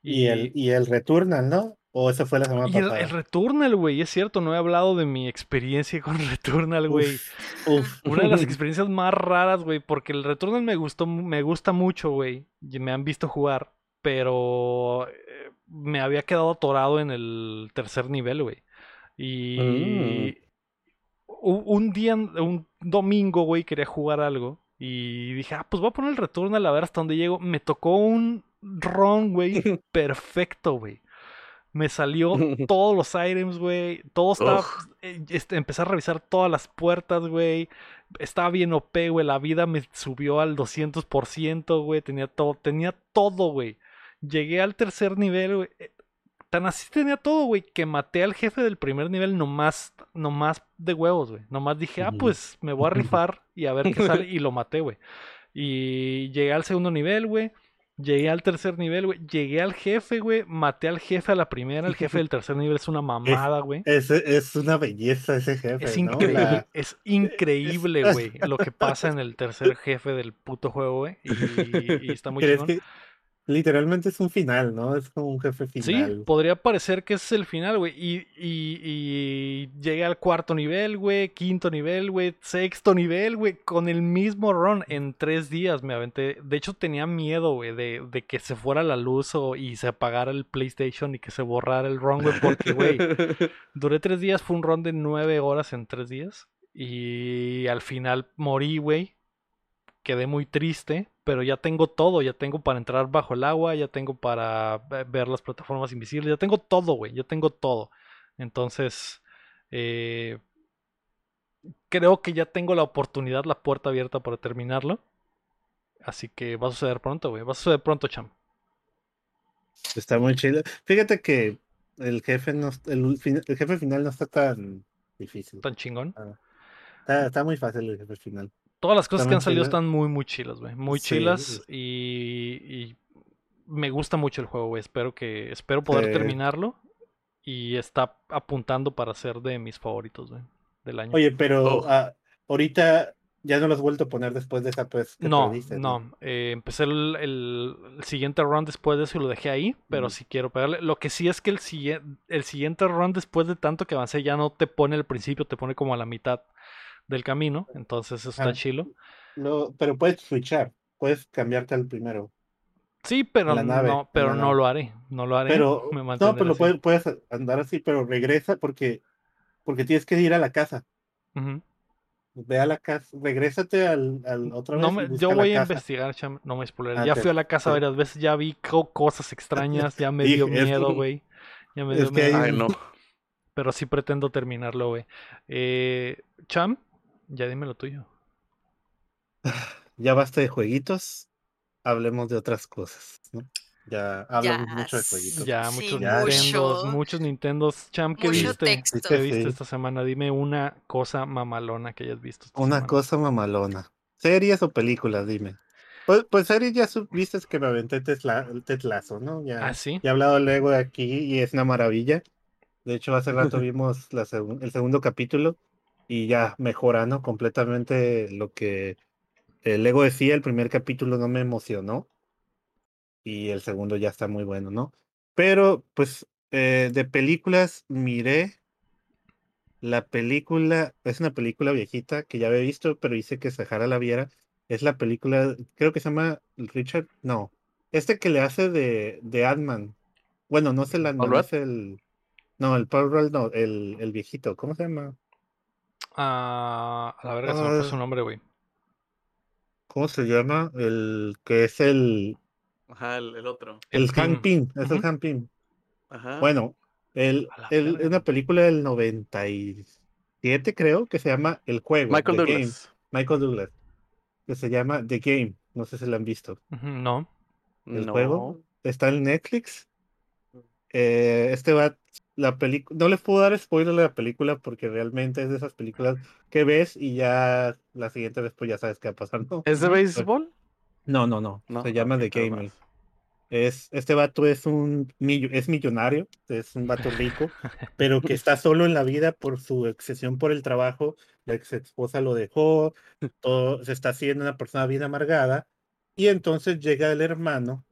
Y el, y el Returnal, ¿no? ¿O eso fue la semana Y el, pasada? el Returnal, güey, es cierto, no he hablado de mi experiencia con Returnal, güey. Uf, uf. Una de las experiencias más raras, güey, porque el Returnal me gustó, me gusta mucho, güey. Y me han visto jugar, pero eh, me había quedado atorado en el tercer nivel, güey. Mm. Y u- un día, un domingo, güey, quería jugar algo. Y dije, ah, pues voy a poner el Returnal a ver hasta dónde llego. Me tocó un run, güey, perfecto, güey. Me salió todos los items, güey. Todo estaba. Ugh. eh, este, empecé a revisar todas las puertas, güey. Estaba bien O P, güey. La vida me subió al doscientos por ciento, güey. Tenía todo, tenía todo, güey. Llegué al tercer nivel, güey. eh, Tan así tenía todo, güey, que maté al jefe del primer nivel nomás, nomás de huevos, güey. Nomás dije, ah, pues me voy a rifar y a ver qué sale. Y lo maté, güey. Y llegué al segundo nivel, güey. Llegué al tercer nivel, güey. Llegué al jefe, güey. Maté al jefe a la primera. El jefe del tercer nivel es una Es, mamada, güey. es, es una belleza ese Es jefe, ¿no? increíble, La, es es, increíble, güey, lo que pasa en el tercer jefe del puto juego, güey. Y, y está muy ¿crees chingón. que literalmente es un final, ¿no? Es como un jefe Sí, final. podría parecer que ese es el final, güey. Y, y, y llegué al cuarto nivel, güey, quinto nivel, güey, sexto nivel, güey, con el mismo run en tres días me aventé. De hecho, tenía miedo, güey, de, de que se fuera la luz o, y se apagara el PlayStation y que se borrara el run, güey, porque, güey, duré tres días, fue un run de nueve horas en tres días. Y al final morí, güey. Quedé muy triste, pero ya tengo todo, ya tengo para entrar bajo el agua, ya tengo para ve- ver las plataformas invisibles, ya tengo todo, güey, ya tengo todo. Entonces, eh, creo que ya tengo la oportunidad, la puerta abierta para terminarlo. Así que va a suceder pronto, güey, va a suceder pronto, cham. Está muy chido. Fíjate que el jefe no, el, fin- el jefe final no está tan difícil. Tan chingón. Ah, está, está muy fácil el jefe final. Todas las Está cosas que muy han salido chido. están muy, muy chilas, güey, muy chilas Sí, y, y me gusta mucho el juego, güey. Espero que, espero poder sí. terminarlo y está apuntando para ser de mis favoritos, güey, del año. Oye, pero Ugh. ah, ahorita ya no los has vuelto a poner después de esa vez que No, perdiste, ¿no? no. eh, empecé el, el- el siguiente round después de eso y lo dejé ahí, pero Mm. sí quiero pegarle. Lo que sí es que el, sigue- el siguiente round después de tanto que avancé ya no te pone al principio, te pone como a la mitad del camino, entonces eso está Ah, chilo. lo, pero puedes switchar, puedes cambiarte al primero, Sí, pero en la nave, no, en pero la no nave. lo haré, no lo haré, Pero, me no, mantendré pero lo así. puedes, puedes andar así, pero regresa porque, porque tienes que ir a la casa. Ujú. Ve a la casa, regrésate al, al otra No vez y me, yo busca la voy a casa. investigar, cham, no me spoiler. Ah, Ya te- fui a la casa te- varias veces, ya vi co- cosas extrañas, ya me dio dije, es miedo, que, güey. Ya me dio es que hay miedo. Ay, un, no. Pero sí pretendo terminarlo, güey. Eh, Cham, ya dime lo tuyo. ya basta de jueguitos, hablemos de otras cosas, ¿no? Ya Ya, hablamos mucho de jueguitos. Ya, sí, muchos Ya, ya. Nintendos, mucho, muchos Nintendos. Cham, ¿qué mucho Sí, viste? sí texto. ¿Qué que viste sí. esta semana? Dime una cosa mamalona que hayas visto esta Una semana. cosa mamalona. ¿Series o películas? Dime. Pues, pues series ya viste que me aventé Tesla, el Tetlazo, ¿no? Ah, Ya, sí. ya he hablado luego de aquí y es una maravilla. De hecho, hace rato vimos la segun- el segundo capítulo y ya mejora, ¿no? Completamente lo que el Lego decía, el primer capítulo no me emocionó y el segundo ya está muy bueno, ¿no? Pero, pues, eh, de películas miré la película, es una película viejita que ya había visto, pero hice que Sahara la viera. Es la película, creo que se llama Richard, no, este que le hace de, de Ant-Man. Bueno, no es el ¿All Ant-Man, right? es el, no, el Paul Rudd, no, el, el viejito, ¿cómo se llama? Ah, a la verga se me fue su Ah, nombre, güey. ¿cómo se llama? El que es el, Ajá, el, el otro. El el Hank Pym. Pym, es el Ujú. Hank Pym. Ajá. Bueno, el, A la el, verga, una güey. película del noventa y siete creo, que se llama El Juego, Michael The Game, Douglas. Michael Douglas, que se llama The Game, no sé si la han visto. Ujú, no. El No. juego está en Netflix. Eh, este va, la película, no les puedo dar spoiler de la película porque realmente es de esas películas que ves y ya la siguiente vez pues ya sabes qué va a pasar, ¿no? ¿Es de Ujú. Pues, béisbol? no, no, no, No, se ok, llama The nada Gamer. más. Es, este vato es un millo- es millonario, es un vato rico, pero que está solo en la vida por su obsesión por el trabajo. La ex esposa lo dejó, todo, se está haciendo una persona bien amargada, y entonces llega el hermano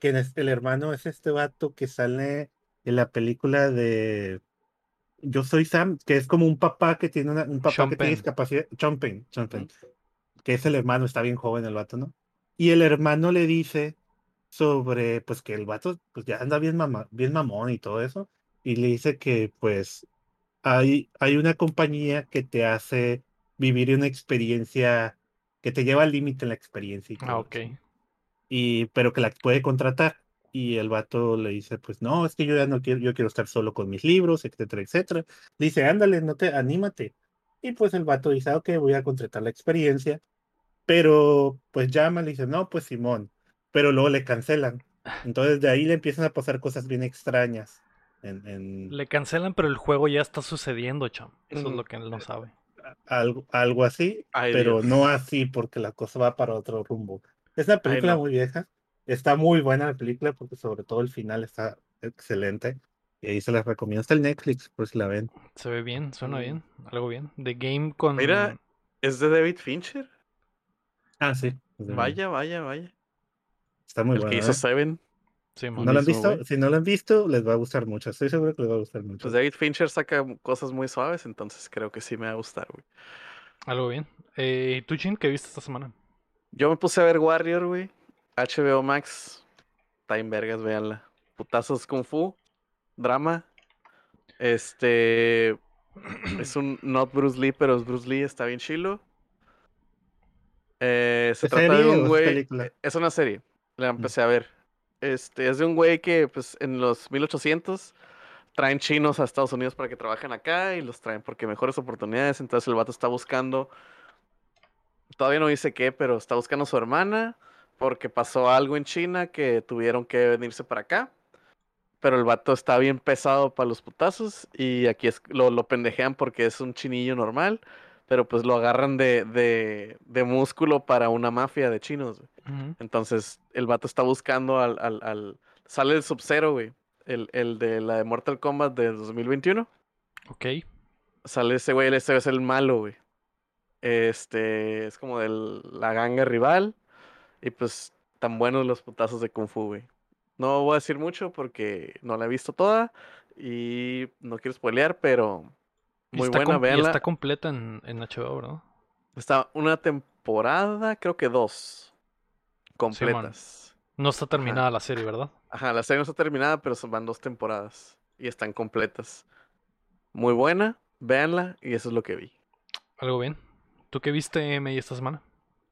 que es- el hermano es este vato que sale en la película de Yo soy Sam, que es como un papá que tiene una- un papá Sean que tiene Penn. discapacidad, Sean Penn, Sean Penn, Ujú. que es el hermano, está bien joven el vato, ¿no? Y el hermano le dice sobre, pues que el vato pues ya anda bien, mama- bien mamón y todo eso, y le dice que pues hay, hay una compañía que te hace vivir una experiencia, que te lleva al límite en la experiencia y Ah, todo ok. eso, ¿no? Y, pero que la puede contratar. Y el vato le dice, pues no, es que yo ya no quiero, yo quiero estar solo con mis libros, etcétera, etcétera. Le dice, ándale, no te, anímate. Y pues el vato dice, "Ah, ok, voy a contratar la experiencia", pero pues llama, le dice, no, pues Simón, pero luego le cancelan. Entonces de ahí le empiezan a pasar cosas bien extrañas en, en Le cancelan, pero el juego ya está sucediendo, cham. Eso es lo Ujú. que él no sabe. algo, algo así, Ay, pero no Dios. así porque la cosa va para otro rumbo. Es una Ay, película no. muy vieja, está muy buena la película porque sobre todo el final está excelente. Y ahí se las recomiendo. Está en Netflix, por si la ven. Se ve bien, suena Mm. bien, algo bien. The Game Mira, con... es de David Fincher. Ah, sí. Vaya, vaya, vaya. Está muy El que hizo buena, ¿eh? Seven. Sí, Si man. no la han Buenísimo, güey. visto, si no la han visto, les va a gustar mucho. Estoy seguro que les va a gustar Pues mucho. David Fincher saca cosas muy suaves, entonces creo que sí me va a gustar, güey. Algo bien. Eh, ¿y tú, Jin, qué viste esta semana? Yo me puse a ver Warrior, güey. H B O Max. Time Vergas, véanla. Putazos Kung Fu. Drama. Este. Es un not Bruce Lee, pero es Bruce Lee, está bien chilo. Eh, se ¿Es trata de serie un o es güey. película? eh, Es una serie. La Mm. empecé a ver. Este, es de un güey que, pues, en los mil ochocientos traen chinos a Estados Unidos para que trabajen acá y los traen porque mejores oportunidades. Entonces el vato está buscando, todavía no dice qué, pero está buscando a su hermana porque pasó algo en China que tuvieron que venirse para acá. Pero el vato está bien pesado para los putazos y aquí es, lo, lo pendejean porque es un chinillo normal, pero pues lo agarran de, de, de músculo para una mafia de chinos, güey. Ujú. Entonces el vato está buscando al... al, al... Sale el Sub-Zero, güey. El, el de la de Mortal Kombat de dos mil veintiuno. Ok. Sale ese güey, ese es el malo, güey. Este, es como de la ganga rival. Y pues tan buenos los putazos de Kung Fu, güey. No voy a decir mucho porque no la he visto toda y no quiero spoilear, pero Y muy está, buena, com- y está véanla. completa en, en H B O, ¿verdad? Está una temporada, creo que dos, Sí, man. completas. No está Ajá, terminada la serie, ¿verdad? ajá, la serie no está terminada, pero son, van dos temporadas y están completas. Muy buena, véanla y eso es lo que vi. Algo bien. ¿Tú qué viste, May, esta semana?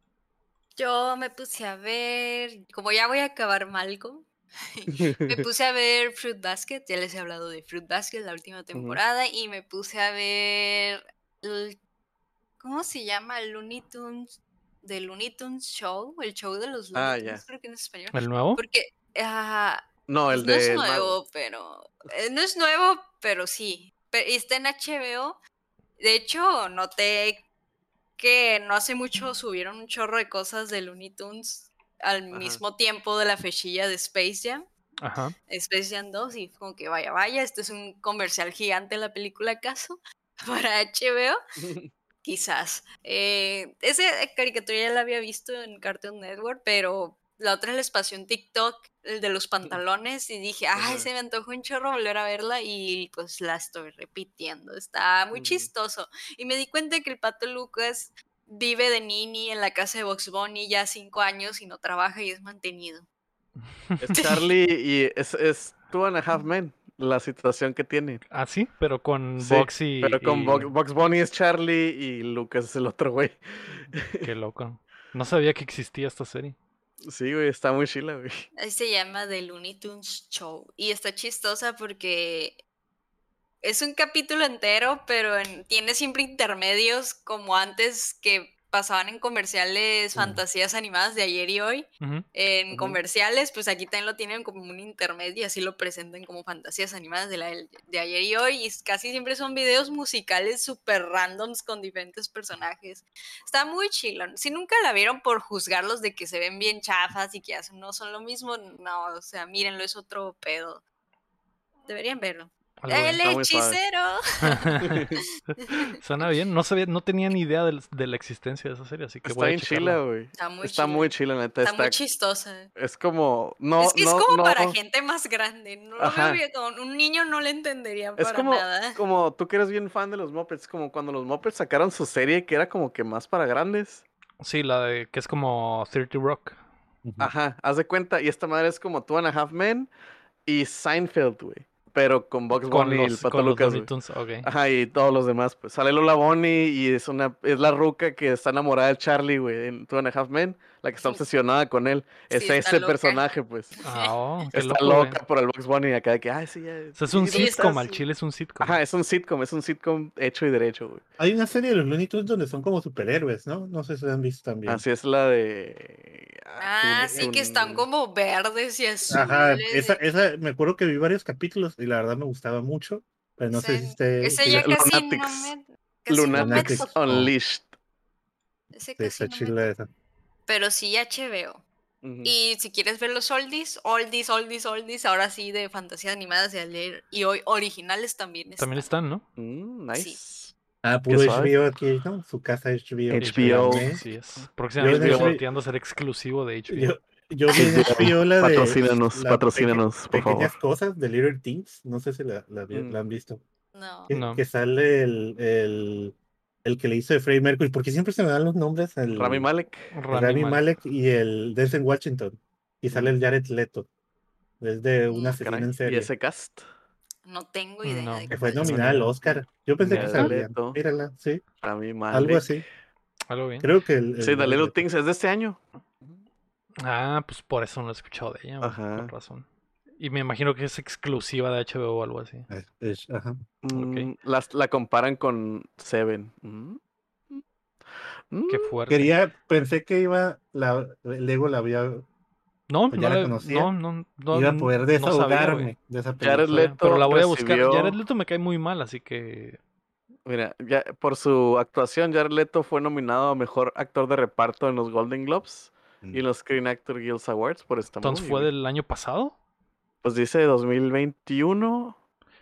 Yo me puse a ver, como ya voy a acabar Malcolm, me puse a ver Fruit Basket, ya les he hablado de Fruit Basket la última Ujú. temporada, y me puse a ver, el- ¿cómo se llama? El Looney Tunes, The Looney Tunes Show, el show de los Looney Ah, Tunes, ya. creo que en español, ¿El nuevo? porque ah, No, pues el no es del mago. nuevo, pero eh, no es nuevo, pero sí, Pe- y está en H B O. De hecho, noté que no hace mucho subieron un chorro de cosas de Looney Tunes al Ajá. mismo tiempo de la fechilla de Space Jam, Ajá. Space Jam dos, y fue como que vaya, vaya, esto es un comercial gigante de la película, ¿acaso? Para H B O, quizás. Eh, esa caricatura ya la había visto en Cartoon Network, pero la otra les pasó en TikTok, el de los pantalones, y dije, ay, Ajá. se me antojó un chorro volver a verla, y pues la estoy repitiendo. Está muy Ujú. chistoso. Y me di cuenta que el Pato Lucas vive de nini en la casa de Box Bunny ya cinco años y no trabaja y es mantenido. Es Charlie y es, es Two and a Half Men, la situación que tiene. Ah, sí, pero con Sí, Box y, pero con y- Bugs, Bugs Bunny es Charlie y Lucas es el otro güey. Qué loco. No sabía que existía esta serie. Sí, güey, está muy chila, güey. Ahí se llama The Looney Tunes Show. Y está chistosa porque es un capítulo entero, pero en- tiene siempre intermedios como antes que pasaban en comerciales Mm. fantasías animadas de ayer y hoy. Ujú. En Ujú. comerciales, pues aquí también lo tienen como un intermedio y así lo presentan como fantasías animadas de, la, de ayer y hoy. Y casi siempre son videos musicales súper randoms con diferentes personajes. Está muy chilo. Si nunca la vieron por juzgarlos de que se ven bien chafas y que hacen no son lo mismo, no, o sea, mírenlo, es otro pedo. Deberían verlo. Algo ¡El bien. Está muy suave. hechicero! Suena bien. No sabía, no tenía ni idea del- de, la existencia de esa serie, así que Está voy a bien checarla. chila, güey. Está muy Está chila. muy chila, neta. Está Está, muy chistosa. es como, no, Es que es no, como no. para gente más grande. No lo veo Ajá. bien. Con un niño no le entendería Es para como, nada. como tú que eres bien fan de los Muppets, como cuando los Muppets sacaron su serie que era como que más para grandes. Sí, la de que es como thirty Rock. Ujú. Ajá, haz de cuenta. Y esta madre es como Two and a Half Men y Seinfeld, güey. Pero con Bugs Con Bunny y el los, Pato con los Lucas, Looney güey. Tunes, ok. Ajá, y todos los demás, pues. Sale Lola Bunny y es una, es la ruca que está enamorada de Charlie, güey, en Two and a Half Men, la que está Sí. obsesionada con él. Sí, Es está ese loca. personaje, pues. Ah, oh, qué Está loco, güey. loca por el Bugs Bunny acá de que, ay, sí, ya. O sea, es un chiquitito, sitcom, estás". al chile es un sitcom. Ajá, es un sitcom, es un sitcom hecho y derecho, güey. Hay una serie de los Looney Tunes donde son como superhéroes, ¿no? No sé si la han visto también. Así es la de. Ah, Tune- sí, que están Tune- como verdes y Ajá, azules. esa, esa, me acuerdo que vi varios capítulos y la verdad me gustaba mucho, pero no sé si Ese, esté, ese si ya la- casi no Lunatics. me, casi no me Lunatics Lunatics. tocó. Unleashed. Ese si casi está no me chila tocó. esa. Pero sí H B O. Ujú. Y si quieres ver los oldies, oldies, oldies, oldies, ahora sí de fantasías animadas y, a leer, y hoy originales también están. También están, ¿no? Mm, nice. Ah, Qué puro suave. H B O aquí, ¿no? Su casa H B O. H B O. La amé. Así es. Yo Próximamente en H B O. sorteando ser exclusivo de H B O. Yo, yo vi en H B O la de Patrocínanos, la patrocínanos, peque- por pequeñas favor. cosas de Little Things. No sé si la, la, vi- Mm. la han visto. No. Que, No. que sale el, el, el que le hizo de Freddie Mercury, porque siempre se me dan los nombres, el Rami Malek. el Rami Rami Malek. Malek y el Denzel Washington. Y sale Mm. el Jared Leto. Es de un Mm, asesino Caray. en ¿Y serie. ese cast? No tengo idea No. de Que fue cuál es. No, ni nominada al idea. Oscar. Yo pensé que Jared sabían. Leto. Mírala, sí. Rami Malek. Algo así. Algo bien. Creo que el, el Sí, The Jared Little Leto. Things es de este año. Ah, pues por eso no he escuchado de ella, güey, Ajá. con razón. Y me imagino que es exclusiva de H B O o algo así. Es- es- ajá. Mm, las, la comparan con Seven. Mm. Mm. Qué fuerte. Quería, pensé que iba, la, Lego la había, No, pues no, ya la le- conocía. no, no, no, iba a n- poder no sabía, desahogarme güey. de esa Jared película. Leto Pero la voy a buscar. recibió- Jared Leto me cae muy mal, así que Mira, ya, por su actuación, Jared Leto fue nominado a Mejor Actor de Reparto en los Golden Globes y en los Screen Actor Guild Awards por esta entonces movie, fue güey. del año pasado. Pues dice dos mil veintiuno,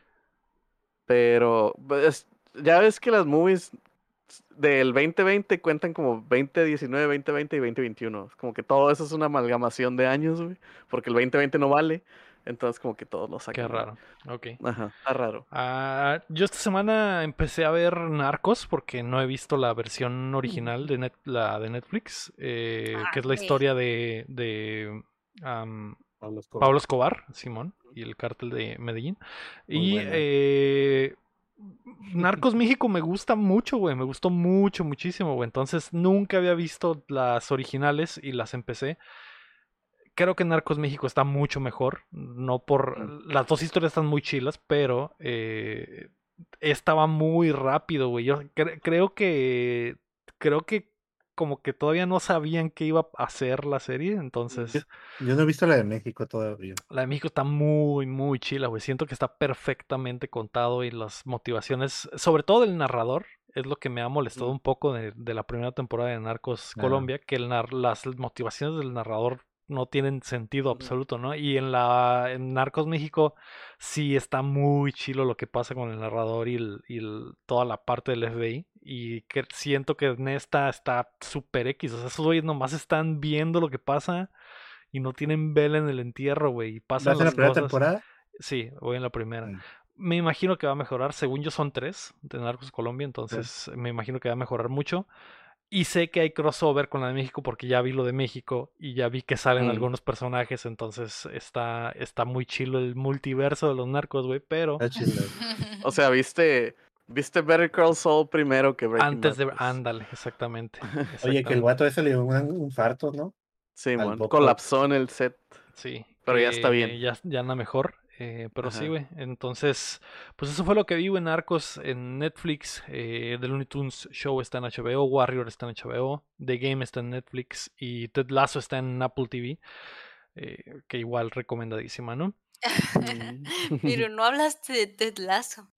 pero pues, ya ves que las movies del veinte veinte cuentan como veinte diecinueve, veinte veinte y veinte veintiuno. Es como que todo eso es una amalgamación de años, güey, porque el veinte veinte no vale, entonces como que todos lo sacan. Qué güey. raro. Ok. Ajá, está raro. Ah, yo esta semana empecé a ver Narcos porque no he visto la versión original de net- la de Netflix, eh, Ah, que es la sí. historia de, de am, Pablo Escobar. Pablo Escobar, Simón, y el cártel de Medellín. Muy Y buena. eh, Narcos México me gusta mucho, güey, me gustó mucho, muchísimo, güey. Entonces nunca había visto las originales y las empecé. Creo que Narcos México está mucho mejor, no por... Las dos historias están muy chilas, pero eh, estaba muy rápido, güey. Yo cre- creo que... Creo que como que todavía no sabían qué iba a hacer la serie, entonces... Yo no he visto la de México todavía. La de México está muy, muy chila, güey. Siento que está perfectamente contado y las motivaciones, sobre todo del narrador, es lo que me ha molestado Mm. un poco de, de la primera temporada de Narcos Ah. Colombia, que el nar- las motivaciones del narrador no tienen sentido Ujú. absoluto, ¿no? Y en la en Narcos México sí está muy chilo lo que pasa con el narrador y, el- y el- toda la parte del F B I. Y que siento que en esta está super X. O sea, esos güeyes nomás están viendo lo que pasa y no tienen vela en el entierro, güey. Y pasan ¿Vas en la las primera cosas. temporada? Sí, voy en la primera. Mm. Me imagino que va a mejorar. Según yo son tres de Narcos Colombia, entonces me imagino que va a mejorar mucho. Y sé que hay crossover con la de México porque ya vi lo de México y ya vi que salen Mm. algunos personajes, entonces está, está muy chilo el multiverso de los narcos, güey, pero Está chido. O sea, viste, viste Better Call Saul primero que Breaking antes Bad, de... pues. Ándale, exactamente. Oye, que el exactamente. guato ese le dio un infarto, ¿no? Sí, al man, Bob colapsó en el set. Sí, Pero ya está que bien. Ya, ya anda mejor. eh, pero sí, Ajá. güey. Entonces, pues eso fue lo que vi en Narcos en Netflix. Eh, The Looney Tunes Show está en H B O. Warrior está en H B O. The Game está en Netflix. Y Ted Lasso está en Apple T V. eh, que igual recomendadísima, ¿no? Mm. Pero no hablaste de Ted Lasso.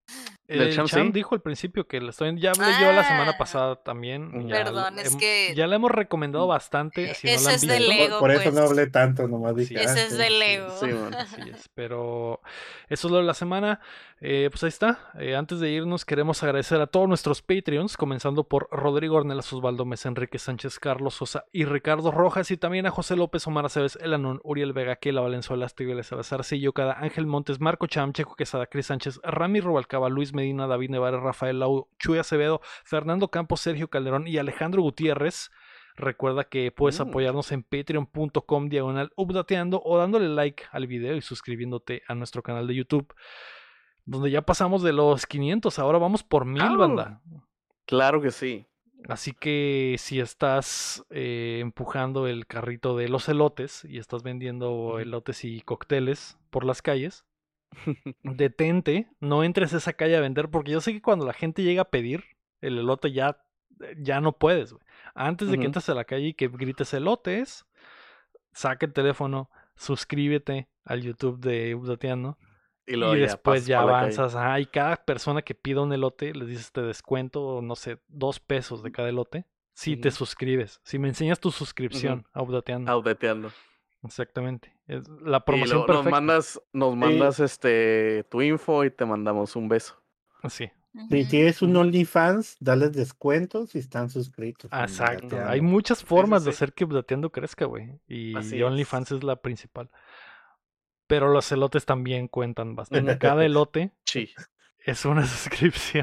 Del El Cham, Cham sí. dijo al principio que le estoy... Ya hablé yo la semana Ah, pasada también. Ujú. Ya, Perdón, le- es hem- que ya la hemos recomendado Mm. bastante. e- Si no la ese han es Sí, del visto. por, Lego, por eso no pues. hablé tanto, nomás Sí, dije, ah, Ese es sí, del sí. Lego. Sí, man. Así es, pero eso es lo de la semana. Eh, pues ahí está. Eh, antes de irnos, queremos agradecer a todos nuestros Patreons, comenzando por Rodrigo Ornelas, Osvaldo Mesa, Enrique Sánchez, Carlos Sosa y Ricardo Rojas, y también a José López, Omar Aceves, Elanón, Uriel Vega, Kela Valenzuela, Estigales Salazar, Sillo Cada, Ángel Montes, Marco Cham, Checo Quesada, Cris Sánchez, Rami Rubalcaba, Luis Medina, David Nevares, Rafael Lau, Chuy Acevedo, Fernando Campos, Sergio Calderón y Alejandro Gutiérrez. Recuerda que puedes Mm. apoyarnos en patreon.com diagonal updateando o dándole like al video y suscribiéndote a nuestro canal de YouTube, donde ya pasamos de los quinientos, ahora vamos por mil, Au. banda. Claro que sí. Así que si estás eh, empujando el carrito de los elotes y estás vendiendo Ujú. elotes y cócteles por las calles, detente, no entres a esa calle a vender, porque yo sé que cuando la gente llega a pedir el elote ya, ya no puedes, güey. Antes de que Ujú. entres a la calle y que grites elotes, saca el teléfono, suscríbete al YouTube de Updateando Y y luego ya después pasas ya pa' la calle. avanzas. Ajá, y cada persona que pida un elote les dices te descuento, no sé, dos pesos de cada elote. Si te Ujú. suscribes, si me enseñas tu Ujú. suscripción a Updateando. Audeteando. Exactamente. Es la Y promoción luego nos perfecta. mandas, nos Sí, mandas este tu info y te mandamos un beso. Sí, si Ujú. tienes un Ujú. OnlyFans, dales descuentos si están suscritos. en exacto. Hay Updateando. muchas Sí, sí, formas de sí. hacer que Updateando crezca, güey. Y Así OnlyFans es. es la principal. Pero los elotes también cuentan bastante. Ujú. Cada elote Sí. es una suscripción.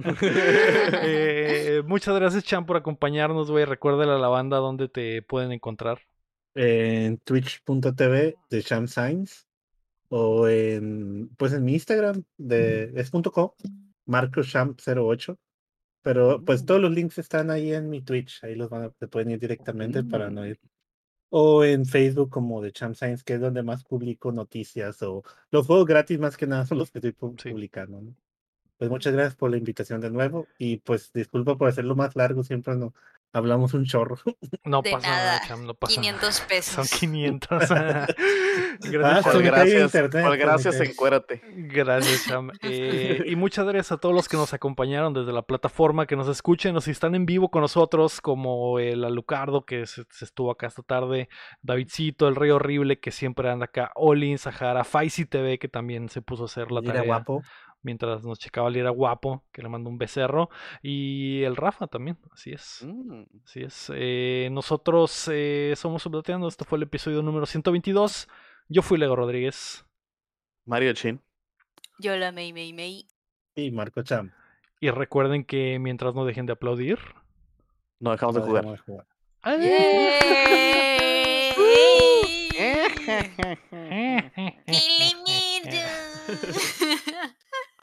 Eh, muchas gracias, Chan, por acompañarnos, güey. Recuérdale a la banda dónde te pueden encontrar. En twitch.tv de Sham Science o en pues en mi Instagram de es punto com, marcosham cero ocho. Pero pues todos Mm, los links están ahí en mi Twitch, ahí los van a, te pueden ir directamente para no mm. ir. O en Facebook como de Cham Science, que es donde más publico noticias o los juegos gratis más que nada son los que estoy pu- Sí. publicando, ¿no? Pues muchas gracias por la invitación de nuevo y pues disculpa por hacerlo más largo, siempre no hablamos un chorro. No De pasa nada. nada, Cham, no pasa quinientos nada. pesos. Son quinientos. Gracias, Ah, se ¿Cuál Cham. me cae el gracias? internet. ¿Cuál se me gracias? cae. Encuérate. Gracias, Cham. Eh, y muchas gracias a todos los que nos acompañaron desde la plataforma, que nos escuchen, o si están en vivo con nosotros, como el Alucardo, que se, se estuvo acá esta tarde, Davidcito, el Rey Horrible, que siempre anda acá, Olin, Sahara, Faisy T V, que también se puso a hacer la Mira, tarea guapo. mientras nos checaba el Lira Guapo, que le mando un becerro, y el Rafa también, así es. Mm. Así es. Eh, nosotros eh, somos Subdateando. Este fue el episodio número ciento veintidós. Yo fui Lego Rodríguez. Mario Chin. Yo la Mei Mei Mei. Y Marco Cham. Y recuerden que mientras no dejen de aplaudir. No dejamos No de jugar. dejamos de jugar. ¡Yay! ¡Qué lindo!